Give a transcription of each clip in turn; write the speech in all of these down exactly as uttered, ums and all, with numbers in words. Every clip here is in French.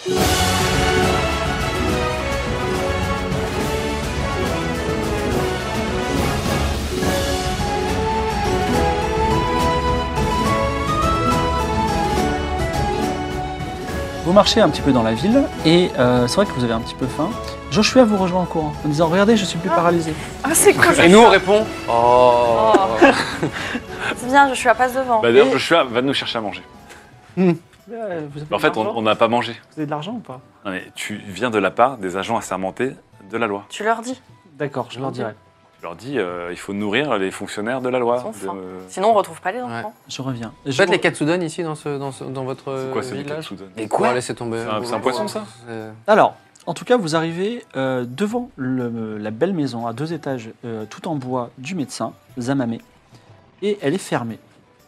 Vous marchez un petit peu dans la ville et euh, c'est vrai que vous avez un petit peu faim. Joshua vous rejoint en courant en disant « Regardez, je suis plus paralysé. » Ah, c'est cool. Et nous, on répond « Oh, Oh. C'est bien, je suis à passe devant. Bah, D'ailleurs, Joshua va nous chercher à manger. Euh, vous avez En de fait, l'argent on n'a pas mangé. Vous avez de l'argent ou pas? Non, mais tu viens de la part des agents assermentés de la loi. Tu leur dis. D'accord, je leur dirai. Je leur dis, euh, il faut nourrir les fonctionnaires de la loi. Ils sont De- Sinon, on retrouve pas les enfants. Ouais. Je reviens. Vous Je faites vous- les Katsudon ici dans, ce, dans, ce, dans votre C'est quoi, c'est le village? Katsudon? Mais On quoi va laisser tomber. C'est un- c'est un poisson, ça C'est- Alors, en tout cas, vous arrivez euh, devant le- la belle maison à deux étages, euh, tout en bois, du médecin, Zamame, et elle est fermée.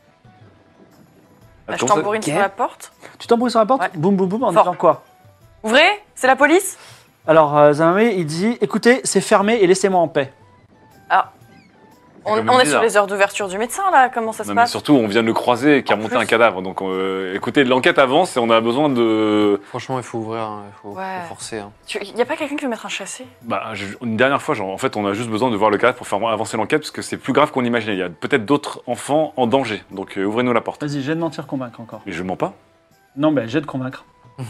Bah, je Comment ça- tambourine Ok. sur la porte. Tu t'embrouilles sur la porte, Ouais. boum boum boum, en Fort. disant quoi? Ouvrez, c'est la police. Alors, euh, Zamame, il dit « Écoutez, c'est fermé et laissez-moi en paix. On, quand même on est bizarre. sur les heures d'ouverture du médecin, là. Comment ça se Non, mais passe? surtout, on vient de le croiser qui a En monté plus. un cadavre. Donc, euh, écoutez, l'enquête avance et on a besoin de. Franchement, il faut ouvrir, hein, il faut, Ouais. faut forcer. Hein. Il n'y a pas quelqu'un qui veut mettre un chassé? Bah, je- une dernière fois, genre, en fait, on a juste besoin de voir le cadavre pour faire avancer l'enquête parce que c'est plus grave qu'on imaginait. Il y a peut-être d'autres enfants en danger. Donc, euh, ouvrez-nous la porte. Vas-y, j'ai de mentir convaincre encore. Mais je mens pas. Non, ben j'ai de convaincre.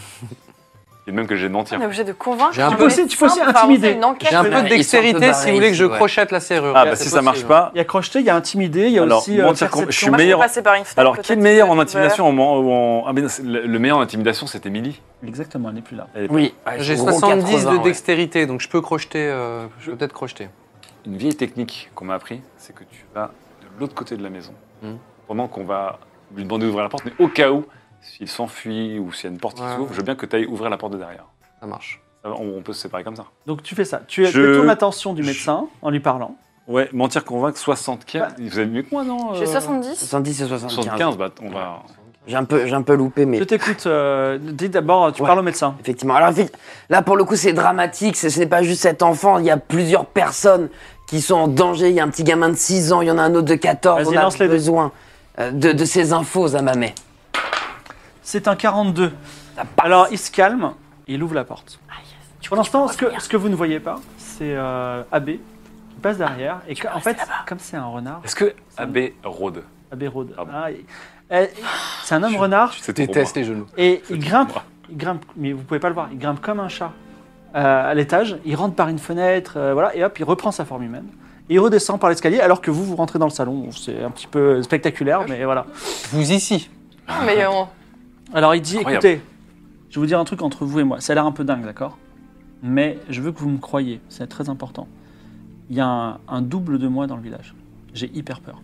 Et même que j'ai de mentir. On est obligé de convaincre. J'ai un le peu aussi- tu peux médecin aussi pour faire intimider. avancer une enquête. J'ai un Ouais, peu de ils sont un peu dextérité barrés si vous voulez que je ici, ouais. crochette la serrure. Ah, Ouais, bah c'est si ça marche possible. pas. Il y a crocheté, il y a intimidé, il y a Alors, aussi euh, mentir con- je suis perception. Moi, je peux meilleur- passer par une fenêtre, Alors, qui est peut-être, le meilleur en peut-être intimidation en, ou en... Ah, mais non, c'est- le le meilleur en intimidation, c'était Emily. Exactement, elle n'est plus là. Elle est- Oui, ouais, J'ai gros soixante-dix quatre-vingts, de ouais. dextérité, donc je peux crocheter. euh, je peux peut-être crocheter. Une vieille technique qu'on m'a appris, c'est que tu vas de l'autre côté de la maison. Hmm. Pendant qu'on va lui demander d'ouvrir la porte, mais au cas où, s'il s'enfuit ou s'il y a une porte qui Ouais, s'ouvre, ouais. je veux bien que tu ailles ouvrir la porte de derrière. Ça marche. Ça va, On, on peut se séparer comme ça. Donc tu fais ça. Tu Je- détournes l'attention du médecin en lui parlant. Ouais, mentir, convaincre, soixante. Bah. Vous avez mieux que moi, non J'ai euh, soixante-dix. soixante-dix et soixante-quinze. soixante-quinze, bah on va. J'ai un peu, j'ai un peu loupé, mais Je t'écoute. euh, dis d'abord, tu Ouais. parles au médecin. effectivement. Alors effe- là, pour le coup, c'est dramatique. Ce ce n'est pas juste cet enfant. Il y a plusieurs personnes qui sont en danger. Il y a un petit gamin de six ans. Il y en a un autre de quatorze. Vas-y, On a lance les dés. besoin euh, de, de ces infos, Zamame. C'est un quarante-deux. Alors il se calme et il ouvre la porte. Ah, yes. Tu Pour vois qu'il l'instant, faut ce que, revenir. ce que vous ne voyez pas, c'est euh, Abbé qui passe derrière. Et que- peux en fait, rester là-bas. comme c'est un renard, Est-ce que Abbé rôde Abbé rôde. Pardon. Ah, il- euh, c'est un homme renard C'est Je pour déteste moi. les genoux. et il grimpe, moi. il grimpe, mais vous pouvez pas le voir, il grimpe comme un chat euh, à l'étage. Il rentre par une fenêtre, euh, voilà, et hop, il reprend sa forme humaine. Et il redescend par l'escalier alors que vous, vous rentrez dans le salon. C'est un petit peu spectaculaire, mais voilà. Vous ici. Non, mais on... Alors il dit, Incroyable. écoutez, je vais vous dire un truc entre vous et moi. Ça a l'air un peu dingue, d'accord? Mais je veux que vous me croyiez, c'est très important. Il y a un, un double de moi dans le village. J'ai hyper peur.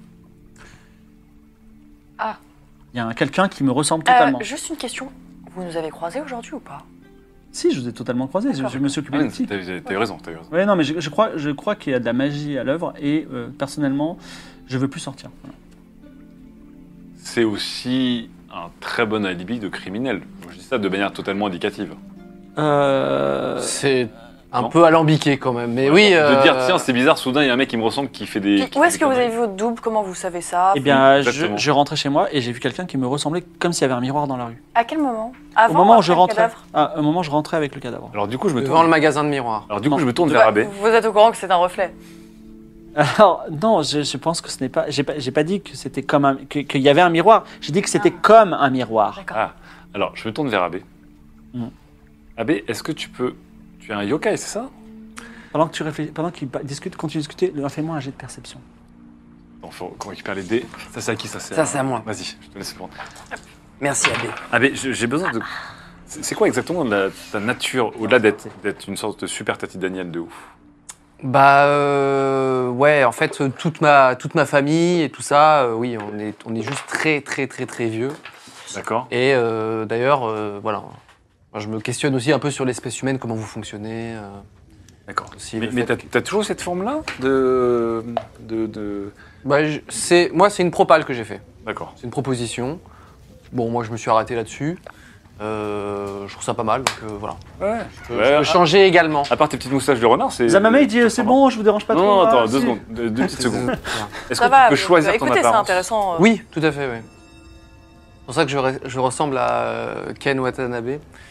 Ah. Il y a un- quelqu'un qui me ressemble Euh, totalement. juste une question. Vous nous avez croisés aujourd'hui ou pas? Si, je vous ai totalement croisé, je, D'accord. je me suis occupé Ah, des petits. T'as t'as eu raison, t'as eu raison. Ouais, non, mais je, je crois, je crois qu'il y a de la magie à l'œuvre et euh, personnellement, je veux plus sortir. Voilà. C'est aussi un très bon alibi de criminel. Je dis ça de manière totalement indicative. Euh, C'est un Non. peu alambiqué quand même. Mais oui. De euh, dire, tiens, c'est bizarre, soudain, il y a un mec qui me ressemble qui fait des. Qui- qui Où fait est-ce des que vous avez conneries. vu votre double? Comment vous savez ça? eh bien, je, Exactement. je rentrais chez moi et j'ai vu quelqu'un qui me ressemblait comme s'il y avait un miroir dans la rue. À quel moment? Avant Au moment ou où je après le rentrais, cadavre ah, au moment où je rentrais avec le cadavre. Alors du coup, je me Devant tourne. le magasin de miroirs. Alors du Non. coup, je me tourne Bah, vers Abbé. Vous êtes au courant que c'est un reflet? Alors non, je, je pense que ce n'est pas. J'ai pas, j'ai pas dit que c'était comme un, que- qu'il y avait un miroir. J'ai dit que c'était comme un miroir. D'accord. Ah, alors je me tourne vers Abbé. Mm. Abbé, est-ce que tu peux. Tu es un yokai, c'est ça? Pendant que tu réfléchis, pendant qu'il pa- discute, continue de discuter, fais-moi un jet de perception. Bon, faut qu'on récupère les dés. Ça, c'est à qui ça c'est Ça, c'est à moi. Vas-y, je te laisse le prendre. Merci, Abbé. Abbé, je- j'ai besoin de. C'est c'est quoi exactement la- ta nature, au-delà d'être d'être une sorte de super Tati Daniel de ouf? Bah euh, ouais, en fait, euh, toute ma, toute ma famille et tout ça, euh, oui, on est, on est juste très, très, très, très vieux. D'accord. Et euh, d'ailleurs, euh, voilà, moi, je me questionne aussi un peu sur l'espèce humaine, comment vous fonctionnez. euh, D'accord. aussi Mais, le mais fait t'as t'as toujours cette forme-là de. de, de... Bah, je- c'est, moi, c'est une propale que j'ai fait. D'accord. C'est une proposition. Bon, moi, je me suis arrêté là-dessus. Euh, je trouve ça pas mal, donc euh, voilà. Ouais. Je, Ouais, je peux à- changer également. À part tes petites moustaches de renard, c'est. Zamame il dit c'est c'est sympa. bon, je vous dérange pas Non, trop. non, ah, attends, deux si. secondes. Deux, deux petites secondes. Est-ce que Ça va, tu peux vous- choisir ton écoutez, c'est apparence? intéressant. euh. Oui, tout à fait, oui. C'est pour ça que je, re- je ressemble à euh, Ken Watanabe.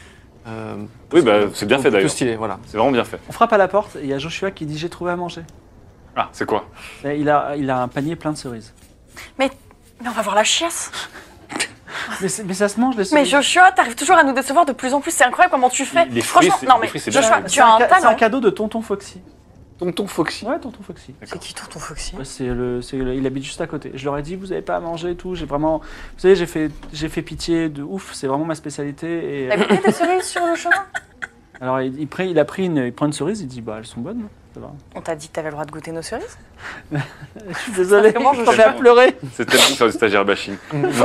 Euh, Oui, bah, c'est bien fait, plutôt d'ailleurs. stylé, voilà. C'est vraiment bien fait. On frappe à la porte et il y a Joshua qui dit j'ai trouvé à manger. Ah, c'est quoi? Et il, a, il a un panier plein de cerises. Mais on va voir la chiasse. Mais, c'est- mais ça se mange les Mais cerises. Joshua, t'arrives toujours à nous décevoir de plus en plus. C'est incroyable comment tu fais. Les fruits, Franchement, c'est- non les mais fruits, c'est bien. Joshua, C'est tu as un ca- c'est un talent. cadeau de tonton Foxy. Tonton Foxy. Ouais, tonton Foxy. C'est qui tonton Foxy? Ouais, c'est le, c'est le- il habite juste à côté. Je leur ai dit, vous avez pas à manger et tout. J'ai vraiment, vous savez, j'ai fait, j'ai fait pitié de ouf. C'est vraiment ma spécialité. Et T'as goûté des cerises sur le chemin? alors il, il, prend- il a pris une, il prend une cerise. Il dit, bah elles sont bonnes. Ça va. On t'a dit que t'avais le droit de goûter nos cerises? Je suis désolé. Comment je je fais vais à pleurer. C'est tellement faire du stagiaire bashing.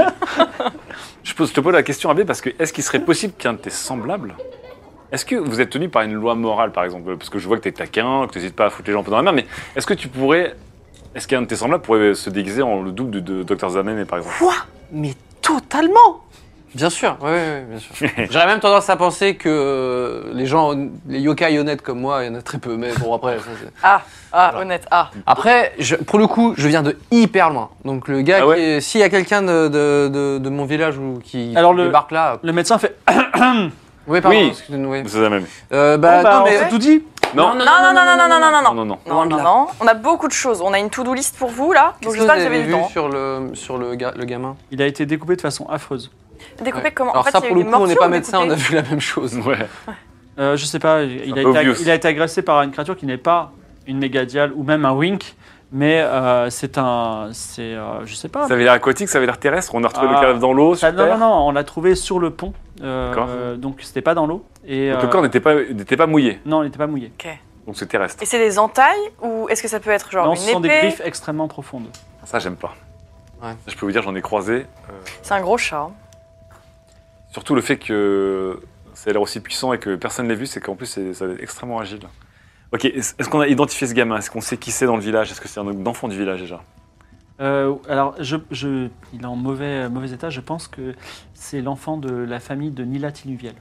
je, pose, je te pose la question, Abbé, parce que est-ce qu'il serait possible qu'un de tes semblables. Est-ce que vous êtes tenu par une loi morale, par exemple? Parce que je vois que t'es taquin, que t'hésites pas à foutre les gens un peu dans la mer, mais est-ce que tu pourrais. Est-ce qu'un de tes semblables pourrait se déguiser en le double de, de Docteur Zanen, par exemple? Quoi? Mais totalement. Bien sûr, oui, oui, bien sûr. J'aurais même tendance à penser que euh, les gens, les yokai honnêtes comme moi, il y en a très peu, mais bon, après... ça, c'est- Ah, ah, Voilà. honnête, ah. Après, je- pour le coup, je viens de hyper loin. Donc le gars, Ah ouais qui est- s'il y a quelqu'un de, de, de, de mon village ou qui Alors, le- débarque là... Le médecin fait. Oui, pardon, Oui. excusez-nous, oui. C'est la même. Euh, bah, Bon, bah, non, on mais... s'est tout dit. Non, Non, non, non, non, non, non, non, non, non, non, non. Non, Loin de non, là. non. On a beaucoup de choses. On a une to-do list pour vous là, donc Qu'est-ce que j'espère que vous vous avez avez du vu temps. sur le, sur le, ga- le gamin? Il a été découpé de façon affreuse. Découpé Ouais. comment? Alors En fait, ça, il y a pour eu le des coup, on n'est morceaux pas ou médecin, on a découpés vu la même chose. Ouais. Euh, je sais pas. Il a, un peu été, ag- obvious. il a été agressé par une créature qui n'est pas une mégadiale ou même un wink, mais euh, c'est un, c'est, euh, je sais pas. Ça avait l'air aquatique, ça avait l'air terrestre. On a retrouvé Ah. le cadavre dans l'eau, Ça- sur non, non, terre. non, on l'a trouvé sur le pont. Euh, D'accord. euh, donc c'était pas dans l'eau. Et Donc le euh, corps n'était pas, n'était pas mouillé, non, il n'était pas mouillé. Ok. donc c'est terrestre. Et c'est des entailles ou est-ce que ça peut être genre non, une ce sont des épée? griffes extrêmement profondes. Ça, j'aime pas. Ouais. Je peux vous dire, j'en ai croisé. euh, C'est un gros chat. hein. surtout le fait que ça a l'air aussi puissant et que personne ne l'a vu, c'est qu'en plus, c'est, ça va être extrêmement agile. Ok, est-ce est-ce qu'on a identifié ce gamin? Est-ce qu'on sait qui c'est dans le village? Est-ce que c'est un enfant du village déjà? Euh, alors, je, je- il est en mauvais, mauvais état. Je pense que c'est l'enfant de la famille de Nila Tinuviel.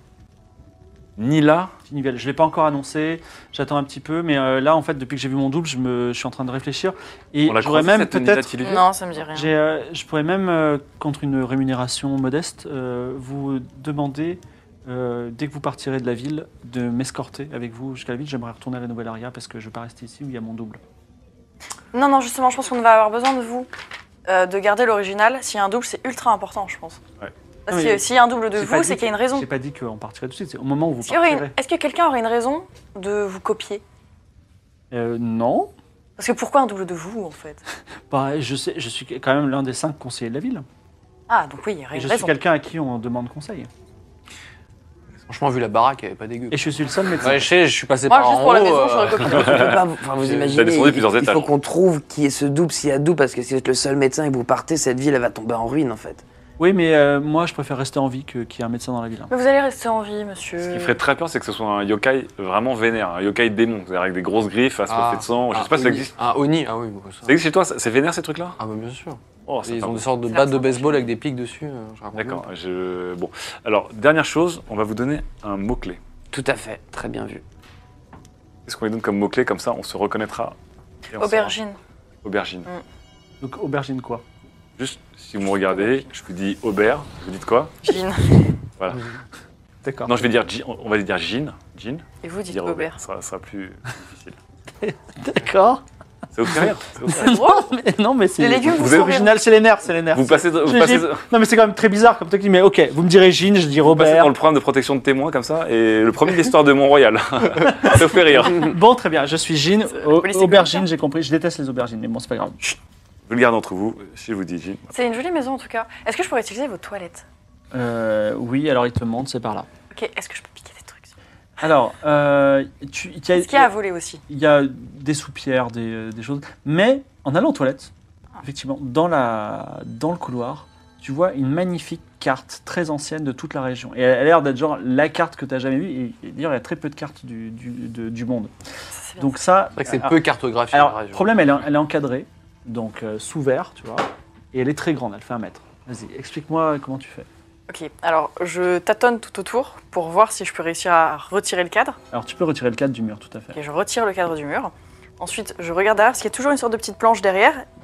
Nila? Tinuviel. Je ne l'ai pas encore annoncé. J'attends un petit peu, mais euh, là, en fait, depuis que j'ai vu mon double, je, me, je suis en train de réfléchir. Et On l'a j'aurais croisé, même cette Nila peut-être. Tinuviel? Non, ça me dit rien. J'ai, euh, je pourrais même, euh, contre une rémunération modeste, euh, vous demander, euh, dès que vous partirez de la ville, de m'escorter avec vous jusqu'à la ville. J'aimerais retourner à la Nouvelle-Aria parce que je ne veux pas rester ici où il y a mon double. Non, non, justement, je pense qu'on va avoir besoin de vous, euh, de garder l'original. S'il y a un double, c'est ultra important, je pense. Ouais. Parce Non, que mais s'il y a un double de J'ai pas vous, dit c'est qu'il y a une que- raison. J'ai pas dit qu'on partirait tout de suite. C'est au moment où vous Est-ce qu'il y aurait une- partirez. Est-ce que quelqu'un aurait une raison de vous copier? Euh, non. Parce que pourquoi un double de vous, en fait? Bah, je, sais, je suis quand même l'un des cinq conseillers de la ville. Ah, donc oui, il y aurait Et une je suis raison. quelqu'un à qui on demande conseil. Franchement, vu la baraque, elle est pas dégueu. Et je suis le seul médecin. Ouais, je sais, je suis passé Moi, par juste en pour la haut, maison, euh, j'aurais copié. On peut pas vous, enfin, vous T'as imaginez, descendu il, plusieurs il faut étages. qu'on trouve qui est ce double, s'il y a double, parce que si vous êtes le seul médecin et que vous partez, cette ville, elle va tomber en ruine, en fait. Oui, mais euh, moi, je préfère rester en vie que- qu'il y ait un médecin dans la ville. Mais vous allez rester en vie, monsieur. Ce qui ferait très peur, c'est que ce soit un yokai vraiment vénère, un yokai démon, c'est-à-dire avec des grosses griffes, assoiffé Ah. de sang. Je Ah, sais pas si ça Oni. existe. Ah, Oni, ah oui, bon, ça. Ça existe chez toi? ça- C'est vénère ces trucs-là? Ah bah bien sûr. Oh, ça Ils fait ont peur. des sortes de C'est battes de la baseball avec des pics dessus. euh, je raconte D'accord. même pas. Je... Bon. Alors, dernière chose, on va vous donner un mot-clé. Tout à fait, très bien vu. Qu'est-ce qu'on lui donne comme mot-clé? Comme ça, on se reconnaîtra. et on Aubergine. saura. Aubergine. Donc, aubergine quoi? Juste, si vous me regardez, je vous dis aubert, vous dites quoi? Gin. Voilà. D'accord. Non, je vais dire, Jean- on va dire Jean. Jean. Et vous dites Dire Aubert. Ça sera, ça sera plus difficile. D'accord. Ça vous fait rire? Ça vous fait rire C'est drôle. Mais non, mais c'est Les légumes vous c'est font original, c'est les nerfs, c'est les nerfs. Vous passez, vous J'ai- passez, j'ai- Non, mais c'est quand même très bizarre comme truc. Mais ok, vous me direz Jean, je dis vous passez Robert. dans le programme de protection de témoins comme ça, et le premier de l'histoire de Mont-Royal. Ça vous fait rire. Bon, très bien, je suis Jean. C'est- Au- la police aubergine, sécuritaire. j'ai compris. Je déteste les aubergines, mais bon, c'est pas grave. Vous le gardez entre vous, si je vous dis Jean. C'est une jolie maison en tout cas. Est-ce que je pourrais utiliser vos toilettes? Euh, oui, alors il te montre, c'est par là. Ok, est-ce que je peux piquer des trucs? Alors, euh, tu, il y a- Est-ce qu'il y a à voler aussi? il y a des soupières, des, des choses. Mais en allant aux toilettes, effectivement, dans, la, dans le couloir, tu vois une magnifique carte très ancienne de toute la région. Et elle a l'air d'être genre la carte que tu n'as jamais vue. Et, et d'ailleurs, il y a très peu de cartes du, du, de- du monde. Ça, c'est bien. Donc ça, C'est vrai que c'est alors- peu cartographié Alors, la région. problème, elle est, elle est encadrée, donc euh, sous verre, tu vois. Et elle est très grande, elle fait un mètre. Vas-y, explique-moi comment tu fais. Ok, alors je tâtonne tout autour pour voir si je peux réussir à retirer le cadre. Alors, tu peux retirer le cadre du mur, tout à fait. Ok, je retire le cadre du mur. Ensuite, je regarde derrière parce qu'il y a toujours une sorte de petite planche derrière. Oui.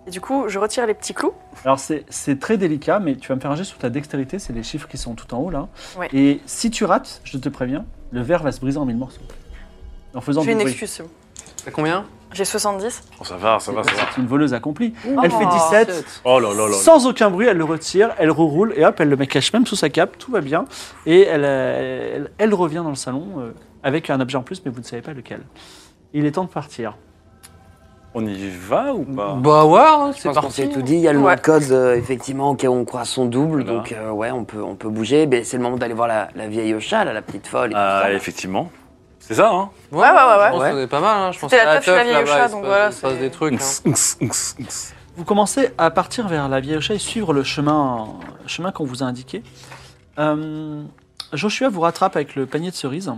Et du coup, je retire les petits clous. Alors c'est c'est très délicat, mais tu vas me faire un jet sur ta dextérité, c'est les chiffres qui sont tout en haut là. Ouais. Et si tu rates, je te préviens, le verre va se briser en mille morceaux. En faisant J'ai du une bruit. excuse, c'est bon. T'as combien? J'ai soixante-dix. Oh, ça va, ça va, ça va. C'est une voleuse accomplie. Oh. Elle fait dix-sept. Oh là là là. Sans aucun bruit, elle le retire, elle reroule et hop, elle le met cache même sous sa cape, tout va bien. Et elle, euh, elle, elle revient dans le salon euh, avec un objet en plus, mais vous ne savez pas lequel. Il est temps de partir. On y va ou pas? Bah ouais, hein, Je c'est pense qu'on parti. s'est tout dit. Il y a le Ouais. nom de code, euh, effectivement, au cas où on croise son double. Voilà. Donc, euh, ouais, on peut, on peut bouger. Ben, c'est le moment d'aller voir la, la vieille Ocha, là, la petite folle. Et tout Ah, ça. effectivement. C'est ça, hein? Ouais, ouais, ouais, ouais. Je pense Ouais. qu'on est pas mal, hein. Je pense C'était à la teuf chez la vieille là-bas, Ocha, il se donc passe- voilà, Il se passe c'est- des trucs. hein. Nx, nx, nx, nx. Vous commencez à partir vers la vieille Ocha et suivre le chemin, chemin qu'on vous a indiqué. Euh, Joshua vous rattrape avec le panier de cerises.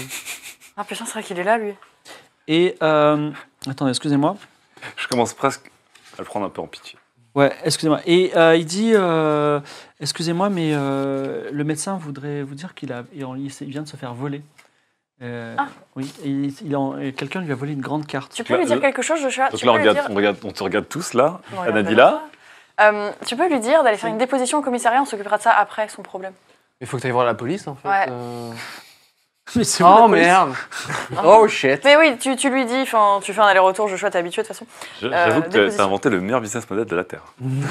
Ah putain, c'est vrai qu'il est là, lui. Et euh, attendez, excusez-moi. Je commence presque à le prendre un peu en pitié. Ouais, excusez-moi. Et euh, il dit, euh, excusez-moi, mais euh, le médecin voudrait vous dire qu'il a, il en- il s'est- il vient de se faire voler. Euh, Ah. Oui, et il, il en- et quelqu'un lui a volé une grande carte. Tu peux lui dire quelque chose, Joshua? Donc Tu là, peux on, lui regarde, dire... on, regarde, on te regarde tous là. Non, regarde Anadila. pas. Euh, tu peux lui dire d'aller faire une déposition au commissariat, on s'occupera de ça après, son problème. Il faut que tu ailles voir la police en fait. Ouais. euh. Mais c'est où, la Oh police merde. Oh shit. Mais oui, tu, tu lui dis, enfin, tu fais un aller-retour, Joshua, t'es habitué de toute façon. Je- Euh, J'avoue que t'as- déposition. t'as inventé le meilleur business model de la Terre.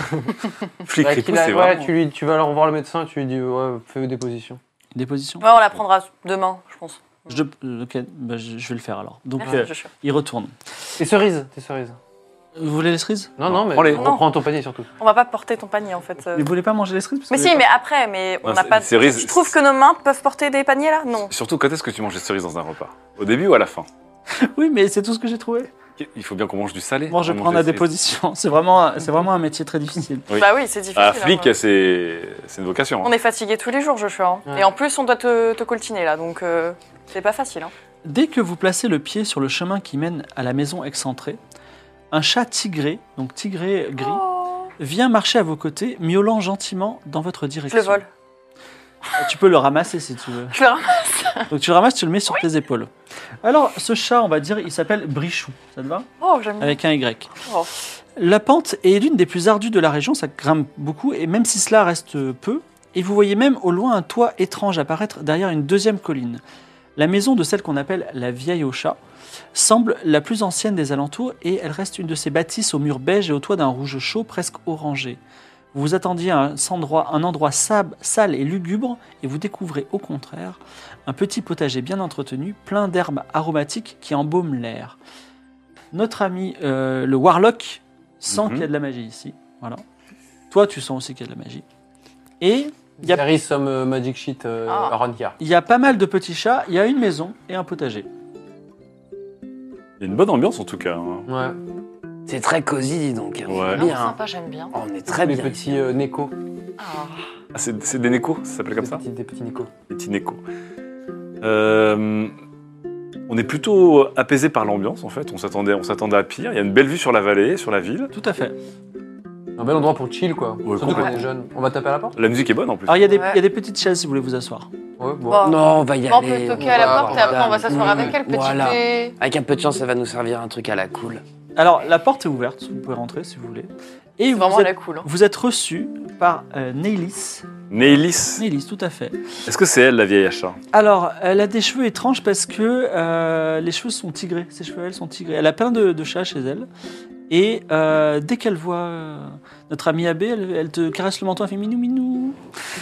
Flic Ouais, Ripou, qu'il a- c'est ouais, vraiment... tu, lui, tu vas aller revoir le médecin, tu lui dis ouais, fais des positions. Déposition. Ouais, on la prendra demain, je pense. Je, euh, ok, bah, je, je vais le faire alors. Donc, Merci, euh, Joshua. il retourne. Tes cerises, tes cerises. Vous voulez les cerises? Non, non, mais prends-les. reprends ton panier surtout. On va pas porter ton panier, en fait. euh. Mais vous voulez pas manger les cerises parce Mais que si, vous mais après, mais on Ouais, n'a c'est- pas... les cerises, Tu trouves que nos mains peuvent porter des paniers, là? Non. Surtout, quand est-ce que tu manges des cerises dans un repas? Au début ou à la fin? avez- Oui, mais c'est tout ce que j'ai trouvé. Il faut bien qu'on mange du salé. Bon, je avant de prends manger la des cerises. déposition. C'est vraiment, c'est vraiment un métier très difficile. Oui. Bah oui, c'est difficile. Ah, hein, flic, ouais. c'est c'est une vocation. hein. On est fatigué tous les jours, Joshua. hein. Ouais. Et en plus, on doit te, te coltiner, là, donc euh, c'est pas facile. Hein. Dès que vous placez le pied sur le chemin qui mène à la maison excentrée, un chat tigré, donc tigré gris, Oh, vient marcher à vos côtés, miaulant gentiment dans votre je direction. le vole. Tu peux le ramasser si tu veux. Je le ramasse. Donc tu le ramasses, tu le mets sur tes épaules. Alors, ce chat, on va dire, il s'appelle Brichou. Ça te va? Oh, j'aime bien. Avec un Y. Oh. La pente est l'une des plus ardues de la région, ça grimpe beaucoup, et même si cela reste peu, et vous voyez même au loin un toit étrange apparaître derrière une deuxième colline. La maison de celle qu'on appelle la vieille Ocha semble la plus ancienne des alentours, et elle reste une de ces bâtisses aux murs beige et au toit d'un rouge chaud presque orangé. Vous vous attendiez à un endroit, un endroit sab- sale et lugubre, et vous découvrez au contraire un petit potager bien entretenu, plein d'herbes aromatiques qui embaument l'air. Notre ami euh, le Warlock sent Mhm. qu'il y a de la magie ici. Voilà. Toi, tu sens aussi qu'il y a de la magie. Et il y a, There is some uh, magic shit uh, Ah. around here. il y a pas mal de petits chats, il y a une maison et un potager. Il y a une bonne ambiance en tout cas. hein. Ouais. C'est très cosy, dis donc. Ouais. Non, Bien. sympa, j'aime bien. On est très Des bien. petits euh, nécos. Ah. Ah, c'est c'est des nécos, ça s'appelle comme Des ça? petits, des petits nécos. Des petits nécos. Euh, on est plutôt apaisé par l'ambiance en fait. On s'attendait, on s'attendait à pire. Il y a une belle vue sur la vallée, sur la ville. Tout à fait. Un bel endroit pour chill quoi. Ouais, Surtout quand on complètement. est jeune. On va taper à la porte? La musique est bonne en plus. Alors, il y, a des, Ouais. il y a des petites chaises si vous voulez vous asseoir. Ouais, bon. Bon. Non, on va y Bon, on aller. peut toquer on à la va- porte et après on va s'asseoir Mmh, avec elle, petit Voilà. thé. Avec un peu de chance, ça va nous servir un truc à la cool. Alors, la porte est ouverte, vous pouvez rentrer si vous voulez. Et C'est vous vraiment êtes, la cool. hein. vous êtes reçu par euh, Nélis. Nélis. Nélis, tout à fait. Est-ce que c'est elle la vieille achat? Alors, elle a des cheveux étranges parce que euh, les cheveux sont tigrés. Ses cheveux, elles, sont tigrés. Elle a plein de, de chats chez elle. Et euh, dès qu'elle voit euh, notre amie Abbé, elle, elle te caresse le menton, elle fait minou minou.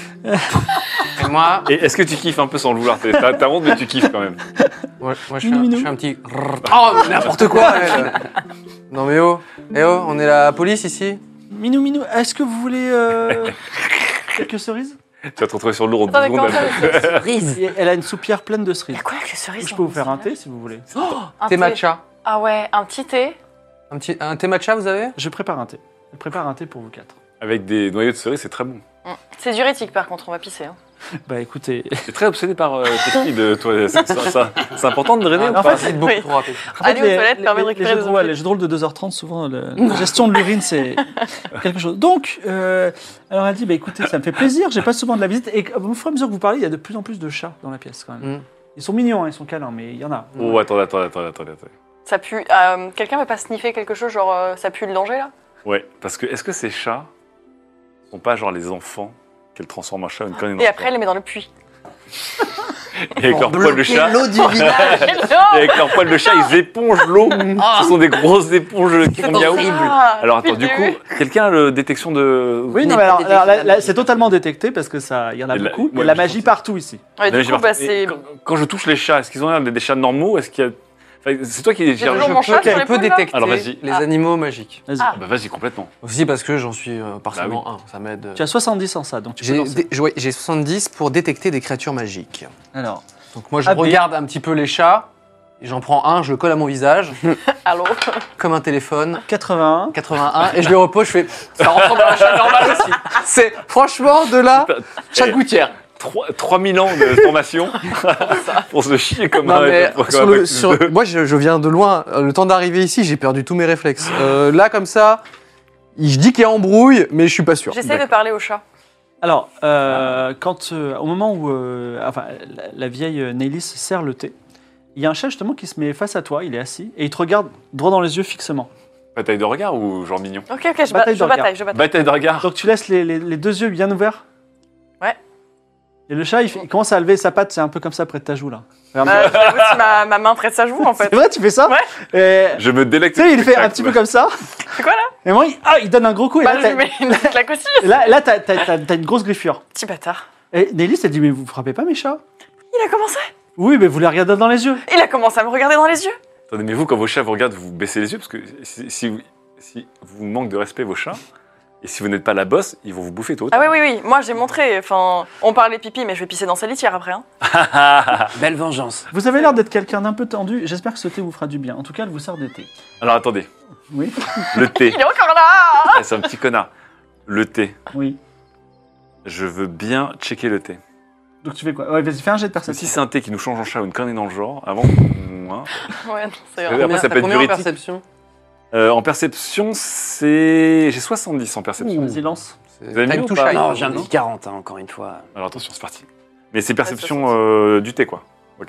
Et moi, Et est-ce que tu kiffes un peu sans le vouloir? T'as t'as honte mais tu kiffes quand même. moi, moi, je, fais un, Minou, je fais un petit. Oh, n'importe quoi elle. Non mais oh, eh oh, on est la police ici? Minou minou, est-ce que vous voulez euh, quelques cerises? Tu vas te retrouver sur le lourd en deux Attends, mais secondes. comment ça, le- Prise. Et elle a une soupière pleine de Il cerises. y a quoi avec les cerises Je dans peux vous mon faire un céréales thé si vous voulez. Un Thé matcha. Ah ouais, un petit thé. Un, petit, un thé matcha vous avez? Je prépare un thé. Elle prépare un thé pour vous quatre. Avec des noyaux de cerise, c'est très bon. Mm. C'est diurétique par contre, on va pisser. Hein. Bah écoutez, T'es très obsédé par euh, tes filles, de toi. C'est ça- ça- c'est important de drainer Ah, ou en pas? fait, C'est beaucoup Oui. trop rapide. en fait, Aller aux toilettes permet de les, récupérer jeux des de, ouais, objets. les jeux de rôle de deux heures trente, souvent, le- la gestion de l'urine, c'est quelque chose. Donc, euh, alors elle dit, bah, écoutez, ça me fait plaisir, j'ai pas souvent de la visite. Et au fur et à mesure que vous parlez, il y a de plus en plus de chats dans la pièce quand même. Mm. Ils sont mignons, hein, ils sont câlins, mais il y en a. Oh, attendez, attendez, attendez, attendez. attendez. Ça pue. Euh, Quelqu'un veut pas sniffer quelque chose, genre euh, ça pue le danger là? Ouais, parce que est-ce que ces chats sont pas genre les enfants qu'elle transforme en chat ou une connerie dans Et ce après, elle les met dans le puits. Et avec leur poil de chat, l'eau du village. et avec leur poil de chat, ils épongent l'eau. Ce sont des grosses éponges qui font miaou. Ah, Alors attends, du depuis le coup, quelqu'un a la détection de. Oui, n'est non, pas mais alors, détecté alors, là, la là, magie. c'est totalement détecté parce que ça, il y en a Et la- beaucoup. ouais, et la je magie pense- partout ici. Ouais, Non, du j'ai coup, pas- bah, et c'est. quand, quand je touche les chats, est-ce qu'ils ont l'air des, des chats normaux? Est-ce qu'il y a. Enfin, c'est toi qui J'ai gères le toujours jeu. mon chat sur Je peux l'épaule, là. détecter Alors, vas-y. les Ah. animaux magiques. Vas-y. Ah. Ah bah vas-y, complètement. Aussi parce que j'en suis euh, partiellement Bah un, ça m'aide. Tu as soixante-dix en ça, donc tu peux J'ai lancer. dé- ouais, j'ai soixante-dix pour détecter des créatures magiques. Alors, Donc moi je A B. regarde un petit peu les chats, et j'en prends un, je le colle à mon visage, Allô. comme un téléphone, quatre-vingt-un. quatre-vingt-un, et je le repose, je fais ça ressemble à un chat normal aussi. C'est franchement de là, chat de Eh, gouttière. trois mille ans de formation pour se chier comme Non, un. mais comme un sur bac le- plus sur- deux. moi je, je viens de loin, Euh, le temps d'arriver ici j'ai perdu tous mes réflexes. Euh, là comme ça, je dis qu'il y a embrouille, mais je suis pas sûr. J'essaie de parler au chat. Alors, euh, quand, euh, au moment où euh, enfin, la, la vieille euh, Nélis sert le thé, il y a un chat justement qui se met face à toi, il est assis, et il te regarde droit dans les yeux fixement. Bataille de regard ou genre mignon? Ok, ok, je, ba- Bataille je de regard. bataille, je bataille. Bataille de regard. Donc tu laisses les, les- les deux yeux bien ouverts. Ouais. Et le chat, il, fait- il commence à lever sa patte, c'est un peu comme ça près de ta joue là. Regarde. Bah, j'avais aussi ma, ma main près de sa joue, en fait. C'est vrai, tu fais ça Ouais. Et, Je me délecte. tu sais, il du fait un spectacle, petit ouais. peu comme ça. C'est quoi, là Et moi, il, ah, il donne un gros coup. Et Bah, là, je t'as- lui mets une claque aussi. là, là, t'as, t'as- t'as- t'as une grosse griffure. Petit bâtard. Et Nélis, elle dit, mais vous frappez pas mes chats? Il a commencé. Oui, mais vous les regardez dans les yeux. Il a commencé à me regarder dans les yeux. Attendez, mais vous, quand vos chats vous regardent, vous baissez les yeux parce que si, si, vous- si vous manquez de respect vos chats, et si vous n'êtes pas la boss, ils vont vous bouffer tôt. ou Ah tard. oui, oui, oui. Moi, j'ai montré. Enfin, on parlait pipi, mais je vais pisser dans sa litière après. Hein. Belle vengeance. Vous avez l'air d'être quelqu'un d'un peu tendu. J'espère que ce thé vous fera du bien. En tout cas, elle vous sert des thés. Alors attendez, Oui. le thé. Il est encore là. Ah, c'est un petit connard. Le thé. Oui. Je veux bien checker le thé. Donc tu fais quoi? Ouais, vas-y, fais un jet de Parce que perception. si c'est un thé qui nous change en chat ou une connerie dans le genre, avant, moi. Ouais, non, ça Euh, ira. après, Combien- ça t'as peut être combien en diurétique. perception? Euh, en perception, c'est. J'ai soixante-dix en perception. Vas-y, lance. Vous avez mis Time ou to pas shine. Non, j'ai un petit quarante, hein, encore une fois. Alors attention, c'est parti. Mais c'est perception soixante. euh, du thé, quoi.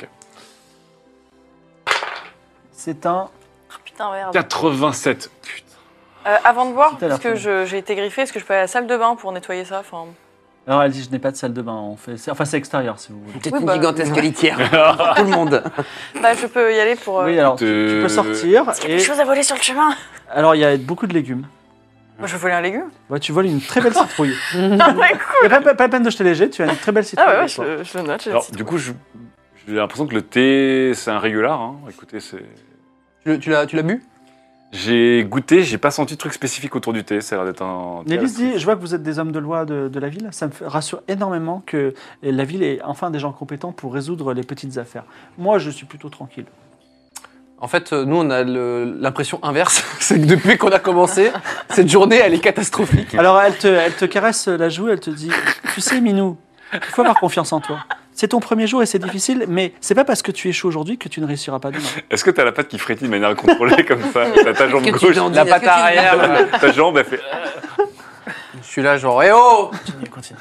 C'est un. Oh, putain, merde. quatre-vingt-sept. Putain. Euh, avant de boire, C'était à la parce que fin. je- j'ai été griffée, est-ce que je peux aller à la salle de bain pour nettoyer ça? Enfin, Alors elle dit, je n'ai pas de salle de bain. On fait... c'est- Enfin, c'est extérieur si vous voulez. Peut-être Oui, une bah, gigantesque litière pour tout le monde. bah, je peux y aller pour. euh, Oui, alors tu, Euh, tu peux sortir. Est-ce qu'il y a Et des choses à voler sur le chemin? alors il y a beaucoup de légumes. Moi, je veux voler un légume. Ouais, tu voles une très belle citrouille. Ah ouais, cool. Il n'y a pas, pas- pas la peine de jeter léger. Tu as une très belle citrouille. Ah ouais, ouais, avec je, toi. le- je le note. j'ai le Alors, titre. du coup, je- j'ai l'impression que le thé, c'est un régulier. Hein. Écoutez, c'est. Tu, le- tu l'as tu l'as bu? J'ai goûté, j'ai pas senti de truc spécifique autour du thé. Ça a l'air d'être un. thé à la Nélis dit, souche. je vois que vous êtes des hommes de loi de, de la ville. Ça me fait- rassure énormément que la ville ait enfin des gens compétents pour résoudre les petites affaires. Moi, je suis plutôt tranquille. En fait, euh, nous, on a le- l'impression inverse. C'est que depuis qu'on a commencé, cette journée, elle est catastrophique. Alors, elle te, elle te caresse la joue, elle te dit, tu sais, Minou, il faut avoir confiance en toi. C'est ton premier jour et c'est difficile, mais c'est pas parce que tu es chaud aujourd'hui que tu ne réussiras pas demain. Est-ce que t'as la patte qui frétille de manière incontrôlée comme ça? T'as ta jambe Est-ce que tu gauche, t'en dis- La est-ce patte que tu- arrière. euh, ta jambe, elle fait. Je suis là, genre, eh oh Continue, continue.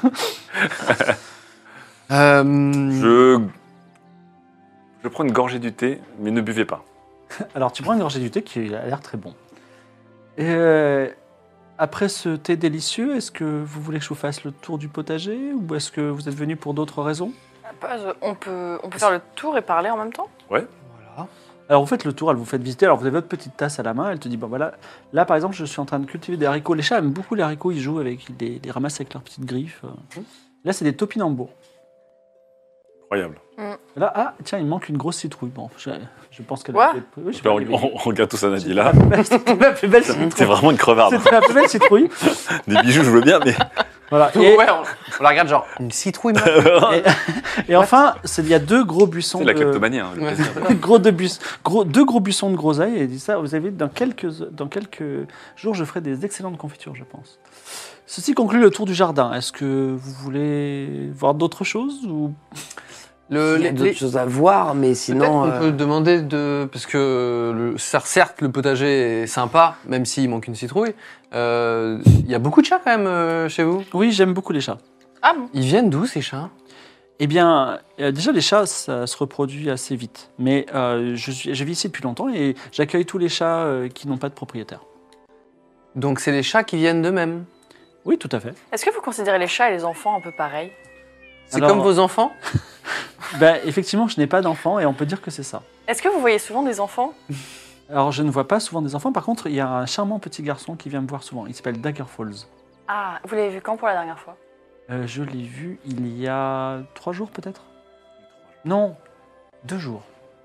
Euh, Je. Je prends une gorgée du thé, mais ne buvez pas. Alors, tu prends une gorgée du thé qui a l'air très bon. Et euh, après ce thé délicieux, est-ce que vous voulez que je vous fasse le tour du potager ou est-ce que vous êtes venu pour d'autres raisons? Pas, euh, on, peut, on peut faire le tour et parler en même temps? Voilà. Alors, vous faites le tour, elle vous fait visiter. Alors, vous avez votre petite tasse à la main. Elle te dit, bon voilà, là, par exemple, je suis en train de cultiver des haricots. Les chats aiment beaucoup les haricots. Ils jouent avec, ils les, les ramassent avec leurs petites griffes. Là, c'est des topinambours. Incroyable. Là, ah, tiens, il manque une grosse citrouille. Bon, je, je pense qu'elle Quoi a été- oui, je sais On, pas, on- on regarde tous un C'était là. la plus belle- c'était la plus belle citrouille. C'est vraiment une crevarde. C'était la plus belle citrouille. Des bijoux, je veux bien, mais. Voilà. Et, Ouais, on, on la regarde genre, une citrouille, meuf. et enfin, c'est- il y a deux gros buissons. C'est la de- kleptomanie. Hein, le Ouais. plaisir. gros deux, bus, gros, deux gros buissons de groseilles. Et il dit ça, vous avez dans quelques, dans quelques jours, je ferai des excellentes confitures, je pense. Ceci conclut le tour du jardin. Est-ce que vous voulez voir d'autres choses ou... Le, Il y a les- d'autres les- choses à voir, mais Peut-être sinon. qu'on euh, peut demander de... Parce que, le, cer- certes, le potager est sympa, même s'il manque une citrouille. Euh, Il y a beaucoup de chats quand même euh, chez vous. Oui, j'aime beaucoup les chats. Ah bon? Ils viennent d'où ces chats? Eh bien, euh, déjà, les chats, ça se reproduit assez vite. Mais euh, je, suis- je vis ici depuis longtemps et j'accueille tous les chats euh, qui n'ont pas de propriétaire. Donc c'est les chats qui viennent d'eux-mêmes. Oui, tout à fait. Est-ce que vous considérez les chats et les enfants un peu pareils? C'est Alors- comme vos enfants? Ben, effectivement, je n'ai pas d'enfant et on peut dire que c'est ça. Est-ce que vous voyez souvent des enfants? Alors, je ne vois pas souvent des enfants. Par contre, il y a un charmant petit garçon qui vient me voir souvent. Il s'appelle Dagger Falls. Ah, vous l'avez vu quand pour la dernière fois? Euh, je l'ai vu il y a trois jours, peut-être. Non, deux jours.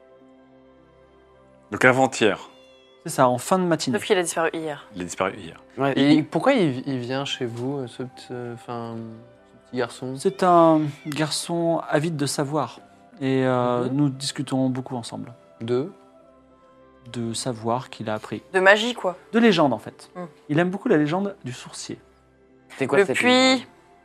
Donc avant-hier, C'est ça, en fin de matinée. Sauf qu'il a disparu hier. il a disparu hier. Ouais, Et pourquoi il, il vient chez vous, euh, ce, petit- euh, enfin, ce petit garçon? C'est un garçon avide de savoir. Et euh, Mhm. nous discutons beaucoup ensemble. Deux. De savoir qu'il a appris. De magie, quoi. De légende, en fait. Mm. Il aime beaucoup la légende du sourcier. C'est quoi Le cette puits.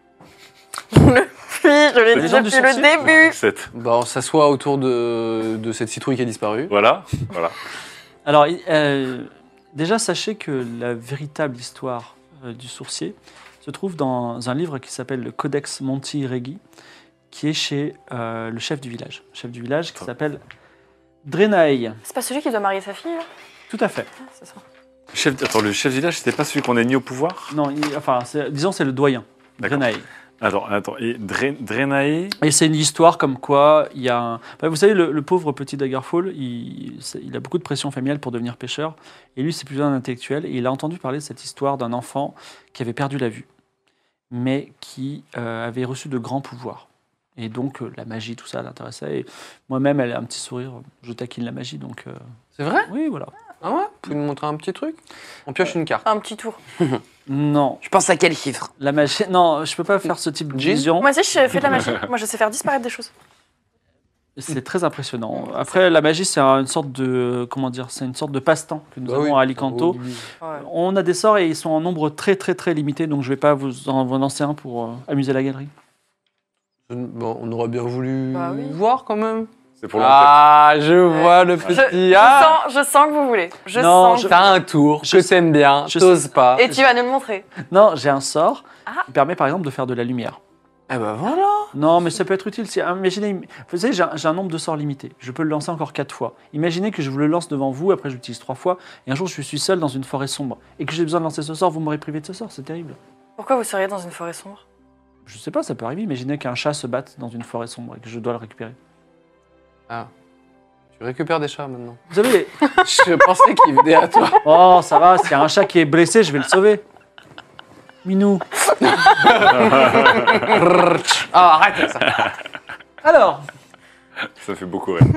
Le puits, je l'ai Les dit gens du depuis le sorcier début. Sept. Bah, on s'assoit autour de, de cette citrouille qui a disparu. Voilà, voilà. Alors, il- euh, déjà, sachez que la véritable histoire euh, du sourcier se trouve dans un livre qui s'appelle le Codex Monti Regi, qui est chez euh, le chef du village. Le chef du village qui s'appelle Drenaei. C'est pas celui qui doit marier sa fille, là? Tout à fait. Ah, c'est ça. Chef, attends, le chef du village, c'était pas celui qu'on a mis au pouvoir? Non, il- enfin, c'est- disons, c'est le doyen. D'accord. Drenaei. Attends, attends. Et Dre- Drenae, Et c'est une histoire comme quoi il y a un... Enfin, vous savez, le, le pauvre petit Daggerfall, il, c'est- il a beaucoup de pression familiale pour devenir pêcheur. Et lui, c'est plutôt un intellectuel. Et il a entendu parler de cette histoire d'un enfant qui avait perdu la vue, mais qui euh, avait reçu de grands pouvoirs. Et donc, euh, la magie, tout ça l'intéressait. Et moi-même, elle a un petit sourire. Je taquine la magie, donc... euh, C'est vrai? oui, voilà. Ah ouais? Vous pouvez nous montrer un petit truc? On pioche une carte. Un petit tour. Non, Je pense à quel chiffre? la magie... Non, je peux pas faire ce type de Jean vision. Moi aussi, je fais de la magie. Moi, je sais faire disparaître des choses. C'est très impressionnant. Après, la magie, c'est une sorte de... Comment dire? C'est une sorte de passe-temps que nous Bah avons oui. à Alicanto. Oh, oui. Ouais. On a des sorts et ils sont en nombre très très très limité, donc je vais pas vous en vous en lancer un pour euh, amuser la galerie. Bon, on aurait bien voulu Bah oui. voir quand même. c'est pour l'enquête. Ah, je vois le Je, petit. je Ah, sens, je sens que vous voulez. Je Non, sens. je- t'as un tour Je- que t'aimes bien, je- t'oses pas. Et tu vas nous le montrer. Non, j'ai un sort Ah. qui permet par exemple de faire de la lumière. Eh ben voilà. Non, mais ça peut être utile. Si, imaginez, vous savez, j'ai un, j'ai un nombre de sorts limité. Je peux le lancer encore quatre fois. Imaginez que je vous le lance devant vous, après je l'utilise trois fois, et un jour je suis seul dans une forêt sombre, et que j'ai besoin de lancer ce sort, vous m'aurez privé de ce sort, c'est terrible. Pourquoi vous seriez dans une forêt sombre? Je sais pas, ça peut arriver. Imaginez qu'un chat se batte dans une forêt sombre et que je dois le récupérer. Ah. Tu récupères des chats maintenant. Vous savez, les... Je pensais qu'il venait à toi. oh, ça va, s'il y a un chat qui est blessé, je vais le sauver. Minou. Ah, arrête ça. Alors, Ça fait beaucoup rire.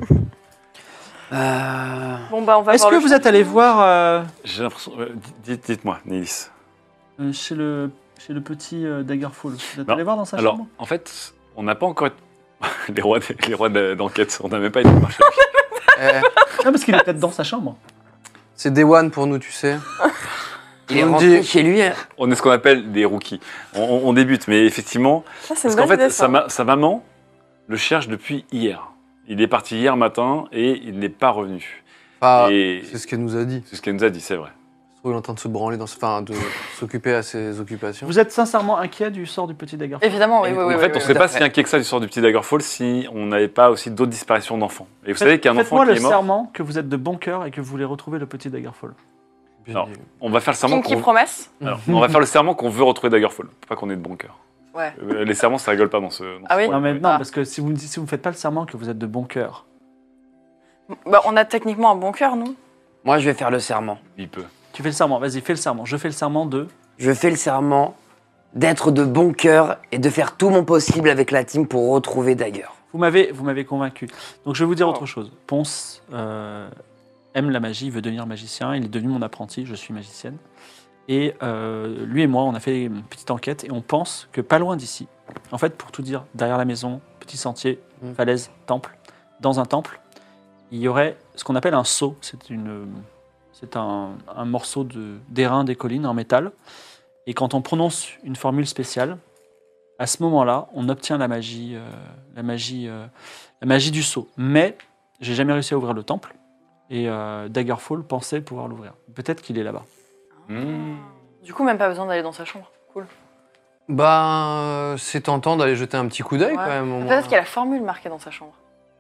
Euh... Bon, bah, on va est-ce voir que le vous chat. êtes allé voir euh, J'ai l'impression. euh, dites- Dites-moi, Nélis. euh, chez, le, chez le petit euh, Daggerfall? Vous êtes Non. allé voir dans sa Alors, chambre? en fait, on n'a pas encore été. les rois, de- les rois de- d'enquête, on n'a même pas été marcher. Eh, Non, parce qu'il est peut-être dans sa chambre. c'est Day One pour nous, tu sais. Il est On rentré dit- chez lui. hein. On est ce qu'on appelle des rookies. On, on- on débute, mais effectivement, Ça, c'est parce une qu'en bonne fait, idée, ça. sa, ma- sa maman le cherche depuis hier. Il est parti hier matin et il n'est pas revenu. Ah, Et c'est ce qu'elle nous a dit. c'est ce qu'elle nous a dit, c'est vrai. Je trouve qu'il est en train de se branler dans ce... Enfin, de s'occuper à ses occupations. Vous êtes sincèrement inquiet du sort du petit Daggerfall? Évidemment, oui, oui, oui. en fait, oui, on oui. serait tout pas à si fait. inquiet que ça du sort du petit Daggerfall si on n'avait pas aussi d'autres disparitions d'enfants. Et vous savez qu'un enfant Faites-moi qui le est mort, serment que vous êtes de bon cœur et que vous voulez retrouver le petit Daggerfall. Bien Alors, dit. on va faire le serment Kinky qu'on promesse. alors, on va faire le serment qu'on veut retrouver Daggerfall, pas qu'on est de bon cœur. Ouais. Euh, Les serments, ça rigole pas dans ce. dans Ah ce oui rôle. Non, mais non, Ah. parce que si vous ne si vous ne faites pas le serment que vous êtes de bon cœur, Bah, on a techniquement un bon cœur, non? Moi, je vais faire le serment. Il peut. tu fais le serment. Vas-y, fais le serment. Je fais le serment de. Je fais le serment d'être de bon cœur et de faire tout mon possible avec la team pour retrouver Dagger. Vous m'avez, vous m'avez convaincu. Donc je vais vous dire Oh. autre chose. Ponce euh, aime la magie, il veut devenir magicien. Il est devenu mon apprenti, je suis magicienne. Et euh, lui et moi, on a fait une petite enquête et on pense que pas loin d'ici, en fait, pour tout dire, derrière la maison, petit sentier, Mm. falaise, temple, dans un temple, il y aurait ce qu'on appelle un sceau. C'est une, c'est un, un morceau de d'airain des collines en métal. Et quand on prononce une formule spéciale, à ce moment-là, on obtient la magie, euh, la magie, euh, la magie du sceau. Mais j'ai jamais réussi à ouvrir le temple. Et euh, Daggerfall pensait pouvoir l'ouvrir. Peut-être qu'il est là-bas. Mmh. Du coup, même pas besoin d'aller dans sa chambre. Cool. Bah, euh, c'est tentant d'aller jeter un petit coup d'œil Ouais. quand même. au moins. Peut-être qu'il y a la formule marquée dans sa chambre.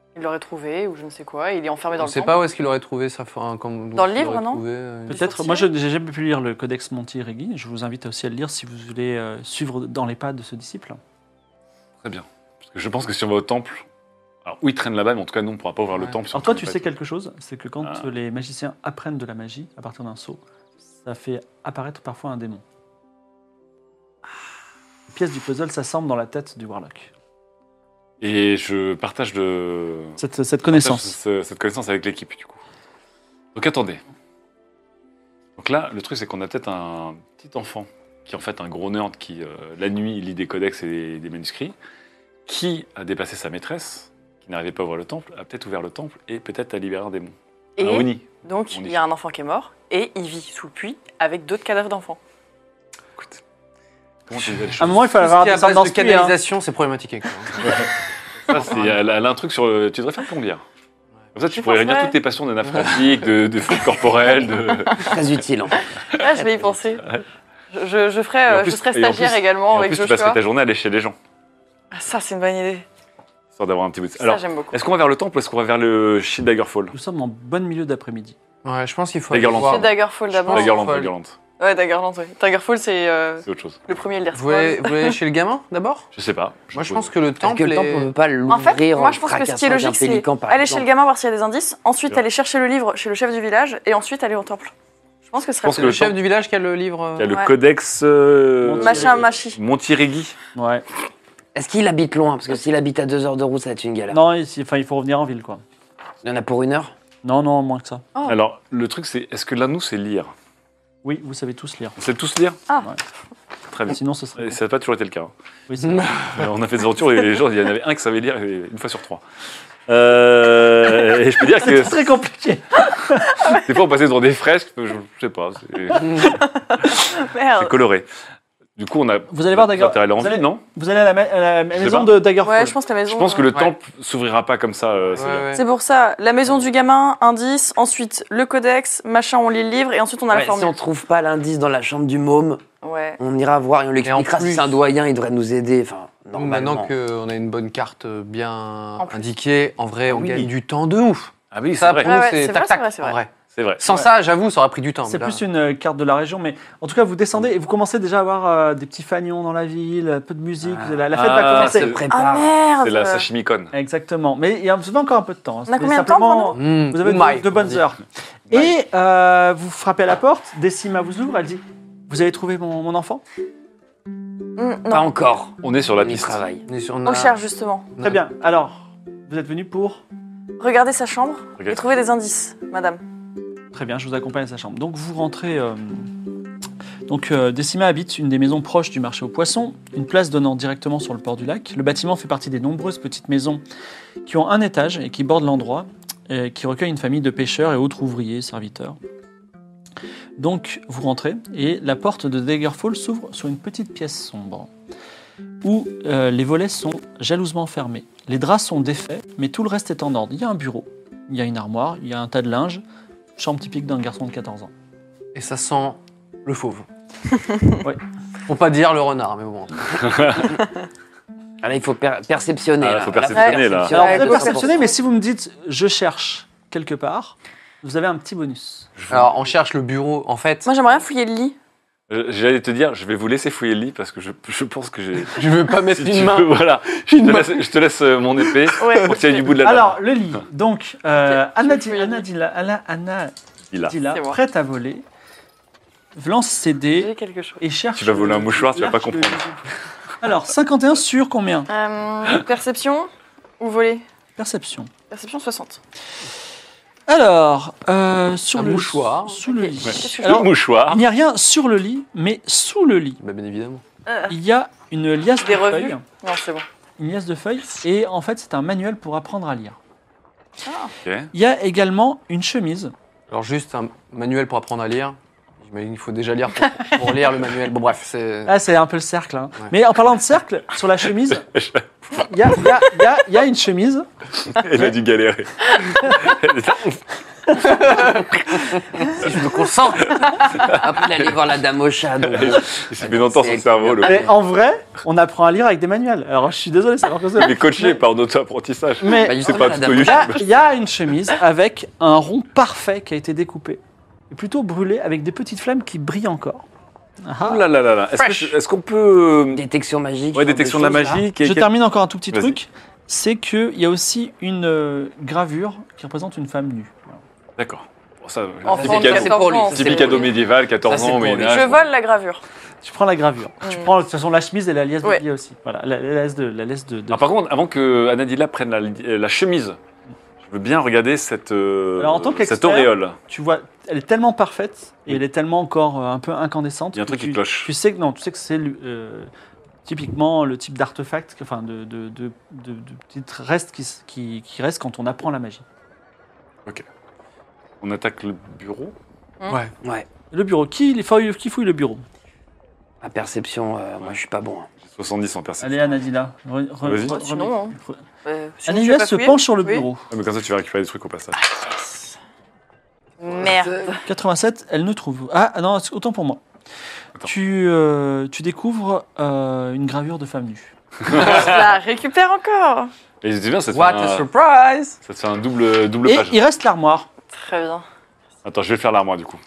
Il l'aurait trouvé ou je ne sais quoi. Et il est enfermé dans On le ne sait temple. pas où est-ce qu'il aurait trouvé ça. Enfin, comme, Dans le où est-ce qu'il livre, aurait non trouvé, euh, Peut-être. sorcier. Moi, je n'ai jamais pu lire le Codex Monti Regi. Je vous invite aussi à le lire si vous voulez euh, suivre dans les pas de ce disciple. Très bien. Parce que je pense que si on va au temple, alors où ils traînent là-bas, mais en tout cas, nous, on ne pourra pas ouvrir le Ouais. temple. si on Alors toi, connaît tu pas sais tout. quelque chose, c'est que quand Ah. euh, les magiciens apprennent de la magie à partir d'un sceau, ça fait apparaître parfois un démon. Les pièces du puzzle s'assemblent dans la tête du warlock. Et je partage de... Cette, cette connaissance. partage ce- cette connaissance avec l'équipe, du coup. Donc attendez. Donc là, le truc, c'est qu'on a peut-être un petit enfant qui est en fait un gros nerd qui, euh, la nuit, lit des codex et des, des manuscrits, qui a dépassé sa maîtresse, qui n'arrivait pas à ouvrir le temple, a peut-être ouvert le temple et peut-être a libéré un démon. Et Un Oni. donc, On il dit. y a un enfant qui est mort et il vit sous le puits avec d'autres cadavres d'enfants. Écoute, comment tu dis les À un choses moment, il faut Tout ce avoir qui est à des base dans de ce puits, hein. canalisation, c'est problématique. avec toi, hein. Ça, c'est elle a- elle a un truc sur le... Tu devrais faire plombière. Comme ça, tu Tu pourrais réunir penserais toutes tes passions de naphratique, de, de foot corporel, de... Très utile. En fait. Là, je vais y penser. Je, je, je ferai, Et en euh, plus- je serai et en stagiaire plus- également Et en avec plus, tu Joshua. passerais ta journée à aller chez les gens, Ah, ça, c'est une bonne idée. histoire d'avoir un petit bout de... Ça, Alors, j'aime beaucoup. est-ce qu'on va vers le temple ou est-ce qu'on va vers le Shield Daggerfall? Nous sommes en bon milieu d'après-midi. Ouais, je pense qu'il faut. La aller guirlande. voir. C'est Daggerfall d'abord. pense- Daggerland, Folle. Daggerland. Ouais, Daggerland, oui. Daggerfall, c'est euh, C'est autre chose. le premier Elder Vous voulez, Scrolls. vous voulez aller chez le gamin d'abord? Je sais pas. Moi, je pose- pense que le Parce que temple. le temple, on est- ne peut pas En fait, l'ouvrir moi, en je pense que ce qui est fracassant logique, un c'est pélican, par aller chez le exemple. gamin voir s'il y a des indices, ensuite Ouais. aller chercher le livre chez le chef du village et ensuite aller au temple. Je pense que ce serait pense C'est que le le chef temple- du village qui a le livre. euh, Il y a le Ouais. codex euh, Machin, machi. Montirégui. Ouais. Est-ce qu'il habite loin? Parce que s'il habite à deux heures de route, ça va être une galère. Non, il, enfin, il faut revenir en ville, quoi. Il y en a pour une heure? Non, non, moins que ça. Oh. Alors, le truc, c'est est-ce que l'un de nous sait lire? Oui, vous savez tous lire. On sait tous lire? Ah. Ouais. Très bien. Sinon, ce serait... Et ça n'a pas toujours été le cas. hein. Oui, c'est Non. Euh, On a fait des aventures et les gens, il y en avait un qui savait lire et une fois sur trois. Euh, et je peux dire que très compliqué. des fois on passait devant des fresques, je, je sais pas, c'est c'est Merde. coloré. Du coup, on a. Vous allez voir, on a Dagger- intérêt à aller en vous allez- ville, non? Vous allez à la, ma- à la sais maison pas. de Daggerfall. Ouais, je pense que la maison. Je pense que euh, le Ouais. temple s'ouvrira pas comme ça. euh, Ouais, c'est ouais. C'est pour ça, la maison du gamin, indice, ensuite le codex, machin, on lit le livre et ensuite on a la Ouais, si formule. on trouve pas l'indice dans la chambre du môme, Ouais. on ira voir et on lui Et en expliquera si plus- c'est un doyen, il devrait nous aider. Enfin, Nous, normalement. Maintenant qu'on a une bonne carte bien En plus. indiquée, en vrai, on Oui. gagne du temps de ouf. Ah oui, c'est Ça, vrai. pour nous, Ouais, ouais, c'est c'est tac vrai, tac. c'est vrai, c'est en vrai. vrai. C'est vrai. Sans Ouais. ça, j'avoue, ça aurait pris du temps. C'est mais là- plus une euh, carte de la région, mais en tout cas, vous descendez et vous commencez déjà à avoir euh, des petits fanions dans la ville, un peu de musique. Ah. La, la fête Ah, va commencer. se c'est- prépare. Ah merde. C'est la sashimi-con. Exactement. Mais il y a vous avez encore un peu de temps. hein. On a C'est combien de temps, simplement- Mmh, Vous avez Oumai, de, de bonnes on dit. heures. Et euh, vous frappez à la porte. Décima vous ouvre. Elle dit Vous avez trouvé mon, mon enfant? Mm, Pas non, encore. On est sur la On y piste. travaille. On est sur- on on a- cherche justement. on a- Très bien. Alors, vous êtes venu pour. Regardez sa chambre et Regarde. trouvez des indices, madame. Très bien, je vous accompagne à sa chambre. Donc vous rentrez. euh, Donc euh, Décima habite une des maisons proches du marché aux poissons, une place donnant directement sur le port du lac. Le bâtiment fait partie des nombreuses petites maisons qui ont un étage et qui bordent l'endroit, et qui recueillent une famille de pêcheurs et autres ouvriers, serviteurs. Donc vous rentrez et la porte de Daggerfall s'ouvre sur une petite pièce sombre où euh, les volets sont jalousement fermés. Les draps sont défaits, mais tout le reste est en ordre. Il y a un bureau, il y a une armoire, il y a un tas de linge, chambre typique d'un garçon de quatorze ans. Et ça sent le fauve. Ouais. Pour pas dire le renard, mais bon. Ah, là, il faut per- perceptionner. Ah, là. faut Là, perceptionner, là. Alors, Ouais, vous avez go, perceptionné, mais si vous me dites je cherche quelque part, vous avez un petit bonus. Alors, on cherche le bureau. En fait, Moi, j'aimerais bien fouiller le lit. Euh, J'allais te dire, je vais vous laisser fouiller le lit parce que je, je pense que j'ai. je veux pas mettre Si une tu main. veux, voilà. Je te, laisse, je te laisse euh, mon épée Ouais. pour tirer du bout de la lame. Alors, le lit. Donc, euh, Ok, Anna, je dit, vais Anna, fouiller. dit là, Anna, Anna Il a. dit là, C'est moi. prête à voler, lance ses dés J'ai quelque chose. et cherche. Tu vas voler un mouchoir, tu vas pas l'arche de- comprendre. Alors, cinquante et un sur combien? Euh, perception ou voler? Perception. Perception soixante. Alors, euh, sur Un le mouchoir. Sous le Ok. lit. Qu'est-ce que je Alors, Le mouchoir. il n'y a rien sur le lit, mais sous le lit, Bah, bien évidemment. Euh, il y a une liasse Des de revues. feuilles. Non, c'est bon. Une liasse de feuilles, et en fait, c'est un manuel pour apprendre à lire. Ok. Il y a également une chemise. Alors, juste un manuel pour apprendre à lire. J'imagine qu'il faut déjà lire pour, pour lire le manuel. Bon, bref, c'est. Ah, c'est un peu le cercle. hein. Ouais. Mais en parlant de cercle, sur la chemise, il y a, il y a- il y a- il y a une chemise. Elle a dû galérer. je me concentre. Après, il allait voir la dame au chat. Donc... Il s'est fait longtemps son cerveau. Le... Mais en vrai, on apprend à lire avec des manuels. Alors je suis désolé, c'est pas possible. Il est coaché par un auto-apprentissage. Mais Bah, C'est justement, pas la un dame tuto au il y, a, YouTube. il y a une chemise avec un rond parfait qui a été découpé. Et plutôt brûlé avec des petites flammes qui brillent encore. Ah. Oh là là là là. Est-ce que Fresh. je- est-ce qu'on peut. Détection magique. Ouais, genre détection de la choses, là. magie. Je qui- qui- termine encore un tout petit Vas-y. truc. C'est qu'il y a aussi une euh, gravure qui représente une femme nue. Voilà. D'accord. Bon, ça, Enfant typique de ado- c'est pour lui, quatorze ans. ça, typique c'est ado pour lui. médiéval, quatorze Ça, c'est ans au pour lui. Moyen-Âge. Je vole la gravure. Tu prends la gravure. Tu Mm. prends de toute façon la chemise et la liasse de Ouais. billet aussi. Voilà, la, la laisse de la laisse de. de- Alors, par contre, avant que Anadila prenne la, la chemise, je veux bien regarder cette, euh, Alors, en tant cette qu'expert, auréole. Tu vois, elle est tellement parfaite et elle est tellement encore euh, un peu incandescente. Il y a un que truc qui tu, cloche. Tu sais que non, tu sais que c'est euh, typiquement le type d'artefact, enfin de, de, de, de, de petites restes qui, s- qui, qui restent quand on apprend la magie. On attaque le bureau. Ouais. Ouais. Le bureau, qui, les fouille, qui fouille le bureau? Ma perception, euh, moi, je suis pas bon. hein. J'ai soixante-dix en perception. Allez, Anadila. Re- re- Vas-y. re- Sinon, hein. re- Euh, sinon, je vais Anadila pas se fouiller. penche sur le Oui. bureau. Ah, mais comme ça, tu vas récupérer des trucs au passage. Merde. quatre-vingt-sept, elle ne trouve. Ah non, autant pour moi. Attends. Tu, euh, tu découvres euh, une gravure de femme nue. Je la récupère encore. Et c'est bien, ça te, What fait a un, surprise! ça te fait un double, double Et page. il reste l'armoire. Très bien. Attends, je vais faire l'armoire du coup.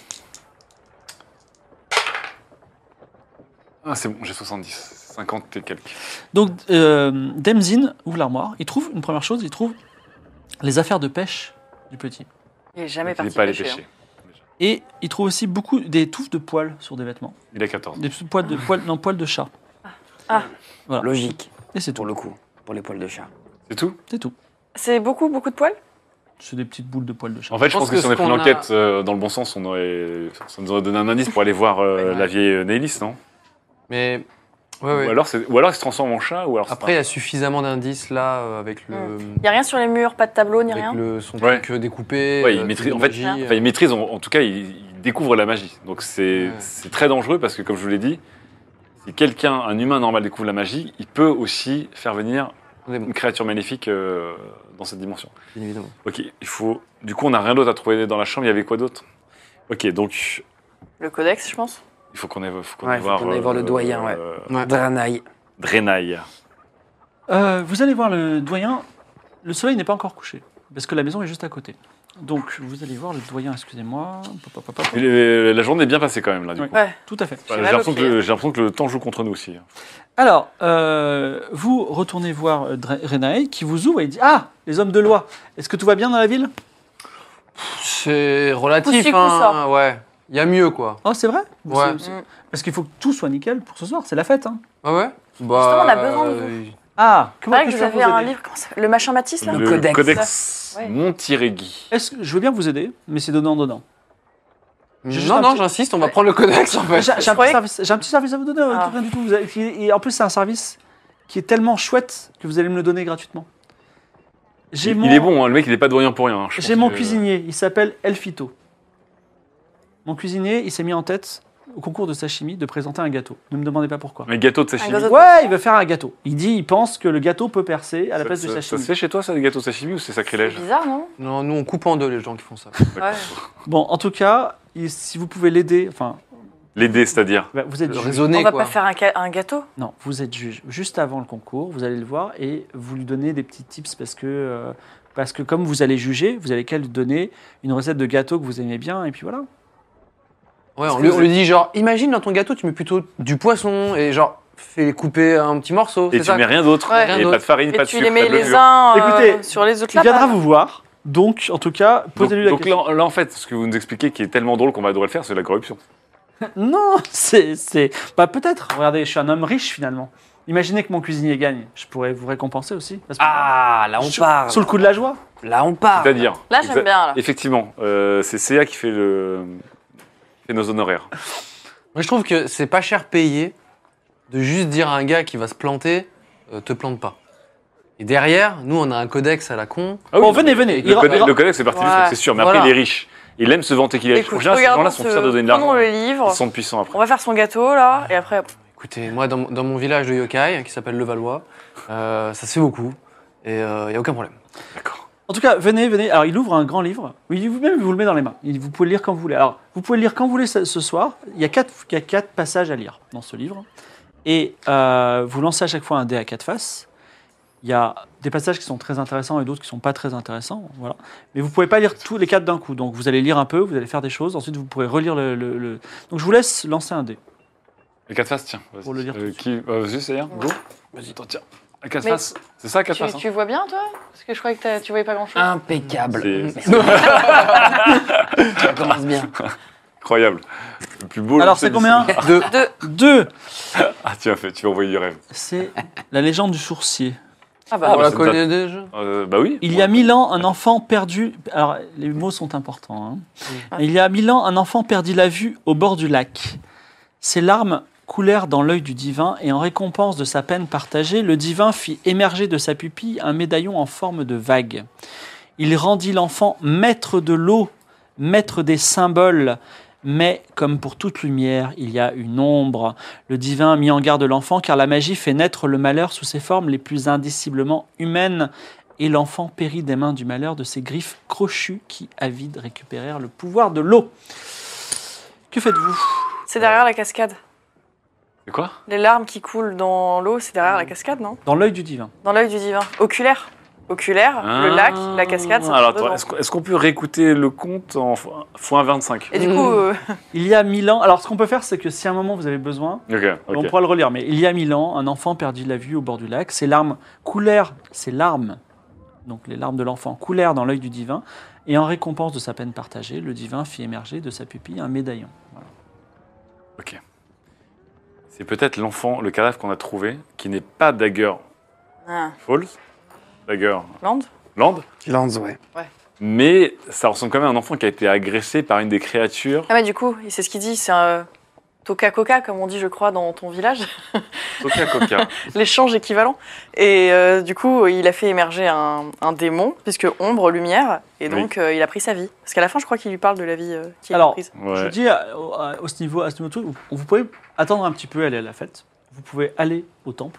Ah, c'est bon, j'ai soixante-dix. cinquante et quelques. Donc, euh, Demzin ouvre l'armoire. Il trouve une première chose, il trouve les affaires de pêche du petit. Il est jamais Il n'est parti pas allé pêcher. pêcher. Et il trouve aussi beaucoup des touffes de poils sur des vêtements. Il a quatorze. Des poils de, poils, non, poils de chat. Voilà. Logique, Et c'est tout. pour le coup, pour les poils de chat. C'est tout? C'est tout. C'est beaucoup, beaucoup de poils. C'est des petites boules de poils de chat. En fait, je Je pense pense que, que si on ce avait pris qu'on a- l'enquête euh, dans le bon sens, on aurait... ça nous aurait donné un indice pour aller voir euh, Ouais, ouais. la vieille euh, Nélis, non? Mais. Ouais, ouais. Ou, alors c'est- ou alors il se transforme en chat, ou alors c'est Après, il y a suffisamment d'indices là euh, avec le. Il y a rien sur les murs, pas de tableau ni Avec rien. le, son Ouais. truc euh, découpé. Ouais, il euh, maîtrise- truc de en fait, magie, Enfin, euh. Enfin, il maîtrise, en, en tout cas, il, il découvre la magie. Donc c'est Ouais. c'est très dangereux parce que, comme je vous l'ai dit, si quelqu'un, un humain normal, découvre la magie, il peut aussi faire venir Des mots, une créature maléfique euh, dans cette dimension. bien évidemment. Ok, il faut. Du coup, on n'a rien d'autre à trouver dans la chambre. Il y avait quoi d'autre? Ok, donc Le codex, je pense. il faut qu'on aille, faut qu'on Ouais, aille faut voir. qu'on aille voir le doyen, ouais. euh, Ouais. Dranaï. Drenaï. Euh, vous allez voir le doyen. Le soleil n'est pas encore couché, parce que la maison est juste à côté. Donc, vous allez voir le doyen, excusez-moi. Pop, pop, pop, pop. Mais les- La journée est bien passée quand même là. Du Ouais. coup. Ouais. Tout à fait. Bah, J'ai J'ai mal au l'impression que, pied. le- j'ai l'impression que le temps joue contre nous aussi. Alors, euh, vous retournez voir euh, Dre- Renae qui vous ouvre et dit Ah, les hommes de loi, est-ce que tout va bien dans la ville? C'est relatif, Coup-ci, hein. coup-ça. Ouais. Il y a mieux, quoi. Oh, c'est vrai? Ouais. C'est- c'est- Mm. Parce qu'il faut que tout soit nickel pour ce soir, c'est la fête. Hein. Ah ouais? Bah, Justement, on a besoin de vous. euh, Ah, comment C'est vrai que puis-je vous faire avez pour un aider? livre, comment ça s'appelle Le machin Matisse, là Le codex. codex Ouais. Montirégui. Est-ce que je veux bien vous aider, mais c'est donnant-donnant. J'ai juste Non, un non, petit- j'insiste, on va prendre le codex en fait. J'ai j'ai un, petit croyais- service- j'ai un petit service à vous donner, euh, Ah. rien du tout. Vous avez- et en plus, c'est un service qui est tellement chouette que vous allez me le donner gratuitement. J'ai Il, mon, il est bon, hein, le mec, il est pas doyen pour rien. hein, je J'ai pense mon que- cuisinier, il s'appelle Elfito. Mon cuisinier, il s'est mis en tête au concours de sashimi de présenter un gâteau. Ne me demandez pas pourquoi. Un gâteau de sashimi. Un gâteau. Ouais, il veut faire un gâteau. Il dit, il pense que le gâteau peut percer à la Ça, place du ça- ça sashimi. se fait chez toi, ça, des gâteaux sashimi, ou c'est C'est sacrilège? bizarre, non Non, nous on coupe en deux les gens qui font ça. Ouais. Bon, en tout cas, il- si vous pouvez l'aider, enfin, L'aider, c'est-à-dire. bah, vous êtes Le juge. raisonner On va quoi. pas faire un, ca- un gâteau Non, vous êtes juge. Juste avant le concours, vous allez le voir et vous lui donnez des petits tips parce que, euh, parce que comme vous allez juger, vous allez qu'à lui donner une recette de gâteau que vous aimez bien et puis voilà. Ouais, on lui, on lui dit genre, imagine dans ton gâteau tu mets plutôt du poisson et genre fais couper un petit morceau. Et c'est tu ça mets rien d'autre. Ouais. Et Rien pas de d'autre. farine, Et pas de tu sucre, les mets pas de les levure. uns euh, Écoutez, sur les autres Il viendra là-bas. vous voir. Donc, en tout cas, Donc, posez-lui la donc question. là, là, en fait, ce que vous nous expliquez qui est tellement drôle qu'on va devoir le faire, c'est la corruption. Non, c'est, c'est, bah peut-être. Regardez, je suis un homme riche finalement. Imaginez que mon cuisinier gagne. Je pourrais vous récompenser aussi. Parce que- Ah, là on Sur- parle. Sous le coup de la joie. Là on parle. C'est-à-dire. Là, j'aime exa- bien, là. Effectivement, euh, c'est C A qui fait, le... fait nos honoraires. Moi je trouve que c'est pas cher payé de juste dire à un gars qui va se planter, euh, te plante pas. Et derrière, nous on a un codex à la con. Ah Bon, venez, venez. Le, Il ra- codex- il ra- le codex, c'est parti du Ouais. truc, c'est sûr. Mais Voilà. après, il est riche. Il aime se vanter qu'il est riche. En Écoute, général, ces gens-là regardons sont ce- fiers de donner de prenons l'argent. le livre, Ils sont puissants après. on va faire son gâteau, là, et après... Écoutez, moi dans, dans mon village de yokai qui s'appelle Levallois, euh, ça se fait beaucoup et il y a aucun problème. D'accord. En En tout cas, venez, venez. Alors, il ouvre un grand livre. Oui, vous-même, il vous le met dans les mains. Il- Vous pouvez le lire quand vous voulez. Alors, vous pouvez le lire quand vous voulez ce, ce soir. Il y, a quatre, il y a quatre passages à lire dans ce livre. Et euh, vous lancez à chaque fois un dé à quatre faces. Il y a des passages qui sont très intéressants et d'autres qui ne sont pas très intéressants. Voilà. Mais vous ne pouvez pas lire tous les quatre d'un coup. Donc, vous allez lire un peu, vous allez faire des choses. Ensuite, vous pourrez relire le... le- le- Donc, je vous laisse lancer un dé. Les quatre faces, tiens. vas-y. Pour le lire tout Euh, de qui... euh, Vas-y, c'est Go. Vas-y, attends, tiens. Les quatre Mais- faces. C'est ça, quatre Tu, faces. hein tu vois bien, toi? Parce que je croyais que t'as- tu voyais pas grand-chose. Impeccable. C'est- Ça commence bien. Incroyable. Le plus beau. Alors, lycée c'est du combien cinéma. Deux. Deux. Ah, tu vas, fait, tu vas envoyer du rêve. C'est la légende du sourcier. Ah On bah, la c'est connaît déjà. Euh, bah oui. Il y a mille ans, un enfant perdu. Alors, les mots sont importants. hein. Il y a mille ans, un enfant perdit la vue au bord du lac. Ses larmes coulèrent dans l'œil du divin, et en récompense de sa peine partagée, le divin fit émerger de sa pupille un médaillon en forme de vague. Il rendit l'enfant maître de l'eau, maître des symboles. Mais, comme pour toute lumière, il y a une ombre. Le divin mit en garde l'enfant, car la magie fait naître le malheur sous ses formes les plus indiciblement humaines. Et l'enfant périt des mains du malheur de ses griffes crochues qui, avides, récupérèrent le pouvoir de l'eau. Que faites-vous? c'est derrière la cascade. C'est quoi Les larmes qui coulent dans l'eau, c'est derrière la cascade, non? Dans l'œil du divin. Dans l'œil du divin. Oculaire. Oculaire, le lac, la cascade, ça Ah. Alors, tombe dedans. attends, est-ce qu'on est-ce qu'on peut réécouter le compte en fois vingt-cinq? Et du coup, euh, Il y a mille ans... Alors, ce qu'on peut faire, c'est que si à un moment vous avez besoin, Ok, on ok. pourra le relire. Mais il y a mille ans, un enfant perdit la vue au bord du lac. Ses larmes coulèrent, ses larmes, donc les larmes de l'enfant, coulèrent dans l'œil du divin. Et en récompense de sa peine partagée, le divin fit émerger de sa pupille un médaillon. Voilà. Ok. C'est peut-être l'enfant, le cadavre qu'on a trouvé, qui n'est pas Dagger ah, Falls, Dagger Land. Land, Lance, ouais. mais ça ressemble quand même à un enfant qui a été agressé par une des créatures. Ah mais du coup, c'est ce qu'il dit, c'est un Toka Coca, comme on dit, je crois, dans ton village. Coca Coca. L'échange équivalent. Et euh, du coup, il a fait émerger un, un démon, puisque ombre, lumière, et donc euh, il a pris sa vie. Parce qu'à la fin, je crois qu'il lui parle de la vie euh, qui est Alors, prise. Je vous Ouais. dis, à, au- à- au ce niveau, à ce niveau, tout, vous, vous pouvez attendre un petit peu, aller à la fête. Vous pouvez aller au temple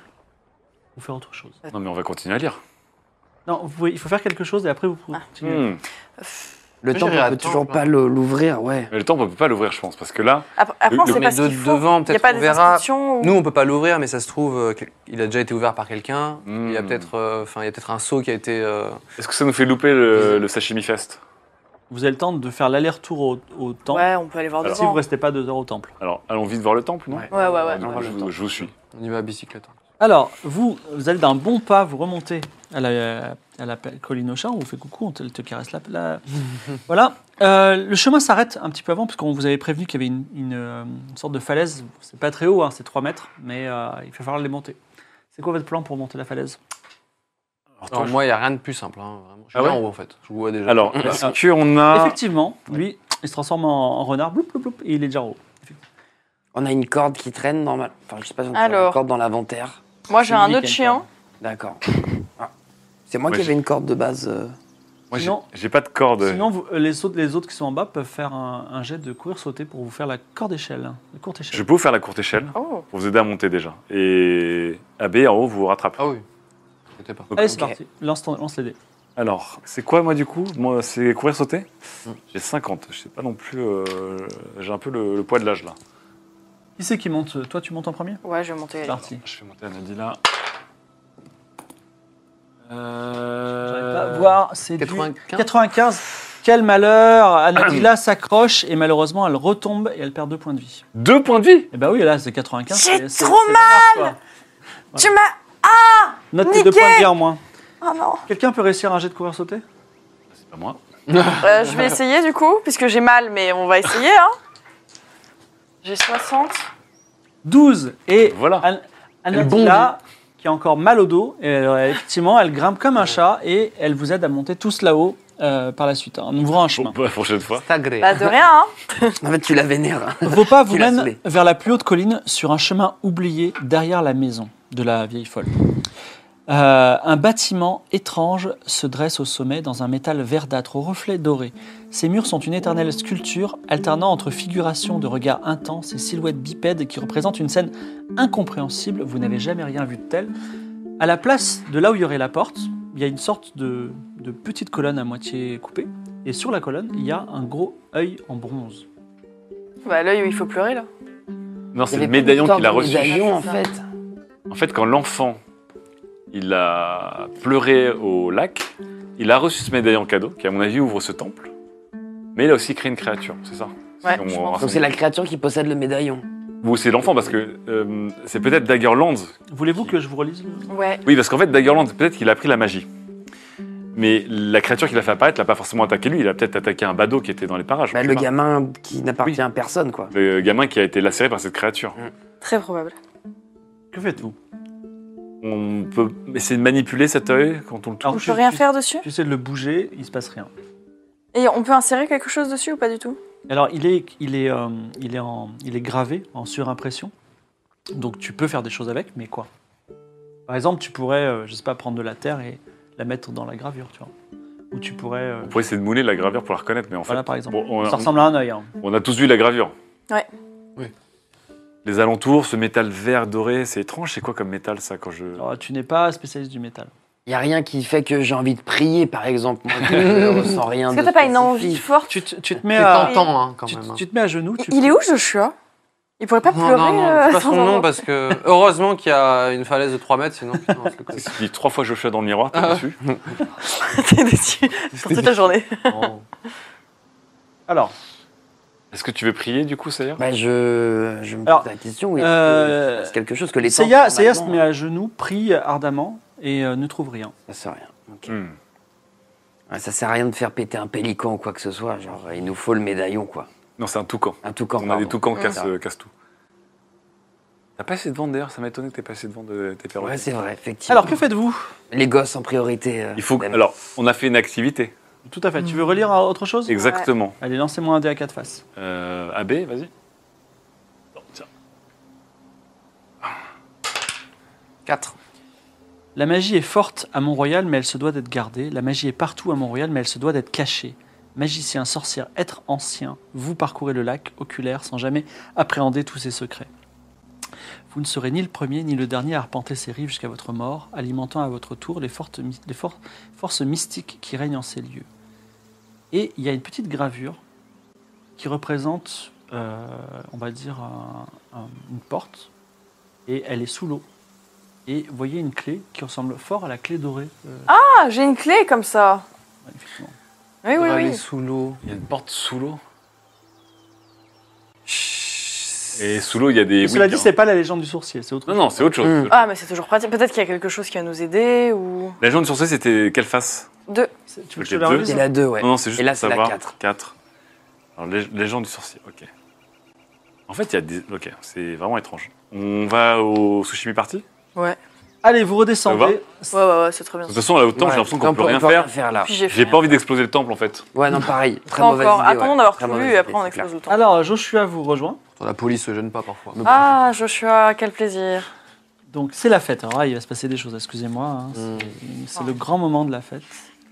ou faire autre chose. Non mais on va continuer à lire. Non, vous pouvez, il faut faire quelque chose et après vous pouvez continuer. Hmm. Le Moi, temps, on j'irais peut attendre, toujours là. pas le- l'ouvrir, ouais. Mais le temple on peut pas l'ouvrir je pense parce que là, Après, après, on Le- sait mais pas ce de qu'il faut. devant, Il n'y a peut-être pas qu'on des verra. inscriptions ou... Nous, on peut pas l'ouvrir, mais ça se trouve, euh, il a déjà été ouvert par quelqu'un. Hmm. Il y a peut-être, euh, enfin, il y a peut-être un seau qui a été. euh, est-ce que ça nous fait louper le, le Sashimi Fest? Vous avez le temps de faire l'aller-retour au, au temple. Ouais, on peut aller voir Alors, Si vous devant. restez pas deux heures au temple. Alors allons vite voir le temple, non? Ouais. Ouais, ouais, ouais. Du coup, je, vous- je vous suis. On y va à bicyclette. Alors, vous, vous allez d'un bon pas, vous remontez à la, à la colline au chat, on vous fait coucou, on te, te caresse la... la- voilà. Euh, le chemin s'arrête un petit peu avant, parce qu'on vous avait prévenu qu'il y avait une, une, euh, une sorte de falaise. C'est pas très haut, hein, c'est trois mètres, mais euh, il va falloir les monter. C'est quoi votre plan pour monter la falaise? Alors, toi, Alors, je- moi, il n'y a rien de plus simple. Hein, vraiment. Je suis Ah bien ouais en haut, en fait. Je vous vois déjà. Alors, est-ce qu'on a... Effectivement, lui, il se transforme en, en renard, bloup, bloup, bloup, et il est déjà en haut. On a une corde qui traîne normal. Enfin, je sais pas si on a Alors. une corde dans l'inventaire. Moi, j'ai C'est un lui autre qui a une chien. D'accord. Ah. C'est moi Ouais, qui j'ai- avais une corde de base. euh. Moi, j'ai- Sinon- j'ai pas de corde. Sinon, vous- euh, les, autres, les autres qui sont en bas peuvent faire un, un jet de courir-sauter pour vous faire la corde échelle, hein, la courte échelle. Je peux vous faire la courte échelle Oh. pour vous aider à monter déjà. Et A B en haut vous rattrape. Ah oui. C'était pas. Allez, c'est Ok. parti. Lance, ton- lance les dés. Alors, c'est quoi moi du coup? Moi, c'est courir sauter. Mm. J'ai cinquante. Je sais pas non plus. euh, J'ai un peu le, le poids de l'âge là. Qui c'est qui monte? Toi, tu montes en premier? Ouais, je vais monter. C'est parti. Je fais monter Anadila. J'arrive Euh... pas à voir. C'est du quatre-vingt-quinze. quatre-vingt-quinze. Quel malheur! Anadila s'accroche et malheureusement elle retombe et elle perd deux points de vie. Deux points de vie. Et bah oui, là c'est quatre-vingt-quinze. J'ai c'est- c'est- trop c'est vénère, quoi. Tu m'as... Note tes deux Niqué. points de vie en moins. Oh non. Quelqu'un peut réussir un jet de courir sauter? C'est pas moi. Euh, je vais essayer du coup, puisque j'ai mal, mais on va essayer. Hein. J'ai soixante. douze. Et Voilà. An- Anadila, qui a encore mal au dos, et elle- elle- effectivement, elle grimpe comme un chat et elle vous aide à monter tous là-haut euh, par la suite, hein, en ouvrant un Bon, chemin. pour la prochaine fois. C'est agréable. Bah de rien, hein. En fait, tu la vénères. Vos pas vous Tu l'as mènent saoulé. vers la plus haute colline sur un chemin oublié derrière la maison de la vieille folle. Euh, un bâtiment étrange se dresse au sommet dans un métal verdâtre aux reflets dorés. Ses murs sont une éternelle sculpture alternant entre figurations de regards intenses et silhouettes bipèdes qui représentent une scène incompréhensible. Vous n'avez jamais rien vu de tel. À la place de là où il y aurait la porte, il y a une sorte de, de petite colonne à moitié coupée. Et sur la colonne, il y a un gros œil en bronze. Bah, l'œil où il faut pleurer, là. Non, Il y c'est avait le plus médaillon d'histoire qu'il a de reçu. médaillon, en fait. En fait, quand l'enfant il a pleuré au lac, il a reçu ce médaillon cadeau qui, à mon avis, ouvre ce temple. Mais il a aussi créé une créature, c'est ça? Ouais, On- je on pense. Donc c'est la créature qui possède le médaillon. Ou c'est l'enfant, parce que euh, c'est peut-être Daggerland. Voulez-vous que je vous relise le- Ouais. Oui, parce qu'en fait, Daggerland, peut-être qu'il a appris la magie. Mais la créature qu'il a fait apparaître l'a pas forcément attaqué lui, il a peut-être attaqué un badaud qui était dans les parages. Bah, je le sais pas. gamin qui n'appartient à personne, quoi. Le gamin qui a été lacéré par cette créature. Très probable. Que faites-vous? On peut essayer de manipuler cet œil quand on le touche. Alors, On tu- peut rien tu- faire dessus? Tu essaies de le bouger, il se passe rien. Et on peut insérer quelque chose dessus ou pas du tout? Alors, il est, il est, euh, il est, en, il est gravé en surimpression. Donc, tu peux faire des choses avec, mais quoi? Par exemple, tu pourrais, euh, je sais pas, prendre de la terre et la mettre dans la gravure, tu vois. Ou tu pourrais... euh, On pourrait essayer de mouler la gravure pour la reconnaître, mais en fait, voilà, par exemple. bon, on, Ça ressemble à un œil. Hein. on a tous vu la gravure. Ouais. Oui. Les alentours, ce métal vert doré, c'est étrange. C'est quoi comme métal ça quand je... Alors, tu n'es pas spécialiste du métal. Il n'y a rien qui fait que j'ai envie de prier, par exemple. Moi, je ne ressens rien Est-ce de que t'as pas une envie spécifique. forte? Tu te, tu te mets C'est à... tentant, hein, quand Tu, même. hein. tu te mets à genoux. Tu Il est où, Joshua? Il pourrait pas Non, pleurer non, non, euh, c'est pas sans son nom avoir- parce que heureusement qu'il y a une falaise de trois mètres, sinon putain, c'est le coup. Si tu dis trois fois Joshua dans le miroir, t'es Ah. dessus. T'es déçu pour toute la journée. Oh. Alors, Est-ce que tu veux prier du coup, Sayer? Bah, je, je me Alors, pose la question, oui. euh, C'est quelque chose que les Seiya, temps, Seiya se normalement, met à genoux, prie ardemment et euh, ne trouve rien. Ça sert à rien. Ok. Hmm. Ouais, ça sert à rien de faire péter un pélican ou quoi que ce soit. Genre, il nous faut le médaillon, quoi. Non, c'est un toucan. Un toucan. On a pardon. des toucans Mm. cassent, euh, cassent tout. T'as pas essayé de vendre d'ailleurs, ça m'a étonné que t'aies pas essayé de vendre euh, tes perroquets. Ouais, c'est vrai, effectivement. Alors, que faites-vous? Les gosses en priorité. euh, Il faut que... même. Alors, on a fait une activité. Tout à fait. Tu veux relire euh, autre chose? Exactement. Allez, lancez-moi un dé à quatre faces. Euh, A B, vas-y. Non, tiens. quatre. La magie est forte à Mont-Royal, mais elle se doit d'être gardée. La magie est partout à Mont-Royal, mais elle se doit d'être cachée. Magicien, sorcière, être ancien, vous parcourez le lac oculaire sans jamais appréhender tous ses secrets. Vous ne serez ni le premier ni le dernier à arpenter ces rives jusqu'à votre mort, alimentant à votre tour les, fortes, my- les for- forces mystiques qui règnent en ces lieux. Et il y a une petite gravure qui représente, euh, on va dire, un- un- une porte, et elle est sous l'eau. Et vous voyez une clé qui ressemble fort à la clé dorée. euh, Ah, j'ai une clé comme ça. effectivement. Oui, oui, Aller oui. sous l'eau. Il y a une porte sous l'eau. Et sous l'eau, il y a des... Mais Cela oui, dit, hein. c'est pas la légende du sourcier, c'est autre Non, chose. non, c'est autre chose. Hmm. Ah, mais c'est toujours pratique. Peut-être qu'il y a quelque chose qui va nous aider ou. La légende sur ça, c'était quelle face? Deux. C'est- Tu veux que Ok, je te la deux. relise? C'est la deux, ouais. Non, non, c'est juste Et là, pour c'est la savoir. quatre. quatre. Alors, lég- légende du sorcier, ok. En fait, il y a des... Ok, c'est vraiment étrange. On va au Sushimi Party? Ouais. Allez, vous Ça redescendez. Ouais, ouais, ouais, c'est très bien. De toute façon, là, autant, j'ai Ouais. l'impression qu'on Non, peut rien peut faire. faire là. Puis j'ai J'ai fait. pas envie d'exploser le temple, en fait. Ouais, non, pareil. Très Pas mauvaise encore. idée. Attendons ouais. d'avoir Très tout mauvaise vu idée, et après on c'est explose clair. le temps. Alors, Joshua vous rejoint. La police se gêne pas parfois. Ah, Joshua, quel plaisir. Donc, c'est la fête. Alors là, il va se passer des choses, excusez-moi. hein. Hmm. C'est c'est le grand moment de la fête.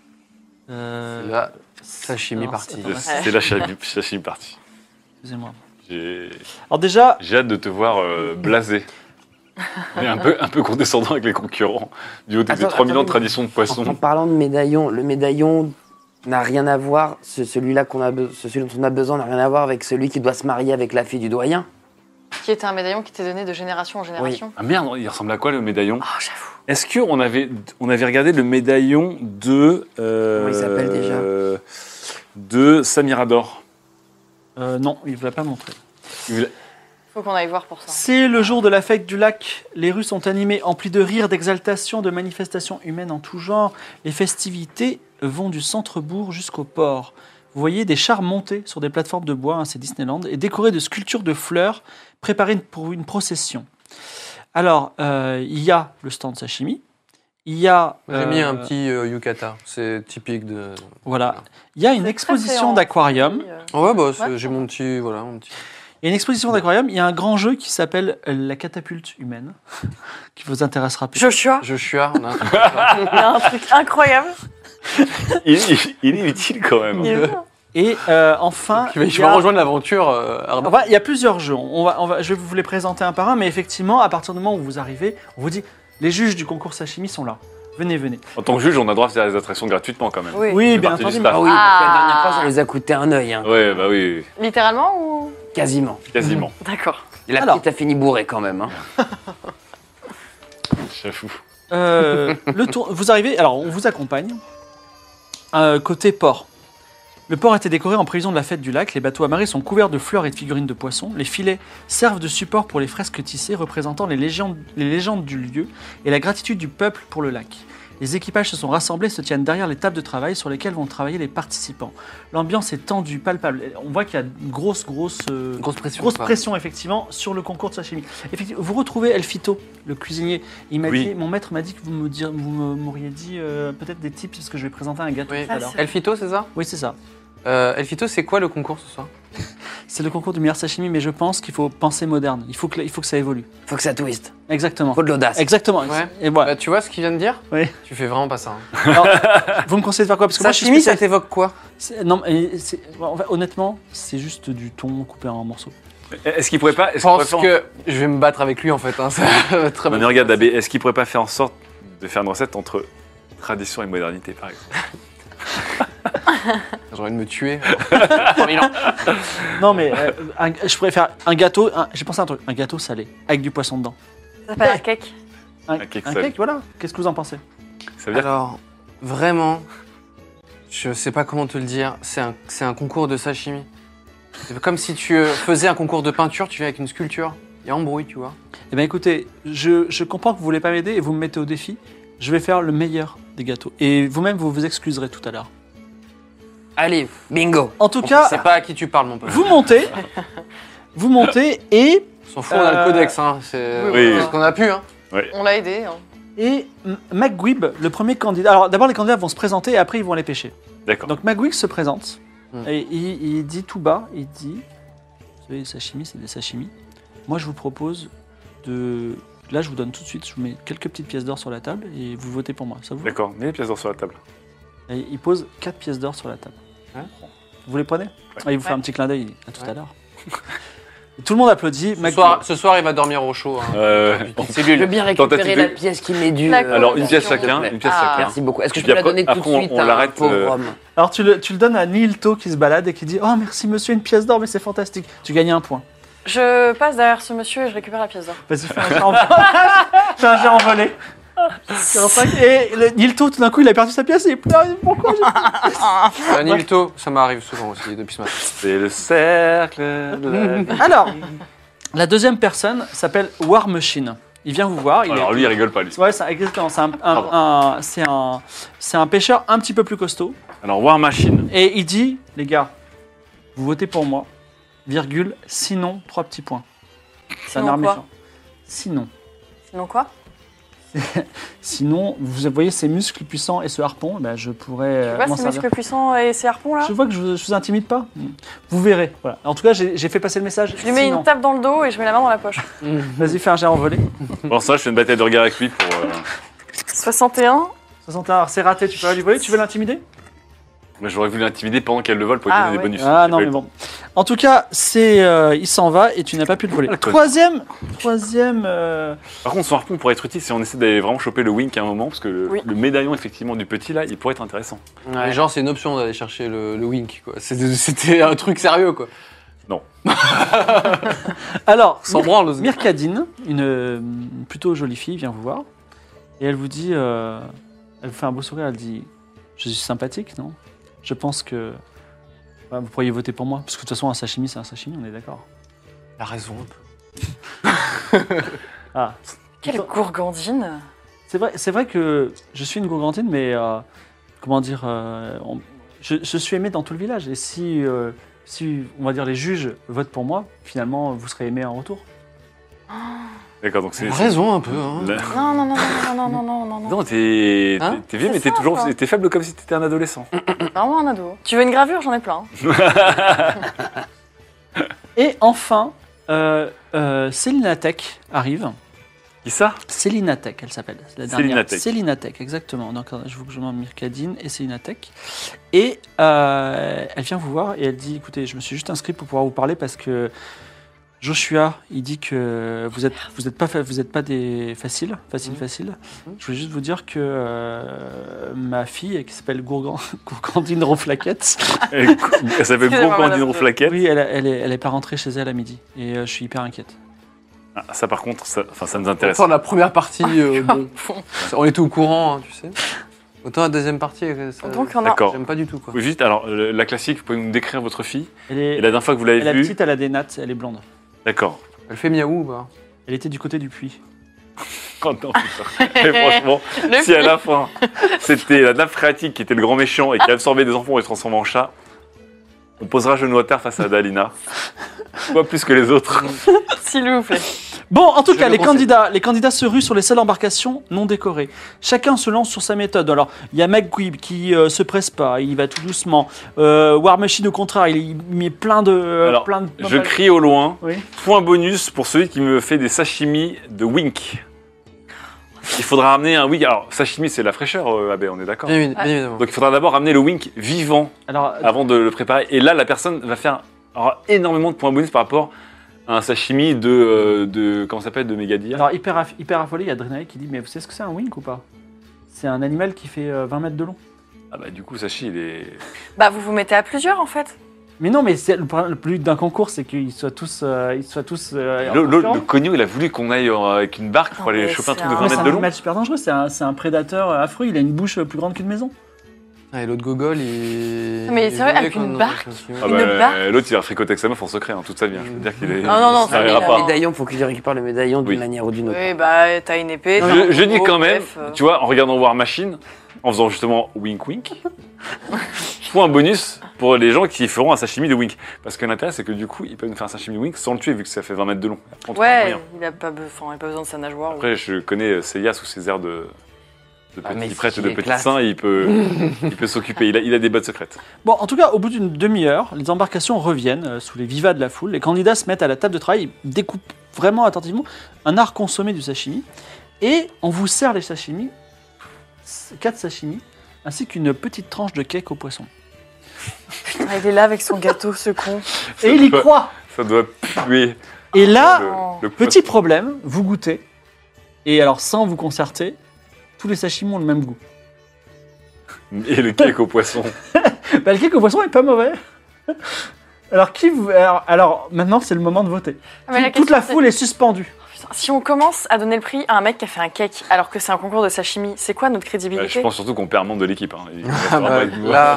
Euh, C'est la sashimi alors, partie. attends, C'est c'est la Sushimi Sushimi Party. Excusez-moi. J'ai Alors déjà, j'ai hâte de te voir euh, blasé. Mais un peu, un peu condescendant avec les concurrents. Du haut de tes Attends, trois mille ans de attends, tradition de En, en poisson. parlant de médaillon, le médaillon n'a rien à voir, ce- celui-là qu'on a, be- celui dont on a besoin n'a rien à voir avec celui qui doit se marier avec la fille du doyen. Qui était un médaillon qui était donné de génération en génération. Ah merde, il ressemble à quoi le médaillon? Oh, j'avoue. Est-ce qu'on avait, on avait regardé le médaillon de. euh, Comment il s'appelle déjà euh, De Samirador. euh, non, il ne va pas montrer. Il- Faut qu'on aille voir pour ça. C'est le jour de la fête du lac. Les rues sont animées, emplies de rires, d'exaltation, de manifestations humaines en tout genre. Les festivités vont du centre-bourg jusqu'au port. Vous voyez des chars montés sur des plateformes de bois, hein, c'est Disneyland, et décorés de sculptures de fleurs, préparées pour une procession. Alors, euh, il y a le stand sashimi. Il y a... J'ai mis un euh, petit euh, yukata. C'est typique de. Voilà. Il y a une C'est très exposition fréant. d'aquarium. Euh, Ouais, bah, c'est- Ouais. j'ai mon petit. Voilà, mon petit. Il y a une exposition d'aquarium. Il y a un grand jeu qui s'appelle euh, la catapulte humaine, qui vous intéressera peut-être. Joshua, Joshua, on a un truc comme ça. il y a un truc incroyable. il, il- il est utile quand même. Il est bien. Et euh, enfin, Je vais, il je y vais a- rejoindre l'aventure. euh, Arnaud. Enfin, il y a plusieurs jeux. On va, on va, je vais vous les présenter un par un, mais effectivement, à partir du moment où vous arrivez, on vous dit les juges du concours sashimi sont là. Venez, venez. En tant que juge, on a droit à faire des attractions gratuitement quand même. Oui. Oui, C'est bien parti du entendu. staff. Ah oui, parce que la dernière Ah. fois, ça les a coûté un œil, hein. Ouais, bah oui, Littéralement ou Quasiment. quasiment. D'accord. Et la Alors. petite a fini bourrée quand même, hein. J'avoue. Euh, le tour, vous arrivez, alors on vous accompagne. Euh, côté port. Le port était décoré en prévision de la fête du lac. Les bateaux amarrés sont couverts de fleurs et de figurines de poissons. Les filets servent de support pour les fresques tissées représentant les légendes, les légendes du lieu et la gratitude du peuple pour le lac. Les équipages se sont rassemblés, se tiennent derrière les tables de travail sur lesquelles vont travailler les participants. L'ambiance est tendue, palpable. On voit qu'il y a une grosse, grosse, euh, Grosse pression. grosse quoi. pression effectivement sur le concours de sashimi. Effectivement, vous retrouvez Elfito, le cuisinier. Il m'a Oui. dit, mon maître m'a dit que vous me dire- vous me- m'auriez dit euh, peut-être des tips parce que je vais présenter un gâteau Oui. tout à l'heure. Ah, Elfito, c'est ça Oui, c'est ça. euh, Elfito, c'est quoi le concours ce soir? C'est le concours du meilleur sashimi, mais je pense qu'il faut penser moderne. Il faut que, il faut que ça évolue. Faut que ça twist. Exactement. Faut de l'audace. Exactement. Ouais. Et voilà. Bah, tu vois ce qu'il vient de dire? Oui. Tu fais vraiment pas ça. hein. Alors, vous me conseillez de faire quoi? Parce que moi, je suis Sashimi, ça spécial- t'évoque quoi? c'est- Non, mais c'est- en fait, honnêtement, c'est juste du thon coupé en morceaux. Est-ce qu'il pourrait pas. Je Est-ce qu'il pourrait pense faire- que je vais me battre avec lui en fait. Hein. Ça va être très Non, bien. mais regarde, Abbé, est-ce qu'il pourrait pas faire en sorte de faire une recette entre tradition et modernité, par exemple? J'ai envie de me tuer. trois mille ans. Non, mais euh, un- je pourrais faire un gâteau. un- J'ai pensé à un truc, un gâteau salé avec du poisson dedans. Ça s'appelle un cake. Un, Un cake un salé. cake, voilà. Qu'est-ce que vous en pensez? Ça veut dire. Alors, vraiment, je sais pas comment te le dire. C'est un, c'est un concours de sashimi. C'est comme si tu euh, faisais un concours de peinture, tu viens avec une sculpture. Il y a embrouille, tu vois. Eh bien, écoutez, je, je comprends que vous voulez pas m'aider et vous me mettez au défi. Je vais faire le meilleur des gâteaux. Et vous-même, vous vous excuserez tout à l'heure. Allez, bingo. En tout cas, C'est pas à qui tu parles, mon pote. vous montez. Vous montez et, On s'en fout, on a Euh, le codex. Hein. C'est Oui. c'est ce qu'on a pu. Hein. On l'a aidé. hein. et M- McGuib, le premier candidat. Alors, d'abord, les candidats vont se présenter et après, ils vont aller pêcher. D'accord. Donc, McGuib se présente Hmm. et il, il dit tout bas il dit, vous savez, les sashimi, c'est des sashimi. Moi, je vous propose de. Là, je vous donne tout de suite, je vous mets quelques petites pièces d'or sur la table et vous votez pour moi. Ça vous va? D'accord, mets les pièces d'or sur la table. Et il pose quatre pièces d'or sur la table. Hein Vous les prenez? Ah, il vous fait Ouais. un petit clin d'œil. À tout Ouais. à l'heure. Et tout le monde applaudit. Ce Mac- soir, ce soir, il va dormir au chaud. Hein. Euh, C'est Je veux lui. bien récupérer Tentative la de- pièce qui m'est due. La euh, Alors, une pièce S'il te chacun, plaît. une pièce Ah. chacun. Merci beaucoup. Est-ce que je Puis peux la après- donner tout de après, on- suite on à un l'arrête, pauvre euh, homme? Alors tu le, tu le donnes à Nilto qui se balade et qui dit oh merci monsieur, une pièce d'or, mais c'est fantastique. Tu gagnes un point. Je passe derrière ce monsieur et je récupère la pièce d'or. Vas-y, fais un jet en, fais un jet en volée. quarante-cinq. Et le, Nilto, tout d'un coup, il a perdu sa pièce et il pleure. Il dit, pourquoi j'ai- Euh, Nilto, ça m'arrive souvent aussi depuis ce matin. C'est le cercle de la vie. Alors, la deuxième personne s'appelle War Machine. Il vient vous voir. Il Alors est... lui, il rigole pas, lui. Ouais, c'est exactement. C'est un, un- un- c'est un, c'est un pêcheur un petit peu plus costaud. Alors, War Machine. Et il dit, les gars, vous votez pour moi, virgule, sinon, trois petits points. C'est un Sinon arme quoi méchant. Sinon. Sinon quoi Sinon, vous voyez ces muscles puissants et ce harpon, eh ben, je pourrais Tu euh, vois m'en ces servir. muscles puissants et ces harpons là Je vois que je, je vous intimide pas. Vous verrez. Voilà. En tout cas, j'ai j'ai fait passer le message. Je lui mets Sinon, une tape dans le dos et je mets la main dans la poche. Vas-y, fais un jet en volée. Bon, ça, je fais une bataille de regard avec lui pour. euh, soixante et un. soixante et un, alors c'est raté, tu peux aller lui voler. Tu veux l'intimider? Moi, j'aurais voulu l'intimider pendant qu'elle le vole pour lui Ah, donner ouais. des bonus. Ah J'ai non, pas eu mais le bon. En tout cas, c'est, euh, il s'en va et tu n'as pas pu le voler. Ah, cool. Troisième, troisième. euh, temps. Par contre, son harpon pourrait être utile si on essaie d'aller vraiment choper le wink à un moment, parce que le, Oui. le médaillon, effectivement, du petit, là, il pourrait être intéressant. Mais genre, c'est une option d'aller chercher le, le wink, quoi. C'était c'était un truc sérieux, quoi. Alors, Sans branle, le- Myrkadine, une euh, plutôt jolie fille, vient vous voir et elle vous dit, euh, elle vous fait un beau sourire, elle dit, je suis sympathique, non? Je pense que bah, vous pourriez voter pour moi, parce que de toute façon un sashimi c'est un sashimi, on est d'accord. Il a raison, un peu. Ah, Quelle gourgandine. c'est vrai, c'est vrai que je suis une gourgandine, mais euh, comment dire, euh, on- je, je suis aimé dans tout le village et si, euh, si on va dire les juges votent pour moi, finalement vous serez aimé en retour. D'accord, donc c'est. Il a raison, un peu. Hein. La- Non, non, non, non, non, non, non, non, non, non. Non, t'es Hein t'es- t'es vieux, C'est mais t'es ça, toujours quoi. t'es faible comme si t'étais un adolescent. Vraiment un ado. Tu veux une gravure? J'en ai plein. Et enfin, euh, euh, Célina Tech arrive. Qui ça? Célina Tech, elle s'appelle. C'est la Célina dernière. Tech. Célina Tech, exactement. Donc, euh, je vous que je demande Myrkadine et Célina Tech. Et euh, elle vient vous voir et elle dit écoutez, je me suis juste inscrit pour pouvoir vous parler parce que Joshua, il dit que vous êtes, vous êtes pas, fa- vous êtes pas des faciles, facile, Mhm. facile. Je voulais juste vous dire que euh, ma fille, qui s'appelle Gourgan, Gourgandine Ronflaquette, Elle elle s'appelle Excusez-moi, Gourgandine madame. Ronflaquette. oui, elle, a- elle, est, elle est pas rentrée chez elle à midi, et euh, je suis hyper inquiète. Ah, ça, par contre, ça, enfin, ça nous intéresse. Autant la première partie, euh, bon, on était au courant, hein, tu sais. Autant la deuxième partie, euh, ça, Donc, on a. D'accord. j'aime pas du tout, quoi. Oui, vite, alors, le- la classique, vous pouvez nous décrire votre fille. Elle est, Et la dernière fois que vous l'avez elle est vue, petite, elle a des nattes, elle est blonde. d'accord. Elle fait miaou ou pas? Elle était du côté du puits. Oh non, putain. Et franchement, Le si à la fin, c'était la nappe phréatique qui était le grand méchant et qui absorbait des enfants et les transformait en chat, on posera genou à terre face à Dalina. Pas plus que les autres. S'il vous plaît. Bon, en tout Je cas, le les conseille. candidats, les candidats se ruent sur les seules embarcations non décorées. Chacun se lance sur sa méthode. Alors, il y a McGuib qui euh, se presse pas, il va tout doucement. Euh, War Machine, au contraire, il, il met plein de, euh, Alors, plein de. Je crie au loin, Oui. point bonus pour celui qui me fait des sashimi de wink. Il faudra ramener un wink. Alors, sashimi, c'est la fraîcheur, euh, Abbé, on est d'accord. Bien, évi- bien évidemment. Donc, il faudra d'abord ramener le wink vivant Alors, avant de le préparer. Et là, la personne va faire aura énormément de points bonus par rapport à un sashimi de, euh, de comment ça s'appelle, de mégadia. alors hyper, aff- hyper affolé, il y a Drenae qui dit mais vous savez ce que c'est un wink ou pas? C'est un animal qui fait euh, vingt mètres de long. Ah bah du coup, sashi, il est. Bah, vous vous mettez à plusieurs en fait. Mais non, mais c'est le, problème- le plus d'un concours, c'est qu'ils soient tous, euh, ils soient tous. euh, Le, le, concurrents. le cogno, il a voulu qu'on aille euh, avec une barque pour Non, aller mais choper un c'est truc de un- vingt Mais c'est mètres un de long. animal super dangereux, c'est un, c'est un prédateur euh, affreux, il a une bouche euh, plus grande qu'une maison. Ah, et l'autre gogol, il. Mais il c'est vrai, est avec comme une dans- barque. Ah Une bah, barque. l'autre, il va fricoter avec sa meuf en secret, hein, toute sa vie. hein. Je peux te dire qu'il est. Non, non, non, ça ça, n'arrivera il a- pas. Non. Médaillon, faut que je récupère le médaillon d'une Oui. manière ou d'une autre. Oui, bah, t'as une épée. t'as un Je, je dis couteau, quand même, bref, euh. tu vois, en regardant War Machine, en faisant justement wink wink, point bonus pour les gens qui feront un sashimi de wink. Parce que l'intérêt, c'est que du coup, ils peuvent nous faire un sashimi de wink sans le tuer, vu que ça fait vingt mètres de long. Après, on trouvera Ouais, moyen. il a, pas, be- enfin, il a pas besoin de sa nageoire. Après, je connais Seiya sous ses airs de, de Ah, mais petit prêtre et de il est petit classe. saint, il peut, il peut s'occuper. Il a, il a des bottes secrètes. Bon, en tout cas, au bout d'une demi-heure, les embarcations reviennent euh, sous les vivas de la foule. Les candidats se mettent à la table de travail, ils découpent vraiment attentivement un art consommé du sashimi. Et on vous sert les sashimi, quatre sashimi, ainsi qu'une petite tranche de cake au poisson. Ah, il est là avec son gâteau, ce con. Et il y doit- croit. Ça doit puer Et là, le, Oh. le petit problème, vous goûtez. Et alors, sans vous concerter, tous les sashimi ont le même goût. poisson. Et le cake au poisson. Bah, le cake au poisson est pas mauvais. Alors, qui vous... alors, alors, maintenant, c'est le moment de voter. Ah, mais la Toute la question, foule est suspendue. c'est- Si on commence à donner le prix à un mec qui a fait un cake alors que c'est un concours de sashimi, c'est quoi notre Bah, crédibilité? je pense surtout qu'on perd membre de l'équipe. Hein. Il- il Ah restera bah, pas avec nous. là,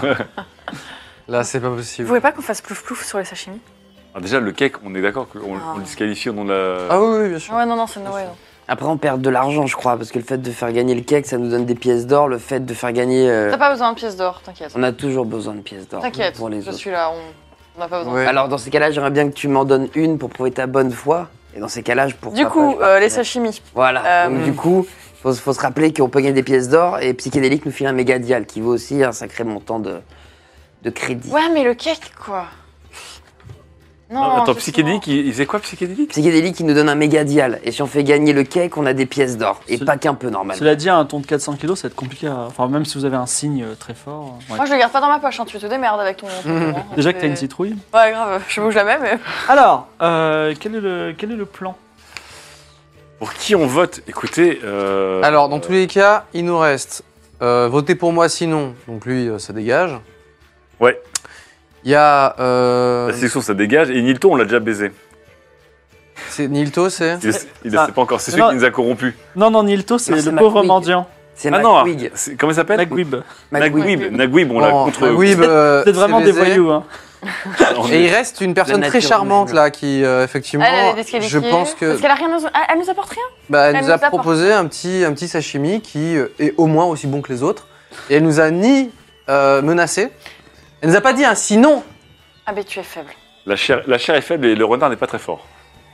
là c'est pas Vous possible. voulez pas qu'on fasse plouf plouf sur les sashimi? Alors déjà, le cake, on est d'accord qu'on Ah. on le disqualifie au nom de la. Ah oui, oui, bien sûr. Ouais, non, non, c'est Noël. Après, on perd de l'argent, je crois, parce que le fait de faire gagner le cake, ça nous donne des pièces d'or. Le fait de faire gagner. euh, T'as pas besoin de pièces d'or, t'inquiète. On a toujours besoin de pièces d'or T'inquiète, pour les je autres. suis là, on on n'a pas besoin. Ouais. Alors, dans ces cas-là, j'aimerais bien que tu m'en donnes une pour prouver ta bonne foi. Et dans ces cas-là, je pourrais. Du coup, euh, les sashimi. Voilà. Euh, Donc, du coup, faut, faut se rappeler qu'on peut gagner des pièces d'or et Psychédélique nous file un méga dial qui vaut aussi un sacré montant de, de crédit. Ouais, mais le cake, quoi. Non, Non, attends, justement. psychédélique, il, il faisait quoi, psychédélique Psychédélique, il nous donne un méga dial. Et si on fait gagner le cake, on a des pièces d'or. Et Ce- pas qu'un peu, normalement. Cela dit, à un ton de quatre cents kilos, ça va être compliqué. à- Enfin, même si vous avez un signe euh, très fort. euh, ouais. Moi, je le garde pas dans ma poche, hein. Tu te démerdes avec ton. ton Mhm. ton, hein. Déjà que t'as C'est- une citrouille. Ouais, grave, je bouge la même. Mais... Alors, euh, quel, est le, quel est le plan? Pour qui on vote Écoutez. euh, Alors, dans tous les cas, il nous reste euh, voter pour moi sinon. Donc lui, euh, ça dégage. Ouais. Il y a. euh, La sélection, ça dégage. Et Nilton, on l'a déjà baisé. c'est Nilto, c'est. Il il le Ah. sait pas encore. C'est celui Non. qui nous a corrompus. Non, non, Nilto, c'est Non, le c'est pauvre McQuig. mendiant. C'est Ah non, McQuig. c'est- comment il s'appelle McGuib. Nagwib. Nagwib, on l'a Bon, contre. oui, bah, C'est vraiment c'est des baisé. voyous. Hein. on Et est- il reste une personne La très nature charmante humaine. là qui, euh, effectivement, Elle, elle est disqualifiée. je pense que Parce qu'elle a rien. nous- Elle, elle nous apporte rien. bah, elle elle nous nous a apporte proposé un petit, un petit sashimi qui euh, est au moins aussi bon que les autres. Et elle nous a ni euh, menacé. Elle nous a pas dit un sinon. Ah, mais tu es faible. La chair, la chair est faible et le renard n'est pas très fort.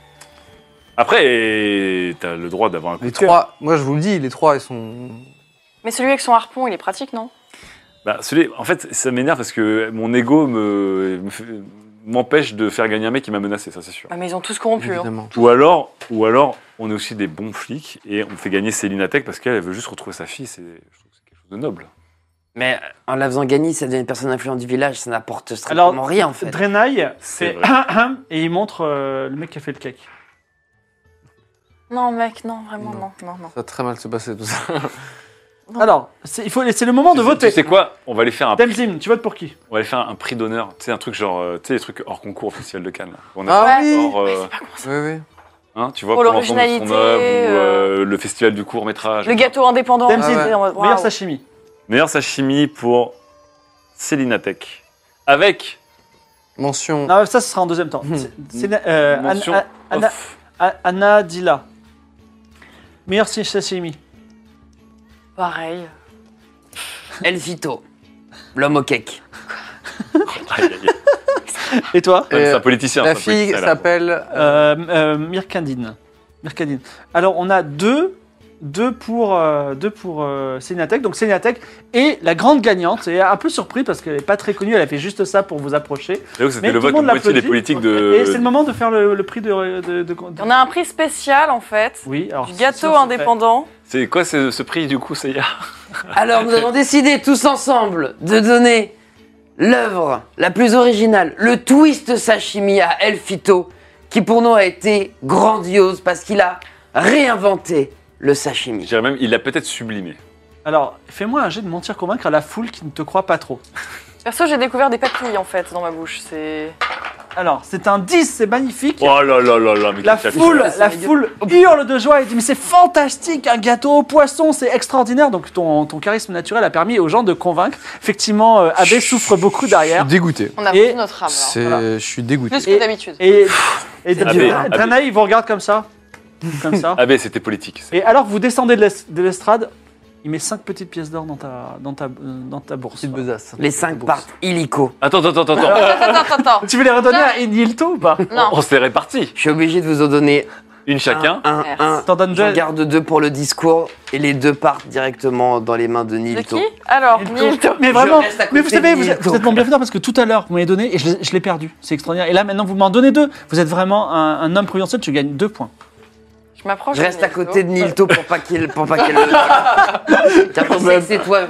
Après, t'as le droit d'avoir un coup Les de cœur. trois, moi je vous le dis, les trois ils sont. Mais celui avec son harpon, il est pratique, non? Bah, celui, en fait, ça m'énerve parce que mon ego me, me fait- m'empêche de faire gagner un mec qui m'a menacé, ça c'est sûr. Ah, mais ils ont tous corrompu. Hein. Évidemment. Ou alors, ou alors, on est aussi des bons flics et on fait gagner Céline Tech parce qu'elle elle veut juste retrouver sa fille. C'est, je trouve que c'est quelque chose de noble. Mais en la faisant gagner, ça devient une personne influente du village, ça n'apporte strictement Alors, rien en fait. Draenei, C'est c'est vrai. et il montre euh, le mec qui a fait le cake. Non, mec, non, vraiment, non, non, non. Ça va très mal se passer tout ça. Non. Alors, c'est, il faut, c'est le moment de Tu sais- voter. Tu sais quoi? On va aller faire un, Temzim, tu votes pour qui? on va aller faire un prix d'honneur. Tu sais, un truc genre, euh, tu sais, les trucs hors concours au Festival de Cannes. Là. On a Ah Ouais. oui hors, euh, Oui, oui. hein, tu vois, Pour pour l'ensemble de son l'originalité, œuvre ou euh, euh, le Festival du court métrage. Le gâteau indépendant. Temzim, on était en mode, meilleur waouh. sashimi. Meilleur sashimi pour Célina Tech. Avec Mention. Non, ça, ce sera en deuxième temps. Hmm. C'est, c'est, euh, mention Anna, Anna, off. Anna Dila. Meilleur sashimi. Pareil. Elfito, l'homme au cake. Aïe, aïe, aïe. Et toi? Ouais, mais c'est Euh, un politicien. La c'est un fille politicien, là. s'appelle. euh, Euh, euh, Mirkandine. Mirkandine. Alors, on a deux, deux pour, euh, deux pour euh, Célinatech. Donc, Célinatech est la grande gagnante. Et un peu surpris parce qu'elle n'est pas très connue. Elle a fait juste ça pour vous approcher. J'avoue que c'était Mais le tout le vote de monde moitié des l'applaudit. politiques de. Et c'est le moment de faire le, le prix de. de, de- de- On a un prix spécial, en fait. Oui, alors. Du gâteau sûr, c'est indépendant. C'est quoi ce, ce prix du coup, Seiya? Alors nous avons décidé tous ensemble de donner l'œuvre la plus originale, le twist sashimi à Elfito, qui pour nous a été grandiose parce qu'il a réinventé le Je sashimi. dirais même, il l'a peut-être sublimé. fait. Alors, fais-moi un jet de mentir convaincre à la foule qui ne te croit pas trop. Perso, j'ai découvert des papilles, en fait, dans ma bouche. C'est... Alors, c'est un dix, c'est magnifique. Oh là là là là, mais La quel foule, café. la foule hurle de joie et dit mais c'est fantastique, un gâteau au poisson, c'est extraordinaire. Donc ton, ton charisme naturel a permis aux gens de convaincre. Effectivement, euh, Abbé souffre beaucoup Je suis derrière. dégoûté. On a Et pris notre âme, alors. C'est... Voilà. Je suis dégoûté. Plus Et- que d'habitude. Et, et Abbé, Draenei, il vous regarde comme ça, comme ça. Ah ben c'était politique. c'est- Et alors que vous descendez de l'es- de l'estrade, il met cinq petites pièces d'or dans ta, dans ta, euh, dans ta bourse. Petite besace. Les cinq partent illico. Attends, attends, attends, attends. Attends, attends, attends. Tu veux les redonner à Enilto ou pas? Non. On s'est répartis. Je suis obligé de vous en donner Une chacun. un, Merci. un, T'en donnes J'en deux. garde deux pour le discours et les deux partent directement dans les mains de De Nilto. qui Alors, Nilto. Nilto. Mais vraiment, Je reste à mais vous côté savez, de vous êtes, Nilto. vous êtes mon bienfaiteur parce que tout à l'heure, vous m'avez donné et je l'ai- je l'ai perdu. C'est extraordinaire. Et là, maintenant, vous m'en donnez deux. Vous êtes vraiment un, un homme providentiel, tu gagnes deux points. Je m'approche. Je de reste à Nilto. côté de Nilto pour pas qu'il pour pas qu'elle le Car je sais que c'est toi.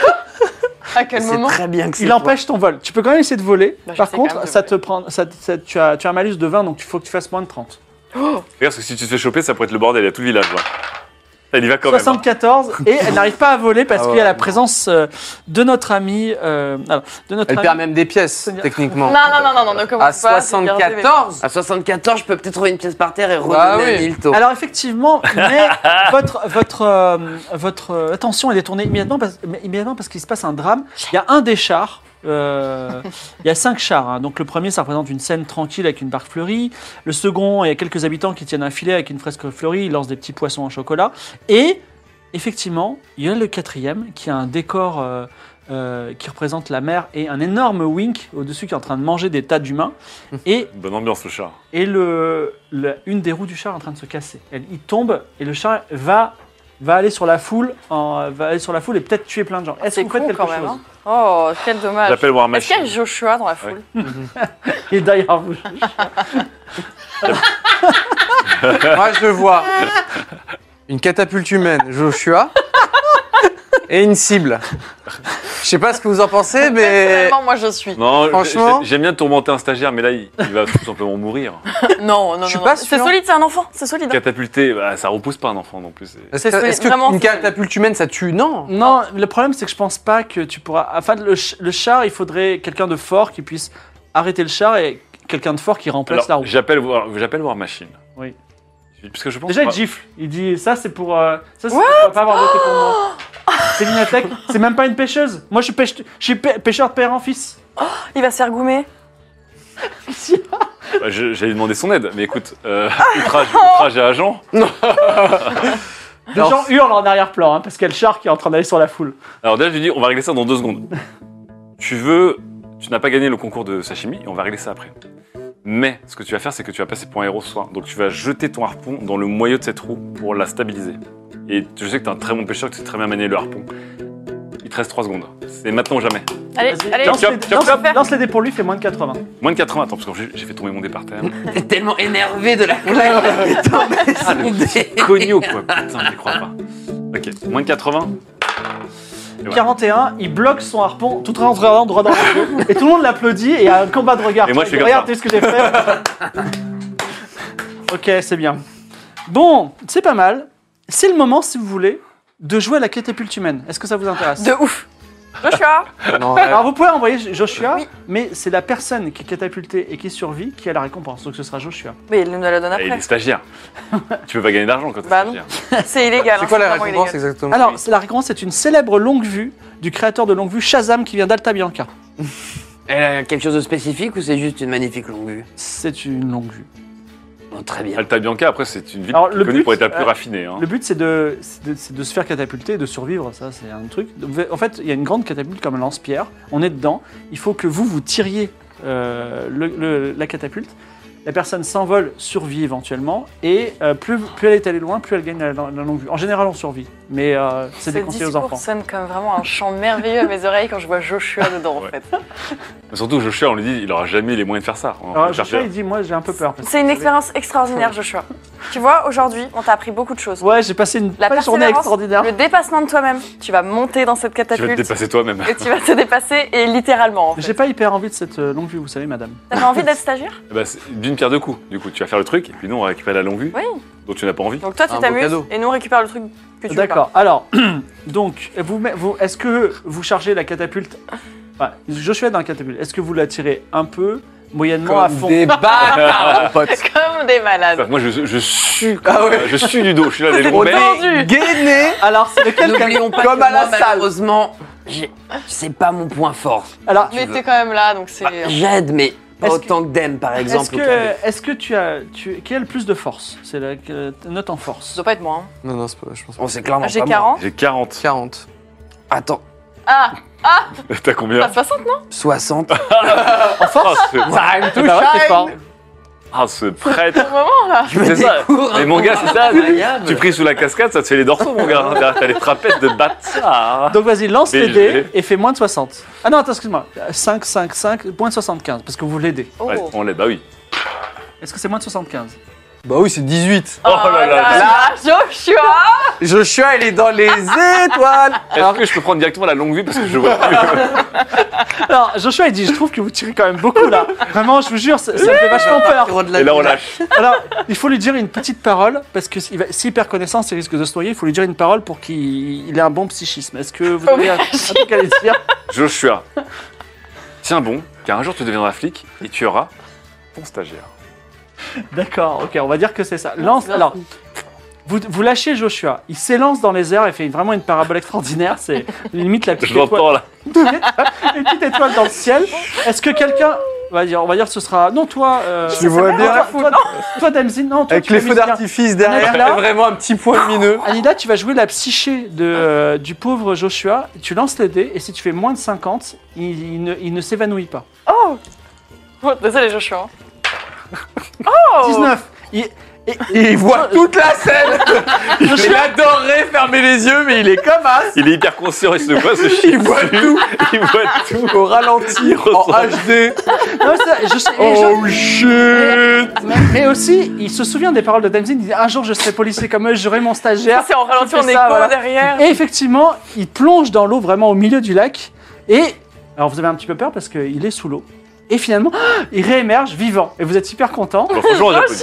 À quel C'est moment très bien que c'est Il toi. empêche ton vol. Tu peux quand même essayer de voler. Bah, je Par sais quand contre, même de ça te prend, ça, ça- tu, as, tu as un malus de vingt, donc il faut que tu fasses moins de trente. Regarde, parce que si tu te fais choper, ça pourrait être le bordel. Il y a tout le village là. Elle y va quand même. hein. soixante-quatorze et elle n'arrive pas à voler parce Ah qu'il y a ouais, la non. présence euh, de notre ami. euh, alors, de notre Elle ami- perd même des pièces, C'est bien. techniquement. Non, non, non, non, non, ne À commence pas. c'est bien fait, mais- soixante-quatorze À soixante-quatorze, je peux peut-être trouver une pièce par terre et redonner Ah oui. à Nilto. Alors effectivement, mais votre votre euh, votre euh, attention est détournée immédiatement parce, mais immédiatement parce qu'il se passe un drame. Il y a un des chars. euh, il y a cinq chars. hein. Donc le premier, ça représente une scène tranquille avec une barque fleurie. Le second, il y a quelques habitants qui tiennent un filet avec une fresque fleurie. Ils lancent des petits poissons en chocolat. Et effectivement, il y a le quatrième qui a un décor euh, euh, qui représente la mer et un énorme wink au-dessus qui est en train de manger des tas d'humains. Et Bonne ambiance le chat. et le, le- une des roues du char est en train de se casser. Elle, il tombe et le char va, va aller sur la foule, en- va aller sur la foule et peut-être tuer plein de gens. Est-ce que C'est vous faites con quelque quand chose même. Hein. Oh, quel dommage. J'appelle War Est-ce qu'il y a Machine. Joshua dans la foule Et derrière vous. Moi, je vois une catapulte humaine, Joshua, et une cible. Je sais pas ce que vous en pensez, mais Personnellement, moi je suis. Non, Franchement- j'ai- j'aime bien tourmenter un stagiaire, mais là, il, il va tout simplement mourir. Non, non, Je suis non, pas non. sûr. C'est solide, c'est un enfant, c'est solide. hein. Catapulter, bah, ça repousse pas un enfant non plus. c'est- est-ce C'est que- est-ce vraiment- qu'une catapulte humaine, ça tue? Non. Non, le problème c'est que je pense pas que tu pourras. Enfin, le, ch- le char, il faudrait quelqu'un de fort qui puisse arrêter le char et quelqu'un de fort qui remplace la Alors, roue. j'appelle War, j'appelle War Machine. Oui. Parce que je pense Déjà, il que- gifle. Il dit ça, c'est pour. euh, ça, c'est pour pas avoir voté pour moi. C'est Linatech. C'est même pas une pêcheuse. Moi, je suis, pêche- je suis pê- pêcheur de père en fils. Il va se faire goumer. Bah, je- J'allais demander son aide, mais écoute, euh, outrage, outrage à agent. Les Alors- gens hurlent en arrière-plan hein, parce qu'il y a le char qui est en train d'aller sur la foule. Alors déjà, je lui dis, on va régler ça dans deux secondes. Tu veux, tu n'as pas gagné le concours de sashimi, et on va régler ça après. Mais ce que tu vas faire, c'est que tu vas passer pour un héros ce soir. Donc tu vas jeter ton harpon dans le moyeu de cette roue pour la stabiliser. Et je sais que tu es un très bon pêcheur, que tu sais très bien manier le harpon. Il te reste trois secondes. C'est maintenant ou jamais. Allez, Vas-y, allez. lance, Chop, les, chop, lance- chop. lance les dés pour lui, fait moins de quatre-vingts. Moins de quatre-vingts. Attends, parce que j'ai j'ai fait tomber mon dé par terre. T'es tellement énervé de la claque. Tomber son dé. Cogno, quoi. Putain, j'y crois pas. Ok, moins de quatre-vingts. voilà. quarante et un, il bloque son harpon tout en regardant droit dans les yeux. Et tout le monde l'applaudit et il y a un combat de regard. Et moi, je fais comme Regarde, ça. t'as vu ce que j'ai fait. Ok, c'est bien. Bon, c'est pas mal. C'est le moment, si vous voulez, de jouer à la catapulte humaine. Est-ce que ça vous intéresse? De ouf. Joshua. Non, Alors vous pouvez envoyer Joshua, Oui. mais c'est la personne qui est catapultée et qui survit qui a la récompense. Donc ce sera Joshua. Mais il nous la donne Et il est après. stagiaire. Tu peux pas gagner d'argent quand t'es Bah non. stagiaire. C'est illégal. c'est hein, quoi la vraiment récompense illégal. exactement Alors, c'est la récompense, c'est une célèbre longue vue du créateur de longue vue Shazam qui vient d'Alta Bianca. Elle a quelque chose de spécifique ou c'est juste une magnifique longue vue? C'est une longue vue. Bon, très bien. Alta Bianca, après, c'est une ville Alors, le connue but, pour être la plus euh, raffinée. Hein. Le but, c'est de, c'est de, c'est de se faire catapulter et de survivre, ça, c'est un truc. Donc, en fait, il y a une grande catapulte comme un lance-pierre. On est dedans. Il faut que vous, vous tiriez euh, le- le- la catapulte. La personne s'envole, survit éventuellement. Et euh, plus, plus elle est allée loin, plus elle gagne la, la longue vue. En général, on survit. Mais euh, c'est Ce déconseillé aux discours enfants. sonne comme vraiment un chant merveilleux à mes oreilles quand je vois Joshua dedans en Ouais. fait. Mais surtout, Joshua, on lui dit, il aura jamais les moyens de faire ça. On va Alors, le faire Joshua, faire. il dit, moi, j'ai un peu peur. parce que- C'est une expérience extraordinaire, Joshua. Tu vois, aujourd'hui, on t'a appris beaucoup de choses. Ouais, j'ai passé une La belle journée persévérance, extraordinaire. le dépassement de toi-même. Tu vas monter dans cette Tu vas te catapulte dépasser toi-même. et tu vas te dépasser et littéralement en J'ai fait. pas hyper envie de cette euh, longue vue, vous savez, madame. T'avais envie d'être stagiaire? Eh ben, c'est d'une pierre deux coups. Du coup, tu vas faire le truc, et puis nous, on va récupérer la longue vue. Oui. Donc tu n'as pas envie. Donc toi tu Un beau t'amuses cadeau. et nous on récupère le truc que tu veux pas. D'accord. Alors, donc, vous, met- vous, est-ce que vous chargez la catapulte enfin, Joshua est dans la catapulte. Est-ce que vous la tirez un peu, moyennement, à fond Des bâtards, mon pote. Comme des malades. Moi, je, je suis, Ah ouais. je suis du dos. Je suis là, les C'est longs tendu. mecs. Gainé. Alors, c'est lequel N'oublions pas Comme que à la moi, salle. malheureusement, j'ai- c'est pas mon point fort. Alors, Mais veux. t'es quand même là donc c'est. J'aide, mais pas Est-ce autant que Dem, par exemple. est-ce au que, carré. est-ce que tu as, tu, qui a le plus de force? C'est la que- note en Ça force. doit pas être moi. Hein. Non, non, c'est pas, je pense pas. Oh, c'est clairement J'ai pas moi. quarante. J'ai quarante. quarante. Attends, Ah, T'as combien t'as soixante non? soixante. En force Ah, ce, C'est pas vrai, t'es fort. ah, ce prêtre. Au moment là. Je me C'est ça. découvre un Mais mon gars, pouvoir c'est ça. incroyable. Tu pries sous la cascade, ça te fait les dorsaux, mon gars. T'as t'as les trapèzes de bâtard. Donc vas-y, lance Mais les je dés vais. et fais moins de soixante. Ah non, attends, excuse-moi. cinq, cinq, cinq, moins de soixante-quinze, parce que vous l'aidez. Oh. Ouais, on l'est, bah oui. Est-ce que c'est moins de soixante-quinze? Bah oui, c'est dix-huit. Oh là là. là, Joshua. Joshua, il est dans les étoiles. Est-ce que je peux prendre directement la longue vue parce que je vois plus. Alors, Joshua, il dit, je trouve que vous tirez quand même beaucoup là. Vraiment, je vous jure, ça, ça me fait vachement peur. Et là, on lâche. Alors, il faut lui dire une petite parole, parce que s'il va- s'il perd connaissance, il risque de se noyer. Il faut lui dire une parole pour qu'il il ait un bon psychisme. Est-ce que vous avez un, un truc à lui dire? Joshua, tiens bon, car un jour tu deviendras flic et tu auras ton stagiaire. D'accord, ok, on va dire que c'est ça. Lance, c'est alors, vous, vous lâchez Joshua. Il s'élance dans les airs et fait vraiment une parabole extraordinaire. C'est limite la petite Je l'entends étoile, là. une petite étoile dans le ciel. Est-ce que quelqu'un... On va dire, on va dire que ce sera... Non, toi... Euh... Je vois bien. Toi, toi, toi, Damzin, non, toi, Avec tu les fais feux musicien. d'artifice derrière, Là. vraiment un petit point lumineux. Anida, tu vas jouer la psyché de, euh, du pauvre Joshua. Tu lances les dés et si tu fais moins de cinquante, il, il ne, il ne s'évanouit pas. Oh. Oh, désolé Joshua. Oh. dix-neuf. Il, et, Il voit toute la scène. Il Joshua, adorerait fermer les yeux, mais il est comme as. Il est hyper conscient, il se voit ce chien. Il voit tout. Il voit tout. Au ralenti, en H D. non, c'est- je sais- et Oh je- shit. mais, mais aussi, il se souvient des paroles de Damzin. Il dit un jour je serai policier comme eux, j'aurai mon stagiaire. C'est en ralenti Je fais en ça, écho voilà. derrière. Et effectivement, il plonge dans l'eau vraiment au milieu du lac. Et alors vous avez un petit peu peur parce qu'il est sous l'eau. Et finalement, il réémerge vivant. Et vous êtes hyper content. Bon, franchement, on applaudit.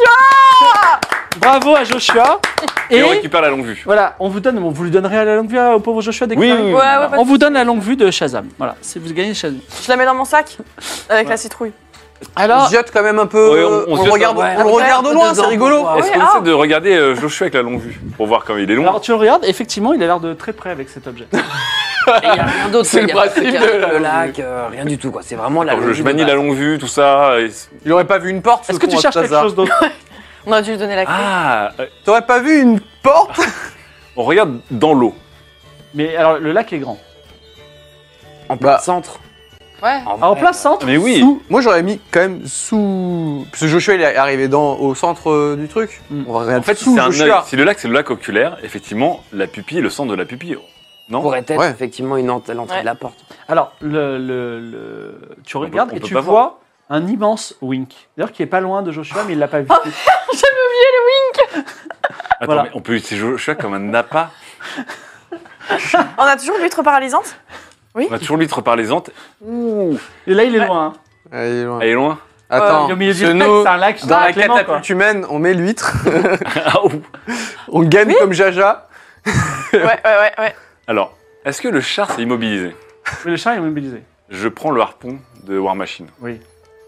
Bravo à Joshua. Et Et on récupère la longue vue. voilà, on vous donne, on vous lui donnerez la longue vue au pauvre Joshua dès que Oui, vous oui, arrivez. oui. Ouais, ouais, pas de On vous donne la longue vue de Shazam. Voilà, si vous gagnez Shazam. Je la mets dans mon sac avec la citrouille. On Alors, ziote quand même un peu. Ouais, on- on on, le ziote regarde, un- on le ouais, regarde un au peu loin, dedans c'est rigolo. pour voir. Est-ce oui, qu'on ah. essaie de regarder euh, Joshua avec la longue vue pour voir comme il est loin? alors tu le regardes, effectivement, il a l'air de très près avec cet objet. Et il n'y a rien d'autre. C'est il y le a pas principe de de la- le lac, euh, rien du tout quoi. C'est vraiment la. Alors, je, longue je vue manie de la base. longue vue, tout ça. et- Il aurait pas vu une porte. Est-ce ce que tu con, cherches quelque Balthazar. chose d'autre? On a dû lui donner la clé. Ah, euh, T'aurais pas vu une porte? on regarde dans l'eau. Mais alors, le lac est grand. En plein Bah. centre. Ouais. En, Alors, en vrai, plein centre, Mais oui. Sous- Moi j'aurais mis quand même sous. Parce que Joshua il est arrivé dans, au centre euh, du truc. Mm. On va regarder En fait, si sous c'est un œil, Joshua. si le lac c'est le lac oculaire, effectivement, la pupille est le centre de la pupille. Non pourrait être Ouais. effectivement une ent- l'entrée Ouais. de la porte. alors le, le, le- tu peut- regardes on et peut tu pas vois un immense wink. D'ailleurs, qui est pas loin de Joshua, mais il l'a pas vu. Attends, Voilà. mais on peut utiliser Joshua comme un appât. On a toujours l'huître paralysante? On a toujours l'huître paralysante. Ouh, Et là, il est Ouais. loin. hein. Elle est loin. elle est loin. Attends, Il est au milieu du ce lac, nous- c'est un lac. dans la Clément, quoi. catapulte humaine, on met l'huître, Ah, ouh. on gagne Oui. comme Jaja. Ouais, ouais, ouais, ouais. Alors, est-ce que le char s'est immobilisé? Oui, le chat est mobilisé. Je prends le harpon de War Machine. Oui.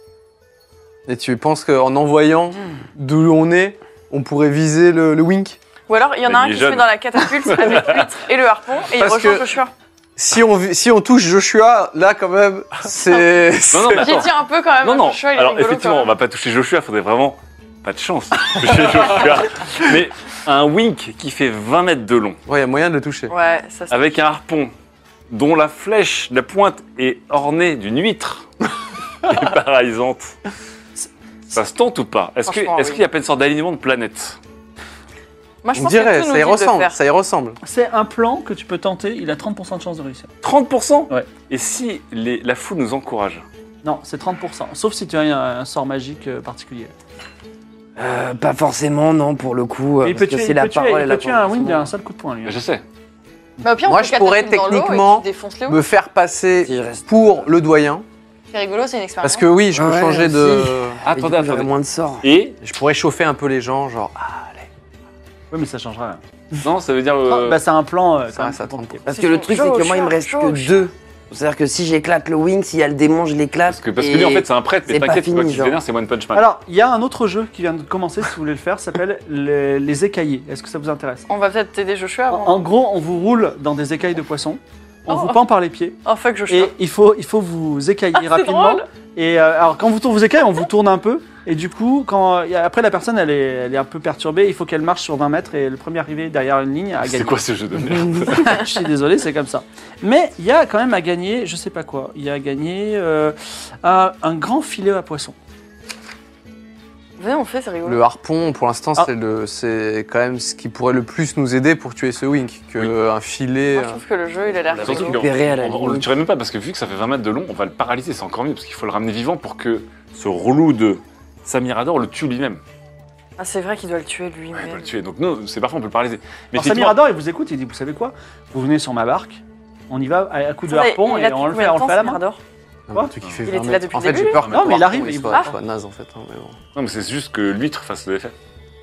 Et tu penses qu'en envoyant d'où on est, on pourrait viser le, le wink? Ou alors, il y en a Bah, un il est qui se met jeune. dans la catapulte avec l'huître et le harpon, et il Parce rejoint que- Joshua. Si on, vi- si on touche Joshua, là quand même, c'est... Non, non, mais J'y attends. tiens un peu quand même. Non, hein, non. Joshua, il est Alors, rigolo, effectivement, quand on même. va pas toucher Joshua, faudrait vraiment pas de chance. toucher Joshua. Mais un wink qui fait vingt mètres de long, Ouais, il y a moyen de le toucher. Ouais, ça se avec un harpon dont la flèche, la pointe est ornée d'une huître et paralysante. Ça se tente ou pas? Est-ce que- Franchement, est-ce oui. qu'il y a pas une sorte d'alignement de planètes? Moi, je On pense dirait, que tout ça nous y dit de ressemble, faire. ça y ressemble. C'est un plan que tu peux tenter. Il a trente pour cent de chance de réussir. trente pour cent? Ouais. Et si les- la foule nous encourage? Non, c'est trente pour cent. Sauf si tu as un, un sort magique euh, particulier. Euh, pas forcément, non, pour le coup. euh, Et il peut parce que tuer, c'est il la peut tuer, parole il et la peut tuer un wing conversation. d'un seul coup de poing, lui. Je sais. Mais au pire, on Moi, te je pourrais catapulte dans l'eau et techniquement tu défonces Léo. Me faire passer Si je reste- pour le doyen, C'est rigolo, c'est une expérience. parce que oui, je peux Ouais, changer de... aussi. Et du Attendez, coup, j'aurais attendez. moins de sorts. Et Je pourrais chauffer un peu les gens, genre... Ah, Oui, mais ça changera rien. non, ça veut dire. euh, Ah, bah, c'est un plan. euh, ça quand même reste à plus compliqué. Parce C'est que le chaud, truc, chaud, c'est que moi, il me chaud, reste chaud, que chaud. deux. C'est-à-dire que si j'éclate le wing, s'il y a le démon, je l'éclate. Parce que, parce que et- lui, en fait, c'est un prêtre, mais c'est pas t'inquiète, c'est pas fini, qui se genre. vénère, c'est One Punch Man. Alors, il y a un autre jeu qui vient de commencer, si vous voulez le faire, ça s'appelle les, les écaillés. Est-ce que ça vous intéresse? On va peut-être t'aider Joshua en, avant. en gros, on vous roule dans des écailles de poisson, on Oh. vous pend par les pieds, Oh fuck Joshua. et il faut, il faut vous écailler Ah, c'est rapidement. drôle. Et euh, alors, quand vous, tournez- vous écaillez, on vous tourne un peu, et du coup, quand, y a- après la personne, elle est, elle est un peu perturbée, il faut qu'elle marche sur vingt mètres, et le premier arrivé derrière une ligne a gagné. C'est quoi ce jeu de merde? Je suis désolé, c'est comme ça. Mais il y a quand même à gagner, je sais pas quoi, il y a à gagner euh, un, un grand filet à poisson. Venez, on le fait, c'est rigolo. Le harpon, pour l'instant, Ah. c'est le- c'est quand même ce qui pourrait le plus nous aider pour tuer ce wink, qu'un filet... Moi, je trouve que le jeu, il a l'air Surtout rigolo. qu'on Repérer à la on, on le limite. tuerait même pas parce que vu que ça fait vingt mètres de long, on va le paralyser, c'est encore mieux parce qu'il faut le ramener vivant pour que ce relou de Samirador le tue lui-même. Ah, c'est vrai qu'il doit le tuer Ouais, il lui-même. doit le tuer. Donc nous, c'est parfait, on peut le paralyser. Mais Alors effectivement, Samirador, il vous écoute, il dit, vous savez quoi? Vous venez sur ma barque, on y va à, à coup de Attendez, harpon, il et a on le depuis fait, on combien le fait à la de temps, main. Samirador Un truc qui fait Il vingt était là mètres. depuis En le fait, début, j'ai peur lui que Non, le mais il harpon, arrive, il soit, va. soit naze, en fait. hein, mais bon. non, mais c'est juste que l'huître fasse l'effet.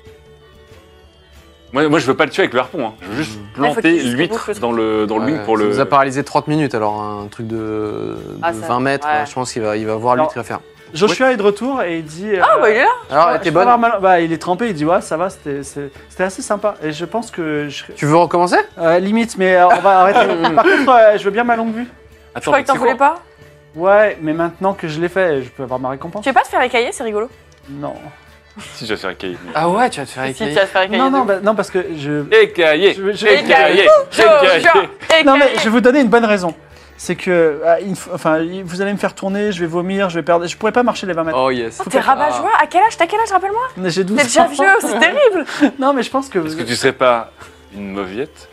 Moi, moi, je veux pas le tuer avec le harpon, hein. je veux juste il faut planter qu'il se l'huître débouche le truc. dans le, dans le Ouais, wing pour ça le. nous a paralysé trente minutes, alors un truc de, de Ah, ça- vingt mètres, ouais. je pense qu'il va, il va voir Alors, l'huître, il va faire. Joshua est de retour et il dit. Ah, euh, bah il est là. Alors, ouais, elle je était peux bonne. avoir mal- Bah, il est trempé, il dit ouais, ça va, c'était c'est- c'était assez sympa. Et je pense que. Je... Tu veux recommencer? Euh, limite, mais euh, on va arrêter. Par contre, euh, je veux bien ma longue vue. Je croyais que t'en c'est voulais quoi pas. Ouais, mais maintenant que je l'ai fait, je peux avoir ma récompense. Tu veux pas te faire écailler, c'est rigolo. Non. Si, je vais faire écailler. Ah ouais, tu vas te faire Si tu écailler. vas te faire écailler. Non, non, de bah, non, parce que je. Écaillé je, je- Écaillé Joshua, Écaillé Non, mais écailler. je vais vous donner une bonne raison. C'est que, euh, il faut- enfin, il- vous allez me faire tourner, je vais vomir, je vais perdre. Je pourrais pas marcher les vingt mètres. Oh yes. Oh, t'es rabat-joie. À quel âge? T'as quel âge, rappelle-moi? Mais J'ai douze T'es déjà ans. vieux, c'est terrible. Non, mais je pense que. Est-ce que tu serais pas une mauviette?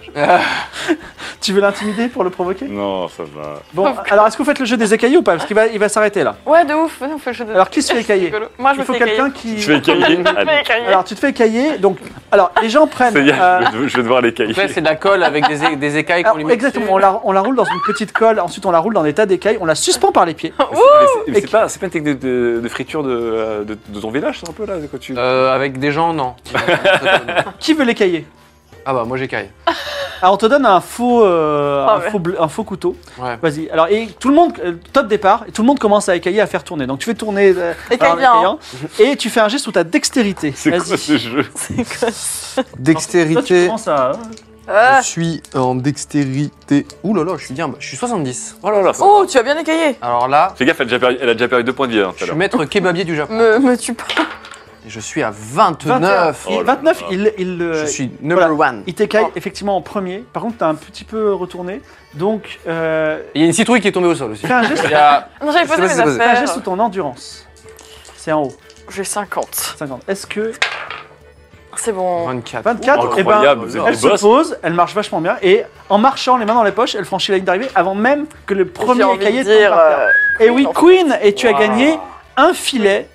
Tu veux l'intimider pour le provoquer? Non, ça va. Bon, alors est-ce que vous faites le jeu des écaillés ou pas? Parce qu'il va, il va s'arrêter là. Ouais, de ouf. Venez, on fait le jeu de. Alors qui se fait écailler? rigolo. Moi, je Il me faut fais quelqu'un écailler. qui. Tu fais écailler? Je me Allez. fais écailler. Alors tu te fais écailler, donc. Alors les gens prennent. C'est-à-dire, euh, je vais- je vais devoir l'écailler. Donc là, c'est de la colle avec des, é- des écailles qu'on alors, lui met exactement, dessus. on la, on la roule dans une petite colle, ensuite on la roule dans des tas d'écailles, on la suspend par les pieds. Mais c'est- mais Et c'est pas, c'est pas une technique de, de- de friture de, euh, de, de ton village, c'est un peu là, quand tu. Euh, avec des gens, non. Qui veut l'écailler? Ah bah, moi j'écaille. Alors on te donne un faux, euh, Oh, un, ouais. faux bl- un faux couteau. Ouais. Vas-y. Alors et tout le monde, euh, top départ, et tout le monde commence à écailler, à faire tourner. Donc tu fais tourner euh, Écaille en bien, écaillant, et tu fais un geste sur ta dextérité. C'est Vas-y. quoi ce jeu? Toi, tu Dextérité. commences à. Ah. Je suis en dextérité. Ouh là là, je suis bien. bas. Je suis soixante-dix. Oh là là. Oh, tu as bien écaillé. Alors là, Fais gaffe, elle a déjà perdu, elle a déjà perdu deux points de vie hein, tout je à suis l'heure. maître kebabier du Japon. Me, me tue pas. Et je suis à vingt-neuf. vingt et un. Oh là vingt-neuf, là. il, il, euh, Je suis number one. il t'écaille Oh. effectivement en premier. Par contre, t'as un petit peu retourné. Donc, euh, Il y a une citrouille qui est tombée au sol aussi. fais un geste, Il y a... Non, j'avais posé C'est mes pas- c'est fais un geste affaires. sur ton endurance. C'est en haut, J'ai cinquante. cinquante. Est-ce que C'est bon. vingt-quatre. vingt-quatre, et ben, Incroyable, vous êtes elle des se boss. pose, elle marche vachement bien, et en marchant les mains dans les poches, elle franchit la ligne d'arrivée avant même que le premier J'ai envie écaillé de tombe dire. par terre. euh, Et oui, en fait. Queen, et tu as Wow. gagné un filet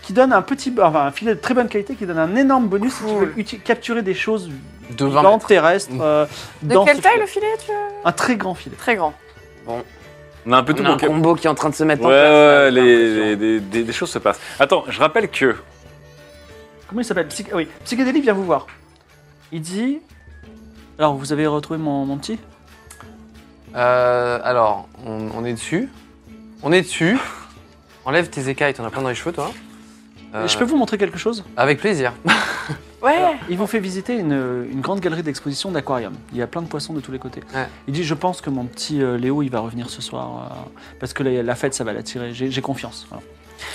qui donne un petit, enfin, un filet de très bonne qualité qui donne un énorme bonus si tu veux uti- capturer des choses De vingt vivantes, mètres. terrestres. euh, De dans quelle ce taille filet. le filet tu... Un très grand filet. Très grand. On a un peu tout On a un manqué. combo qui est en train de se mettre Ouais, en place. ouais, là, j'ai les, l'impression. les- des, des- des choses se passent. Attends, je rappelle que Comment il s'appelle Psy- Oui, Psychédélique vient vous voir. Il dit. Alors, vous avez retrouvé mon, mon petit Euh, alors, on, on est dessus. On est dessus. Enlève tes écailles, t'en as plein dans les cheveux, toi. Euh, Je peux vous montrer quelque chose Avec plaisir. Ouais. Il vous fait visiter une, une grande galerie d'exposition d'aquarium. Il y a plein de poissons de tous les côtés. Ouais. Il dit, je pense que mon petit euh, Léo, il va revenir ce soir, euh, parce que la, la fête, ça va l'attirer. J'ai j'ai confiance. Voilà.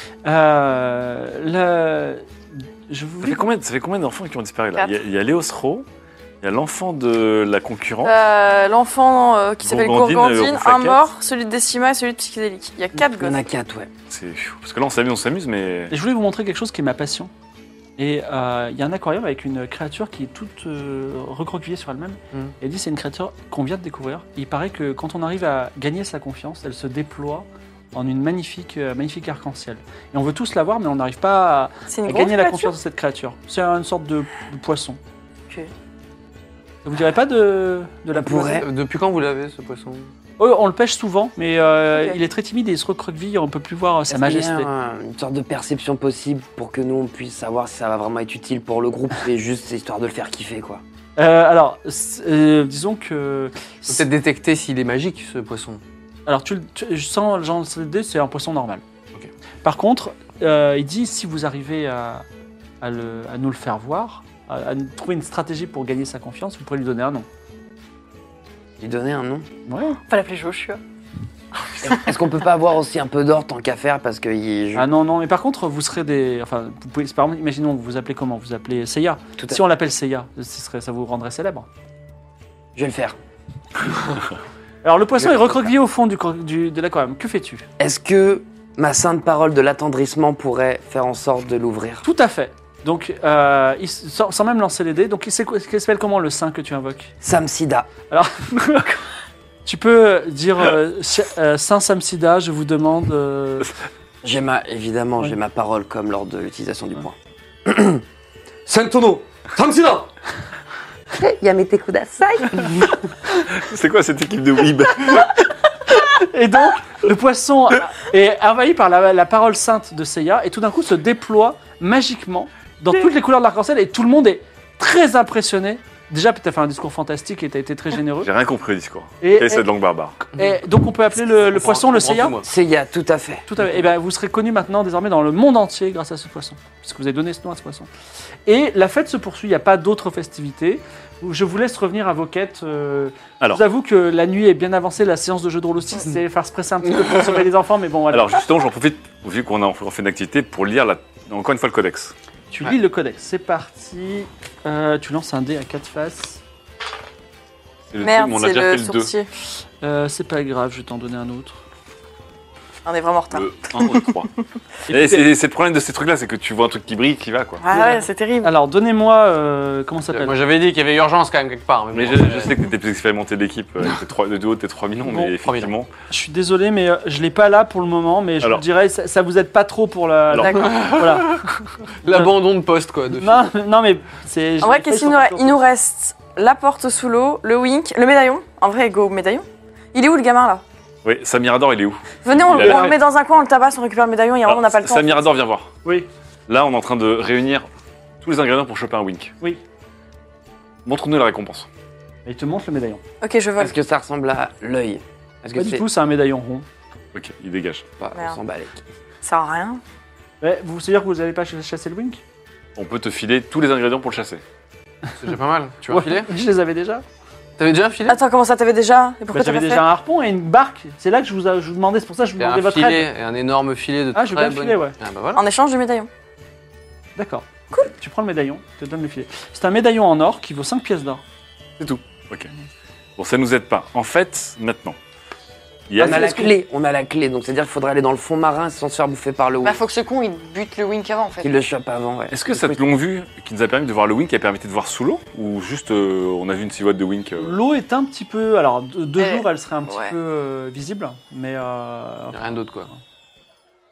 Euh, la- je vous ça fait combien, ça fait combien d'enfants qui ont disparu là Quatre. Il y a, il y a Léos Ro, il y a l'enfant de la concurrente. Euh, L'enfant euh, qui s'appelle Gourgandine, Gourgandine, euh, un Rouflaquette. mort, celui de Décima et celui de Psychédélique. Il y a quatre Il y en gosses. a quatre, ouais. C'est pfiou, parce que là on s'amuse, on s'amuse, mais Et je voulais vous montrer quelque chose qui est ma passion. Et euh, il y a un aquarium avec une créature qui est toute euh, recroquevillée sur elle-même. Mm. Et elle dit c'est une créature qu'on vient de découvrir. Il paraît que quand on arrive à gagner sa confiance, elle se déploie en une magnifique, euh, magnifique arc-en-ciel. Et on veut tous la voir, mais on n'arrive pas à, C'est à une grosse gagner la créature. confiance de cette créature. C'est une sorte de, de poisson. Ok. Ça vous dirait pas de, de la On pourrait. poêle Euh, Depuis quand vous l'avez, ce poisson? Oh, on le pêche souvent, mais euh, Ok. il est très timide et il se recroqueville. On ne peut plus voir sa Est-ce qu'il y a majesté. un- une sorte de perception possible pour que nous on puisse savoir si ça va vraiment être utile pour le groupe. C'est juste histoire de le faire kiffer, quoi. Euh, alors, c'est- euh, disons que. Faut peut-être détecter s'il est magique, ce poisson. Alors, tu, le- tu, sans Jean C D, c'est un poisson normal. Ok. Par contre, euh, il dit si vous arrivez à, à, le- à nous le faire voir, à, à nous trouver une stratégie pour gagner sa confiance, vous pourrez lui donner un nom. Lui donner un nom. Ouais. On va l'appeler Joshua. Est-ce qu'on peut pas avoir aussi un peu d'or tant qu'à faire parce que il- je- Ah non, non, mais par contre, vous serez des. Enfin, vous pouvez. Par exemple, imaginons, vous vous appelez comment Vous appelez Seiya. tout à- Si on l'appelle Seiya, ce serait, ça vous rendrait célèbre. je vais le faire. Alors, le poisson est recroquevillé au fond du, cro- du, de l'aquarium. Que fais-tu Est-ce que ma sainte parole de l'attendrissement pourrait faire en sorte de l'ouvrir? Tout à fait. Donc, euh, il, s- sans, sans même lancer les dés, donc il sait quoi- il s'appelle comment le saint que tu invoques Samsida. Alors, tu peux dire euh, Ch- euh, Saint Samsida, je vous demande. euh, J'ai ma, évidemment, Ouais. j'ai ma parole comme lors de l'utilisation du point. Sanctono, Samsida. Yamete kudasai. c'est quoi cette équipe de Weeb? Et donc, le poisson est envahi par la, la parole sainte de Seiya et tout d'un coup se déploie magiquement dans toutes les couleurs de l'arc-en-ciel et tout le monde est très impressionné. Déjà, tu as fait un discours fantastique et tu as été très généreux. J'ai rien compris au discours. Et, Quelle est cette et- langue barbare? et donc, on peut appeler le, le poisson le Seiya. Seiya, tout à fait. Tout à fait. Et ben, vous serez connu maintenant désormais dans le monde entier grâce à ce poisson, puisque vous avez donné ce nom à ce poisson. Et la fête se poursuit, il n'y a pas d'autres festivités. Je vous laisse revenir à vos quêtes. euh, Alors. Je vous avoue que la nuit est bien avancée, la séance de jeu de rôle aussi, c'est faire se presser un petit peu pour sauver les enfants, mais bon, voilà. Alors justement, j'en profite, vu qu'on a on fait une activité, pour lire la- encore une fois le codex. tu lis le codex, c'est parti. Euh, tu lances un dé à quatre faces. C'est le Merde, truc, mais on a c'est déjà le fait le deux. sourcier. Euh, c'est pas grave, je vais t'en donner un autre. On est vraiment en retard. Le un ou le trois. Et c'est c'est le problème de ces trucs-là, c'est que tu vois un truc qui brille, qui va quoi. Ah ouais, c'est terrible. Alors, donnez-moi. euh, comment ça s'appelle Moi j'avais dit qu'il y avait urgence quand même quelque part. Mais bon, je, euh, je sais que tu étais plus expérimenté de l'équipe, euh, avec tes trois- de deux autres, tes trois millions, Bon, mais trois millions. effectivement. Je suis désolé, mais euh, je l'ai pas là pour le moment, mais je Alors. vous dirais, ça, ça vous aide pas trop pour la. Alors. D'accord. Voilà. L'abandon de poste quoi. De Non, non, mais c'est. En vrai, j'ai qu'est-ce failli qu'il nous reste sortir. Il nous reste la porte sous l'eau, le wink, le médaillon. En vrai, go, médaillon. Il est où le gamin là Oui, Samirador, il est où Venez, on, Il a on la- le met dans un coin, on le tabasse, on récupère le médaillon, il y a un moment, on n'a pas le temps. Samirador, viens voir. Oui. Là, on est en train de réunir tous les ingrédients pour choper un wink. Oui. Montre-nous la récompense. Il te montre le médaillon. Ok, je vole. Est-ce que ça ressemble à l'œil? Est-ce que Pas du c'est tout, c'est un médaillon rond. Ok, il dégage. pas? Merde. On s'en bat les- Ça sert à rien. Ouais, vous savez dire que vous n'allez pas ch- chasser le wink On peut te filer tous les ingrédients pour le chasser. C'est déjà pas mal. Tu veux Ouais, filer Je les avais déjà. T'avais déjà un filet Attends, comment ça t'avais déjà Et pourquoi Bah, t'as J'avais pas déjà fait un harpon et une barque. C'est là que je vous, a- je vous demandais, c'est pour ça que je vous Et demandais un votre filet, aide. et un énorme filet de Ah, je veux très bien le bonne- filet, ouais. Ah bah voilà. En échange du médaillon. D'accord. Cool. Tu prends le médaillon, je te donne le filet. C'est un médaillon en or qui vaut cinq pièces d'or. C'est tout. Ok. Bon, ça nous aide pas. En fait, maintenant, il y a On a la est-ce que- clé, on a la clé, donc c'est-à-dire qu'il faudrait aller dans le fond marin sans se faire bouffer par le Bah, wink. faut que ce con il bute le wink avant en fait. Qu'il le chope avant, ouais. Est-ce que cette longue vue qui nous a permis de voir le wink a permis de voir sous l'eau ou juste euh, on a vu une silhouette de wink euh, L'eau est un petit peu. Alors, de- deux Eh, jours, elle serait un petit ouais. peu euh, visible, mais. euh, Y a rien d'autre quoi.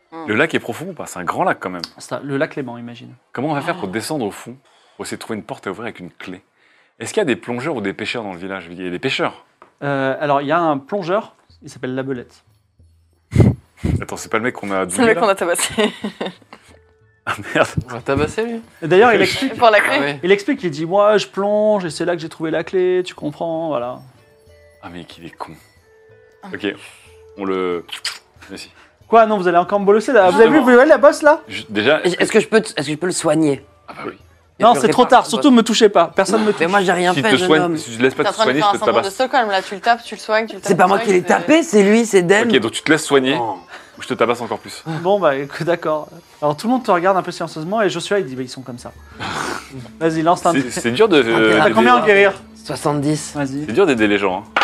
Le lac est profond ou pas? C'est un grand lac quand même. Ça, le lac Léman, imagine. Comment on va faire pour descendre au fond? Pour essayer de trouver une porte à ouvrir avec une clé. Est-ce qu'il y a des plongeurs ou des pêcheurs dans le village? Il y a des pêcheurs. Euh, alors, il y a un plongeur, il s'appelle La Belette. Attends, c'est pas le mec qu'on a C'est le doublé mec là qu'on a tabassé. Ah merde. On va tabasser lui. Et d'ailleurs, il explique, Pour la clé. Ah ouais. il explique, il dit, moi, je plonge et c'est là que j'ai trouvé la clé, tu comprends, voilà. Ah mais qu'il est con. Ok, on le... Merci. Quoi, non, vous allez encore me bolosser là? Vous avez vu, Justement. vous voyez la bosse là? Ju- Déjà... Est-ce que je peux, est-ce que je peux le soigner? Ah bah oui. Non, Je le c'est trop répare. tard, surtout me touchez pas, personne me touche. Mais moi j'ai rien Si fait, te jeune soigne, homme. si tu te laisses T'es pas en te train de soigner, faire je un te syndrome de tabasse. Stockholm là, tu le tapes, tu le soignes, tu le tapes. C'est pas tu moi le qui l'ai soignes, tapé, c'est lui, c'est Dan. Ok, donc tu te laisses soigner Oh. ou je te tabasse encore plus. Bon, bah écoute, d'accord. Alors tout le monde te regarde un peu silencieusement et Joshua il dit, bah ils sont comme ça. Vas-y, lance un. C'est c'est dur de... euh, T'as d'aider- combien en guérir? soixante-dix. Vas-y. C'est dur d'aider les gens. Hein.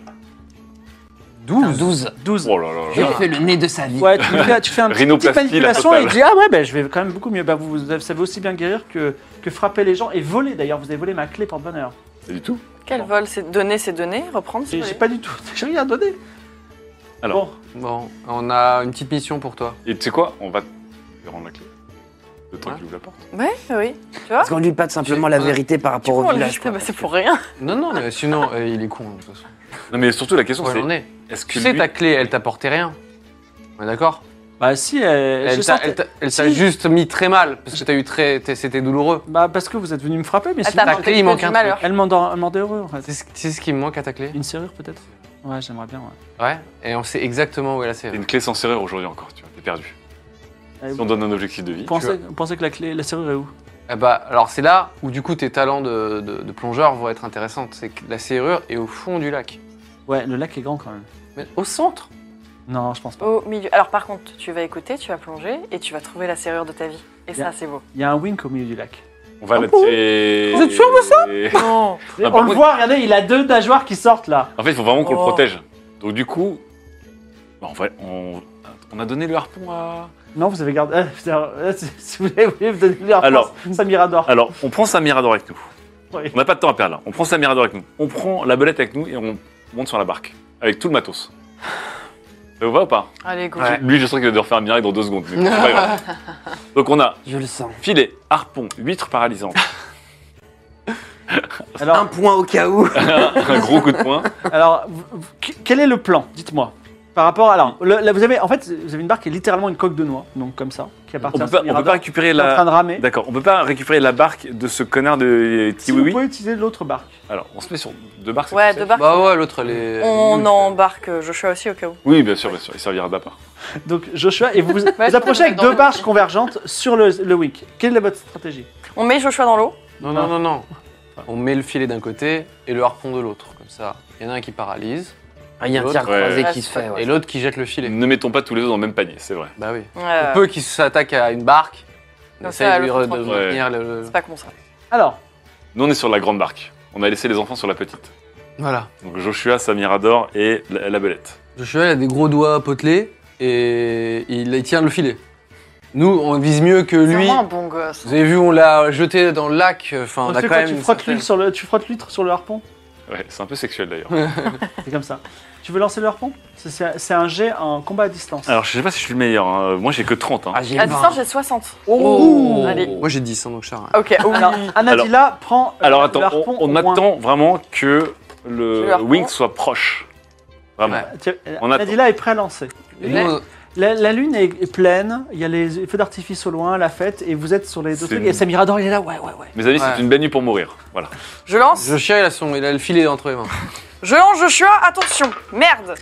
douze. douze. douze. Oh là là Je là. fais le nez de sa vie. Ouais, tu fais, tu fais un petit, petite Rhinoplastie, la manipulation et il totale. dit, ah ouais, bah, je vais quand même beaucoup mieux. Bah, vous, vous savez aussi bien guérir que, que frapper les gens et voler d'ailleurs. Vous avez volé ma clé porte-bonheur. Pas du tout. Quel vol? C'est donner, c'est donner, reprendre, c'est J'ai voler. j'ai pas du tout, j'ai rien donné. Alors. Bon, Bon, on a une petite mission pour toi. Et tu sais quoi? On va te rendre la clé. Le temps Ouais. qu'il ouvre la porte. Ouais, oui. Tu vois? Parce qu'on lui dit pas simplement la vérité par Du rapport coup, au on l'a village. juste quoi. tabassé pour rien. Non, non, mais sinon, euh, il est con, de toute façon. Non mais surtout la question Ouais, c'est... on est. Est-ce que Tu sais, lui- ta clé, elle t'apportait rien. On est d'accord? bah si, elle, Elle j'ai t'a senti- elle t'a- elle t'a Si. juste mis très mal, parce que t'as eu très... t'es- c'était douloureux. Bah parce que vous êtes venu me frapper, mais Elle sinon, t'a ta clé, il apporté manque du un malheur. elle m'endort- elle m'endort heureux en fait. C'est ce, c'est ce qui me manque à ta clé? Une serrure peut-être? Ouais, j'aimerais bien, ouais. Ouais, et on sait exactement où est la C'est serrure. une clé sans serrure aujourd'hui encore, tu vois, t'es perdu. Et Si on donne un objectif de vie... Vous pensez, vous pensez que la clé, la serrure est où? Eh bah, alors c'est là où du coup tes talents de, de- de plongeur vont être intéressants. C'est que la serrure est au fond du lac. Ouais, le lac est grand quand même. Mais au centre? Non, je pense pas. Au milieu. Alors par contre, tu vas écouter, tu vas plonger et tu vas trouver la serrure de ta vie. Et Bien. ça, c'est beau. Il y a un wink au milieu du lac. On va Ah la bon tirer... Vous êtes sûr de ça Non. Et Ah, on par le contre- voit, regardez, il a deux nageoires qui sortent là. En fait, il faut vraiment qu'on Oh. le protège. Donc du coup... bon, on, va- on... on a donné le harpon à... Non, vous avez gardé. euh, putain, euh, si si vous voulez, vous voulez vous donner le Alors. Samirador. Alors, on prend sa Mirador avec nous. Oui. On n'a pas de temps à perdre là. On prend sa Mirador avec nous. On prend la belette avec nous et on monte sur la barque. Avec tout le matos. Ça vous va ou pas? Allez, go. Ouais. Lui, je sens qu'il va devoir faire un miracle dans deux secondes. Mais bon, c'est pas grave. Donc on a Je le sens. filet, harpon, huître paralysante, Alors, Un point au cas où. un gros coup de poing. alors vous- vous- quel est le plan? Dites-moi. Par rapport à. Alors, le- là, vous avez, en fait, vous avez une barque qui est littéralement une coque de noix, donc comme ça, qui On appartient peut à pas, on peut Samirador, pas récupérer qui est en train la... de ramer. D'accord, on peut pas récupérer la barque de ce connard de Si vous Tiwiwi. pouvez utiliser l'autre barque. Alors, on se met sur deux barques. c'est Ouais, plus deux safe. barques. Bah ouais, l'autre elle est. On nulle. embarque Joshua aussi au cas où. Oui, bien sûr, bien sûr. Il servira d'appât. Donc Joshua, et vous vous, Ouais, vous approchez avec dans deux le- barges convergentes sur le, le wink. Quelle est votre stratégie? On met Joshua dans l'eau. Non, non, non, non. On met le filet d'un côté et le harpon de l'autre, comme ça. Il y en a un qui paralyse Il y a un tir Ouais. croisé Ouais, qui se c'est fait. et ouais. l'autre qui jette le filet. Ne mettons pas tous les deux dans le même panier, c'est vrai. Bah oui. Euh, Pour peu qu'il s'attaque à une barque, on Comme essaye ça, de lui l'autre re- de tranquille. maintenir le. C'est pas comme ça. Alors, Nous, on est sur la grande barque. On a laissé les enfants sur la petite. Voilà. Donc Joshua, sa Mirador et la, la belette. Joshua il a des gros doigts potelés et il, il tient le filet. Nous, on vise mieux que C'est lui. vraiment un bon gosse. Vous avez vu, on l'a jeté dans le lac. Enfin, on tu a sais quand quoi, même. tu une frottes certaine- l'huile sur le, tu frottes l'huître sur le harpon. Ouais, c'est un peu sexuel d'ailleurs. C'est comme ça. Tu veux lancer le harpon? C'est- C'est c'est un jet en combat à distance. Alors, je sais pas si je suis le meilleur. hein. Moi, j'ai que trente. Hein. Ah, j'ai À vingt. distance, j'ai soixante. Oh. Allez. Moi j'ai dix, hein, donc ça. Ok, oui. Alors, Anadila prend euh, Alors, le attends, harpon on, on au moins. attend vraiment que le, Le harpon. wing soit proche. Vraiment. Ouais. Tiens, On attend. Anadila est prêt à lancer. Et Mais- nous, La, la lune est, est pleine, il y a les feux d'artifice au loin, la fête, et vous êtes sur les deux C'est trucs. une- Et Samirador, il est là, ouais, ouais, ouais. Mes amis, Ouais. c'est une belle nuit pour mourir. Voilà. Je lance. Joshua, il a, son, il a le filet entre les mains. Je lance Joshua. Attention. Merde.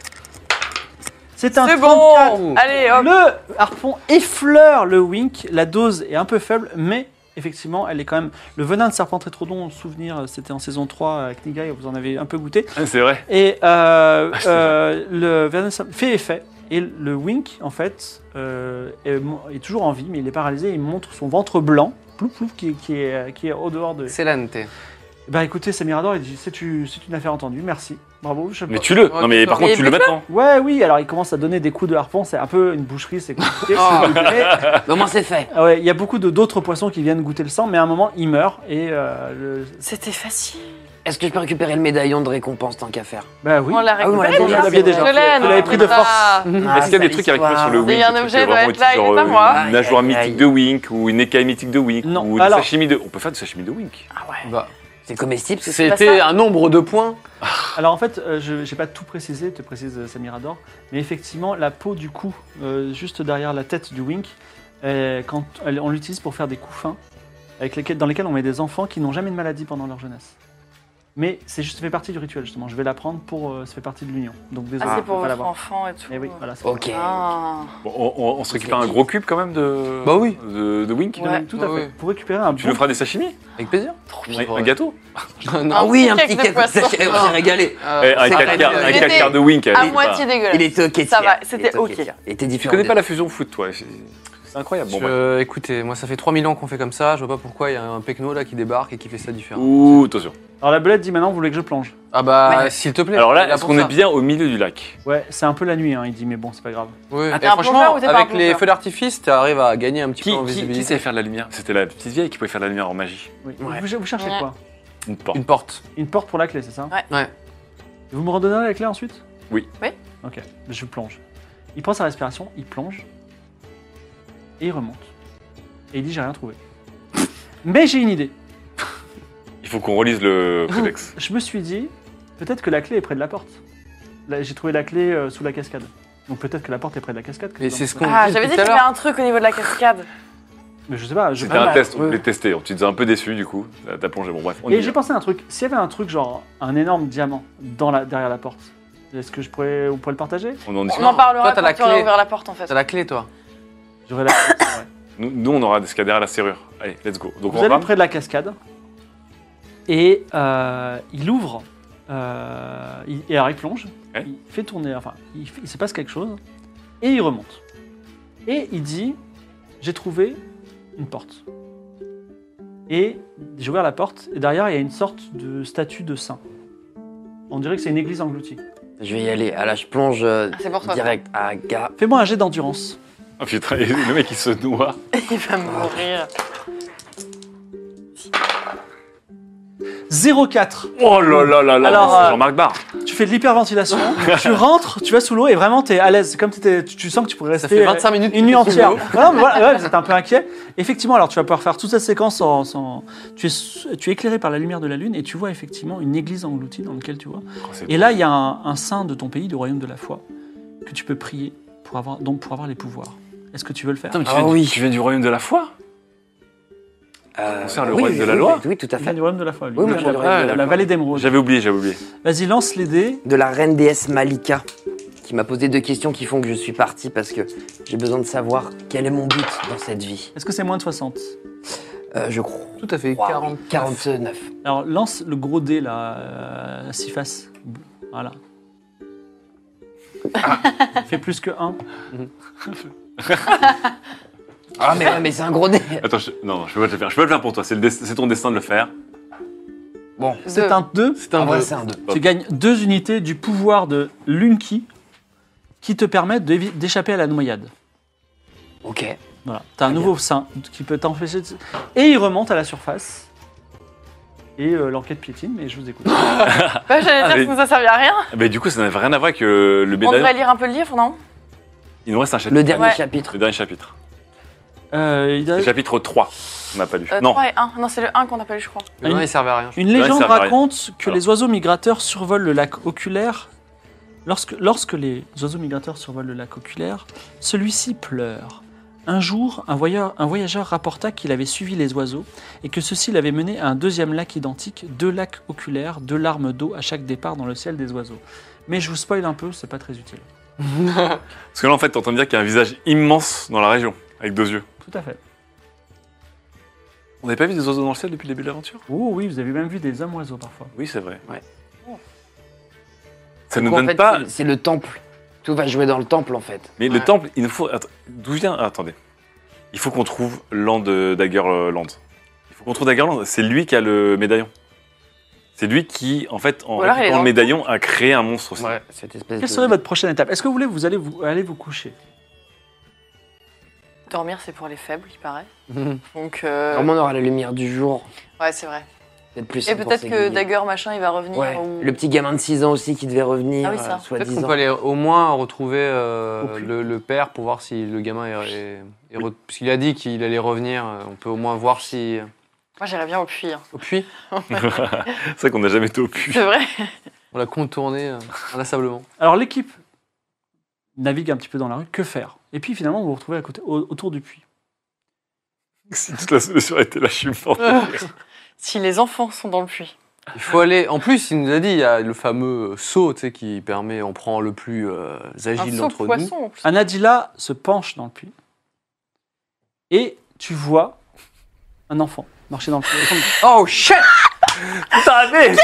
C'est un C'est trente-quatre. bon. Allez, hop. Le harpon effleure le wink, la dose est un peu faible, mais effectivement, elle est quand même. Le venin de serpent tétrodon, souvenir, c'était en saison trois avec Nigai, vous en avez un peu goûté. C'est vrai. Et euh, euh, le venin de serpent fait effet. Et le wink, en fait, euh, est, est toujours en vie, mais il est paralysé. Il montre son ventre blanc, plouf plouf, qui, qui est, qui est au dehors de. Excellente. Bah écoutez, Samirador, il dit c'est une c'est une affaire entendue, merci, bravo. Je sais Mais pas. tue-le. Ouais, Non, mais tu par peux. contre, tu le Mais maintenant. Ouais, oui, alors il commence à donner des coups de harpon, c'est un peu une boucherie, c'est compliqué. Oh. Mais, Mais au moins c'est fait. ah ouais, il y a beaucoup de- d'autres poissons qui viennent goûter le sang, mais à un moment, ils meurent et euh, le- C'était facile. Est-ce que je peux récupérer le médaillon de récompense tant qu'à faire? Bah oui. On l'a Ah oui, on l'a récupéré, déjà bien fait. sûr. déjà. Je l'ai, Vous l'avez non, pris de mais force. ça- Est-ce qu'il y a des sale trucs à récupérer histoire. sur le Wink? Il y a un des trucs objet, vraiment doit être là, utiles, il est genre, pas euh, moi. Aïe, Une nageoire aïe, mythique aïe. de Wink ou une écaille mythique de Wink Non, ou alors- du sashimi de. On peut faire du sashimi de Wink. Ah ouais. Bah, C'est comestible, c'est pas c'était ça. un nombre de points. Alors en fait, euh, je n'ai pas tout précisé, te précise euh, Samira Dor, mais effectivement, la peau du cou, euh, juste derrière la tête du Wink, euh, quand elle- on l'utilise pour faire des coups fins, avec lesquels, dans lesquels on met des enfants qui n'ont jamais de maladie pendant leur jeunesse. Mais c'est juste, ça fait partie du rituel justement. Je vais la prendre pour, euh, ça fait partie de l'union. Donc désolé, Ah, je c'est peux pour pas votre l'avoir. enfant et tout. Et oui, voilà. c'est Ok. Ah. Bon, on, on- on se récupère un gros cube quand même de. Bah oui. De, de Wink. Ouais. Tout à Ouais, fait. ouais. Pour récupérer un Tu bon- nous feras des sashimi? Avec plaisir. Un, un gâteau? non. Ah oui, un petit petit cake de cadeau. poisson. On s'est régalé. Euh, Eh, un c'est quatre pas quarts mal. un Il quatre était quarts de Wink. À allez, moitié pas. dégueulasse. Il était ok. Ça va, tiers. c'était Il était ok. Il était Tu différent. connais pas la fusion foot, toi? C'est c'est incroyable. Bon, bah. Je- écoutez, moi ça fait trois mille ans qu'on fait comme ça, je vois pas pourquoi il y a un pecno là qui débarque et qui fait ça différent. Ouh, attention. Alors la belette dit maintenant, vous voulez que je plonge? Ah bah Ouais. s'il te plaît. Alors là, il est est-ce pour qu'on ça. est bien au milieu du lac? Ouais, c'est un peu la nuit, hein, il dit, mais bon, c'est pas grave. Oui. Ah, Et t'es un franchement, plongeur ou t'es pas un avec les plongeur feux d'artifice, tu arrives à gagner un petit Qui, peu en qui, qui visibilité. savait faire de la lumière? C'était la petite vieille qui pouvait faire de la lumière en magie. Oui. Ouais. Vous, vous cherchez Ouais. quoi? Une porte. Une porte. Une porte pour la clé, c'est ça? Ouais. Ouais. Et vous me redonnerez la clé ensuite? Oui. Oui. Ok, je plonge. Il prend sa respiration, il plonge, et il remonte. Et il dit, j'ai rien trouvé. Mais j'ai une idée. Il faut qu'on relise le codex. Je me suis dit, peut-être que la clé est près de la porte. Là, j'ai trouvé la clé euh, sous la cascade. Donc peut-être que la porte est près de la cascade. Mais c'est ce qu'on Ah, dit j'avais dit tout qu'il à y avait l'heure. un truc au niveau de la cascade. Mais je sais pas. Je... C'était un Ah, test, on ouais. voulait tester. Tu nous as un peu déçu du coup. T'as plongé. Bon, bref. On y Et va. j'ai pensé à un truc. S'il y avait un truc genre un énorme diamant dans la, derrière la porte, est-ce que je pourrais, vous pourrez le partager? On en On discute. en parlera Toi, t'as quand la tu auras clé. ouvert la porte en fait. T'as la clé toi. J'aurais la. Ouais. Nous, nous, on aura des ce qu'il y a derrière la serrure. Allez, let's go. Donc Vous on allez rame. près de la cascade et euh, il ouvre. euh, il, et alors il plonge. Ouais. Il fait tourner. Enfin, il, fait- il se passe quelque chose et il remonte. Et il dit, j'ai trouvé une porte. Et j'ai ouvert la porte et derrière il y a une sorte de statue de saint. On dirait que c'est une église engloutie. Je vais y aller. Ah là, je plonge euh, Ah, c'est pour toi. direct. Ah, gars. Fais-moi un jet d'endurance. Oh putain, et le mec il se noie. Il va mourir. zéro virgule quatre. Oh là là là là. Alors, c'est euh, Jean-Marc Barr. Tu fais de l'hyperventilation, tu rentres, tu vas sous l'eau et vraiment t'es à l'aise. C'est comme t'étais- tu, tu sens que tu pourrais Ça rester fait vingt-cinq minutes une nuit que t'es sous entière. l'eau. Voilà, mais voilà, ouais, vous êtes un peu inquiet. Effectivement, alors tu vas pouvoir faire toute cette séquence sans, sans- Tu, es, tu es éclairé par la lumière de la lune et tu vois effectivement une église engloutie dans laquelle tu vois. Oh, c'est Et là, il y a un, un saint de ton pays, du royaume de la foi, que tu peux prier pour avoir, donc pour avoir les pouvoirs. Est-ce que tu veux le faire? Putain, mais tu, Ah viens, oui. tu viens du royaume de la foi? Euh, On sert le oui, royaume oui, de la oui, loi. Oui, tout à Il vient fait. du royaume de la foi. lui. Oui, moi, Il je vient viens de du royaume de la, la la vallée d'émeraude. J'avais oublié, j'avais oublié. Vas-y, lance les dés. De la reine déesse Malika, qui m'a posé deux questions qui font que je suis parti parce que j'ai besoin de savoir quel est mon but dans cette vie. Est-ce que c'est moins de soixante? Euh, je crois. Tout à fait. Waouh, quarante. quarante-neuf. Alors lance le gros dé là, euh, six faces. Voilà. Fait plus que un. Ah, mais, ouais, mais c'est un gros dé. Attends, je... non, non, je peux pas te le faire. Je peux pas le faire pour toi. C'est le des- c'est ton destin de le faire. Bon, C'est Deux. un deux. C'est en un vrai, deux. c'est un deux. Tu gagnes deux unités du pouvoir de Lunki qui te permettent d'évi- d'échapper à la noyade. Ok. Voilà. Tu as un Très nouveau saint qui peut t'empêcher de... Et il remonte à la surface. Et euh, l'enquête piétine, mais je vous écoute. Ouais, j'allais dire Ah, que mais- ça nous a servi à rien. Mais du coup, ça n'avait rien à voir avec euh, le On médaillon. devrait lire un peu le livre, non? Il nous reste un chapitre. Le dernier Ouais. chapitre. Le dernier chapitre. Euh, il a- Le chapitre trois. On n'a pas lu. Euh, non. trois et un. Non, c'est le un qu'on n'a pas lu, je crois. Le nom, il servait à rien. Une Ouais, légende ça va rien. raconte que Alors. les oiseaux migrateurs survolent le lac oculaire. Lorsque, lorsque les oiseaux migrateurs survolent le lac oculaire, celui-ci pleure. Un jour, un voyageur, un voyageur rapporta qu'il avait suivi les oiseaux et que ceux-ci l'avaient mené à un deuxième lac identique, deux lacs oculaires, deux larmes d'eau à chaque départ dans le ciel des oiseaux. Mais je vous spoil un peu, c'est pas très utile. Parce que là, en fait, t'es en train de dire qu'il y a un visage immense dans la région, avec deux yeux. Tout à fait. On n'avait pas vu des oiseaux dans le ciel depuis le début de l'aventure? Oh oui, vous avez même vu des hommes oiseaux parfois. Oui, c'est vrai. Ouais. Ça Du ne coup, en donne fait, pas. c'est- C'est le temple. Tout va jouer dans le temple, en fait. Mais le Ouais. temple, il nous faut. Attends, d'où vient. ah, attendez. Il faut qu'on trouve Land Daggerland. Il faut qu'on trouve Daggerland. C'est lui qui a le médaillon. C'est lui qui, en fait, en Ou alors il est récupérant dans le le médaillon, a créé un monstre aussi. Ouais, cette espèce Quelle de... serait votre prochaine étape? Est-ce que vous voulez vous allez vous, aller vous coucher? Dormir, c'est pour les faibles, il paraît. Mhm. Donc, euh... Vraiment, on aura la lumière du jour. ouais, c'est vrai. Peut-être plus Et simple pour peut-être que s'aiguiller. Dagger machin il va revenir. Ouais, ou- le petit gamin de six ans aussi qui devait revenir, Ah oui, ça. euh, soit Peut-être qu'on dix ans. peut aller au moins retrouver euh, Au puits. le, le père pour voir si le gamin est. est- est re- Parce qu'il a dit qu'il allait revenir, euh, on peut au moins voir si. Moi j'irais bien au puits. hein. Au puits, C'est vrai qu'on n'a jamais été au puits. C'est vrai. on l'a contourné euh, inlassablement. Alors l'équipe navigue un petit peu dans la rue, que faire? Et puis finalement vous vous retrouvez à côté, au- autour du puits. Si toute la solution était la chute morte. Si les enfants sont dans le puits. Il faut aller. En plus, il nous a dit, il y a le fameux saut, tu sais, qui permet, on prend le plus euh, Un agile saut d'entre nous. poisson en plus. Anadila se penche dans le puits et tu vois un enfant marcher dans le puits. au fond du puits. Oh shit! Putain, mais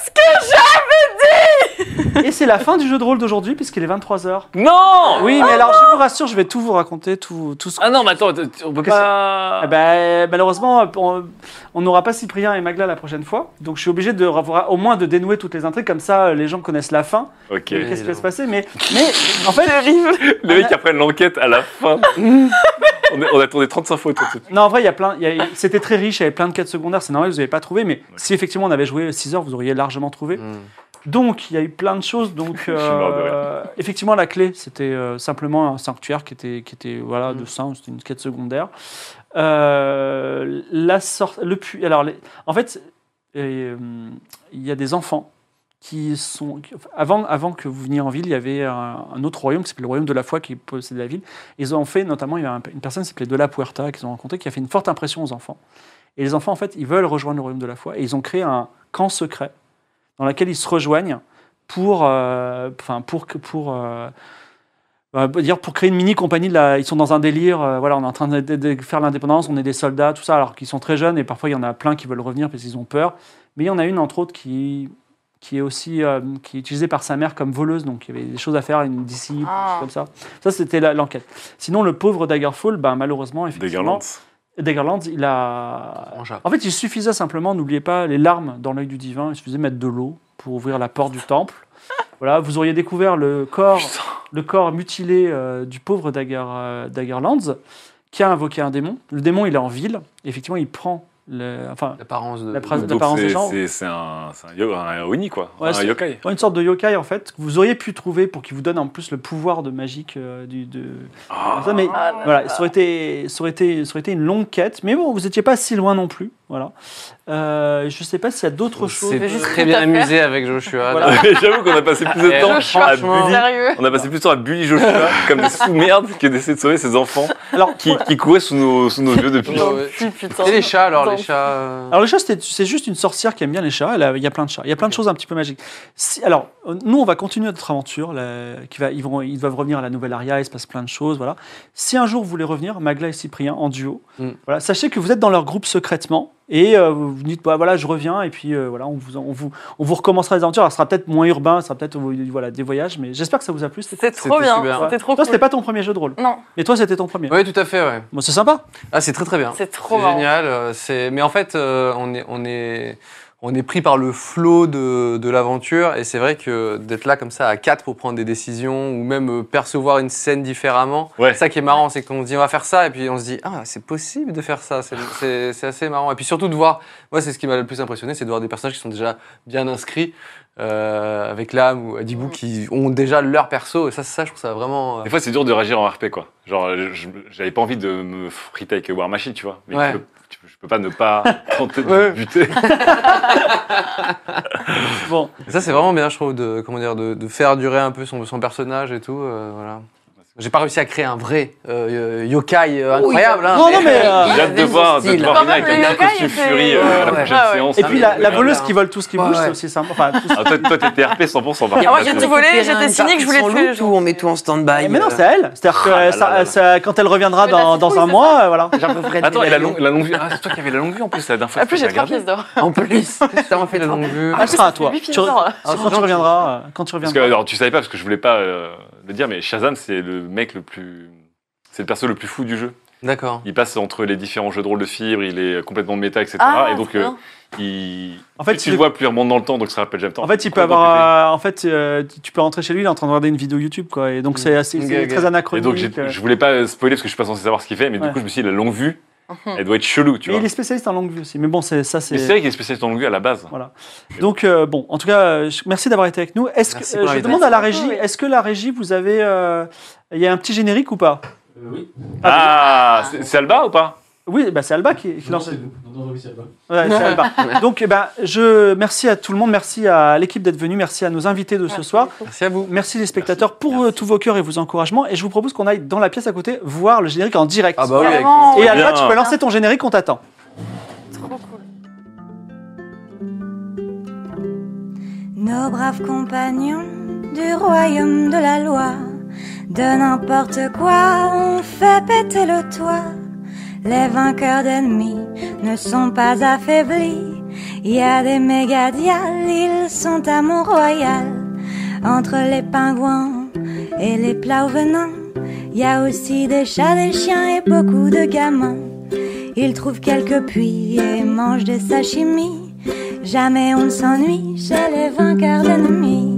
Et c'est la fin du jeu de rôle d'aujourd'hui puisqu'il est vingt-trois heures. non. Oui, mais alors je vous rassure, je vais tout vous raconter, tout, tout ce Ah non, mais attends, on peut Qu'est-ce- pas. Eh ben, malheureusement, on- on n'aura pas Cyprien et Magla la prochaine fois, donc je suis obligé de revoir- au moins de dénouer toutes les intrigues, comme ça les gens connaissent la fin, Ok. et Les qu'est-ce qui va se passer. Mais, mais en fait, mecs qui apprennent l'enquête à la fin. on, a, on a tourné trente-cinq fois autour de ce non, en vrai, il y a plein, il y a- c'était très riche, il y avait plein de quêtes secondaires, c'est normal, vous n'avez pas trouvé, mais si effectivement on avait joué six heures, vous auriez largement trouvé. Hmm. Donc il y a eu plein de choses. Donc suis mort de euh, effectivement la clé c'était euh, simplement un sanctuaire qui était qui était voilà de sang, c'était une quête secondaire. Euh, la sorte le puits. Alors les- en fait euh, il y a des enfants qui sont qui- avant avant que vous veniez en ville il y avait un, un autre royaume qui s'appelait le royaume de la foi qui possédait la ville. Ils ont fait notamment il y a un- une personne qui s'appelait De La Puerta qu'ils ont rencontré qui a fait une forte impression aux enfants. Et les enfants en fait ils veulent rejoindre le royaume de la foi et ils ont créé un camp secret dans laquelle ils se rejoignent pour, euh, enfin pour, que- pour, euh, euh, dire pour créer une mini compagnie. De la, ils sont dans un délire. euh, voilà, on est en train de, de- de faire l'indépendance, on est des soldats, tout ça, alors qu'ils sont très jeunes et parfois il y en a plein qui veulent revenir parce qu'ils ont peur. Mais il y en a une entre autres qui qui est aussi euh, qui est utilisée par sa mère comme voleuse, donc il y avait des choses à faire, une disciple, Ah. comme ça. Ça c'était la- l'enquête. Sinon le pauvre Daggerfall, ben, malheureusement Des effectivement, Garlands. Daggerlands, il a Mangea. en fait, il suffisait simplement, n'oubliez pas, les larmes dans l'œil du divin, il suffisait de mettre de l'eau pour ouvrir la porte du temple. Voilà, vous auriez découvert le corps, le corps mutilé euh, du pauvre Dagger, euh, Daggerlands, qui a invoqué un démon. Le démon, il est en ville. Effectivement, il prend le, enfin, L'apparence de. La phrase de- de- Donc d'apparence des c'est- gens. c'est c'est un, c'est un, yo- un Oni, quoi. Ouais, un c'est- yokai. une sorte de yokai, en fait, que vous auriez pu trouver pour qu'il vous donne en plus le pouvoir de magique euh, du, de, Ah. ça, mais Ah là voilà, là. ça aurait, été, ça, aurait été, ça aurait été une longue quête. Mais bon, vous n'étiez pas si loin non plus. Voilà. Euh, je ne sais pas s'il y a d'autres On choses. s'est juste très tout bien à faire. amusé avec Joshua. Voilà. là. J'avoue qu'on a passé plus de Eh, temps Joshua, à franchement. bully. Sérieux. On a passé plus de temps à bully Joshua comme des sous-merdes que d'essayer de sauver ses enfants Alors, qui, qui couraient sous nos, sous nos yeux depuis. Ouais, ouais. Si, putain. Et les chats alors, Dans- les chats. euh, Alors le chat, c'est c'est juste une sorcière qui aime bien les chats. Elle a- Il y a plein de chats. Il y a plein de choses un petit peu magiques. Si- alors, euh, nous, on va continuer notre aventure. Là, qui va, ils, vont, ils doivent revenir à la nouvelle aria. Il se passe plein de choses. Voilà. Si un jour vous voulez revenir, Magla et Cyprien en duo, Mm. voilà, sachez que vous êtes dans leur groupe secrètement. Et euh, vous vous dites, bah, voilà, je reviens. Et puis euh, voilà, on vous, on, vous, on vous recommencera les aventures. Alors, ce sera peut-être moins urbain, ce sera peut-être euh, voilà, des voyages. Mais j'espère que ça vous a plu. C'était- C'était trop C'était bien. super. C'était trop Toi, cool. c'était pas ton premier jeu de rôle. Non, Mais toi, c'était ton premier. Ouais, tout à fait, ouais. Bon, c'est sympa. Ah, c'est très très bien. c'est trop C'est marrant. génial. euh, C'est... Mais en fait, euh, on, est, on, est, on est pris par le flot de, de l'aventure. Et c'est vrai que d'être là comme ça à quatre pour prendre des décisions ou même euh, percevoir une scène différemment, Ouais. c'est ça qui est marrant. C'est qu'on se dit on va faire ça et puis on se dit ah, c'est possible de faire ça. C'est, c'est, c'est assez marrant. Et puis surtout de voir, moi, c'est ce qui m'a le plus impressionné, c'est de voir des personnages qui sont déjà bien inscrits. Euh, avec l'âme ou Adibou qui ont déjà leur perso. Et ça, ça je trouve ça vraiment. euh, Des fois, c'est dur de réagir en R P, quoi. Genre, je- j'avais pas envie de me friter avec War Machine, tu vois. Mais Ouais. tu peux- tu peux- je peux pas ne pas tenter de Ouais. buter. Bon, Et ça, c'est vraiment bien, je trouve, de, comment dire, de, de faire durer un peu son, son personnage et tout. euh, voilà. J'ai pas réussi à créer un vrai euh, yokai euh, incroyable. hein, Non, non, mais, euh, J'ai hâte de avait voir, son de te style. voir Quand venir même, avec le un yokai costume était- Fury euh, à la Ouais. prochaine Ah ouais. séance. et puis la, la mais voleuse bien. qui vole tout ce qui Ouais, bouge, ouais. c'est aussi sympa. Enfin, tout- Ah, toi, toi, t'étais R P cent pour cent par Ah, moi, contre. j'ai tout volé, Récupérer j'étais une cynique, je voulais partie de tuer son les loot ou on met tout en stand-by. Mais non, euh, c'est à elle. C'est-à-dire que Ah là ça- là là. ça- quand elle reviendra Mais la dans, dans citrouille, un c'est mois, euh, voilà. J'en peux Fred Attends, et la Médaillon. longue, la longue vue. Ah, c'est toi qui avais la longue vue en plus la dernière fois. En plus, que j'ai j'ai trois regardé. pièces d'or. En plus, ça m'a fait La trop. longue vue. Elle sera à toi. huit Tu, pièces d'or. c'est quand tu reviendras. euh, Quand tu Parce que, reviendras. alors, tu savais pas, parce que je voulais pas euh, le dire, mais Shazam, c'est le mec le plus. C'est le perso le plus fou du jeu. D'accord. Il passe entre les différents jeux de rôle de fibre, il est complètement méta, et cetera. Ah, et donc, trop bien. euh, il. En fait, plus tu il- le vois, plus il remonte dans le temps, donc ça rappelle James. En fait, il peut avoir. euh, en fait, euh, tu peux rentrer chez lui, il est en train de regarder une vidéo YouTube, quoi. Et donc, c'est assez, Ok, c'est ok. très Et anachronique. donc, j'ai- euh. je voulais pas spoiler parce que je suis pas censé savoir ce qu'il fait, mais Ouais. du coup, je me suis dit, la longue vue, Elle doit être chelou, tu Mais vois. il est spécialiste en longue vue aussi. Mais bon, c'est ça, c'est. Mais c'est vrai qu'il est spécialiste en longue vue à la base. Voilà. Donc euh, bon, en tout cas, euh, je- merci d'avoir été avec nous. Est-ce que Merci euh, pour je l'invitation. demande à la Merci régie, beaucoup, oui. est-ce que la régie, vous avez, euh, il y a un petit générique ou pas? Oui. Ah, c'est c'est Alba ou pas? Oui, bah c'est Alba qui, qui lance. Non, non, oui, c'est Alba. Ouais, c'est Alba. Donc, eh ben, je merci à tout le monde, merci à l'équipe d'être venue, merci à nos invités de ce Merci soir, beaucoup. Merci à vous. merci les spectateurs pour Merci. euh, tous vos cœurs et vos encouragements. Et je vous propose qu'on aille dans la pièce à côté voir le générique en direct. Ah bah oui, avec Carrément, Et ouais. Alba, Bien. tu peux lancer ton générique, on t'attend. Trop cool. Nos braves compagnons du royaume de la loi, de n'importe quoi, on fait péter le toit. Les vainqueurs d'ennemis ne sont pas affaiblis. Il y a des mégadiales, ils sont à Mont-Royal. Entre les pingouins et les plats au venin, il y a aussi des chats, des chiens et beaucoup de gamins. Ils trouvent quelques puits et mangent des sashimi. Jamais on ne s'ennuie chez les vainqueurs d'ennemis.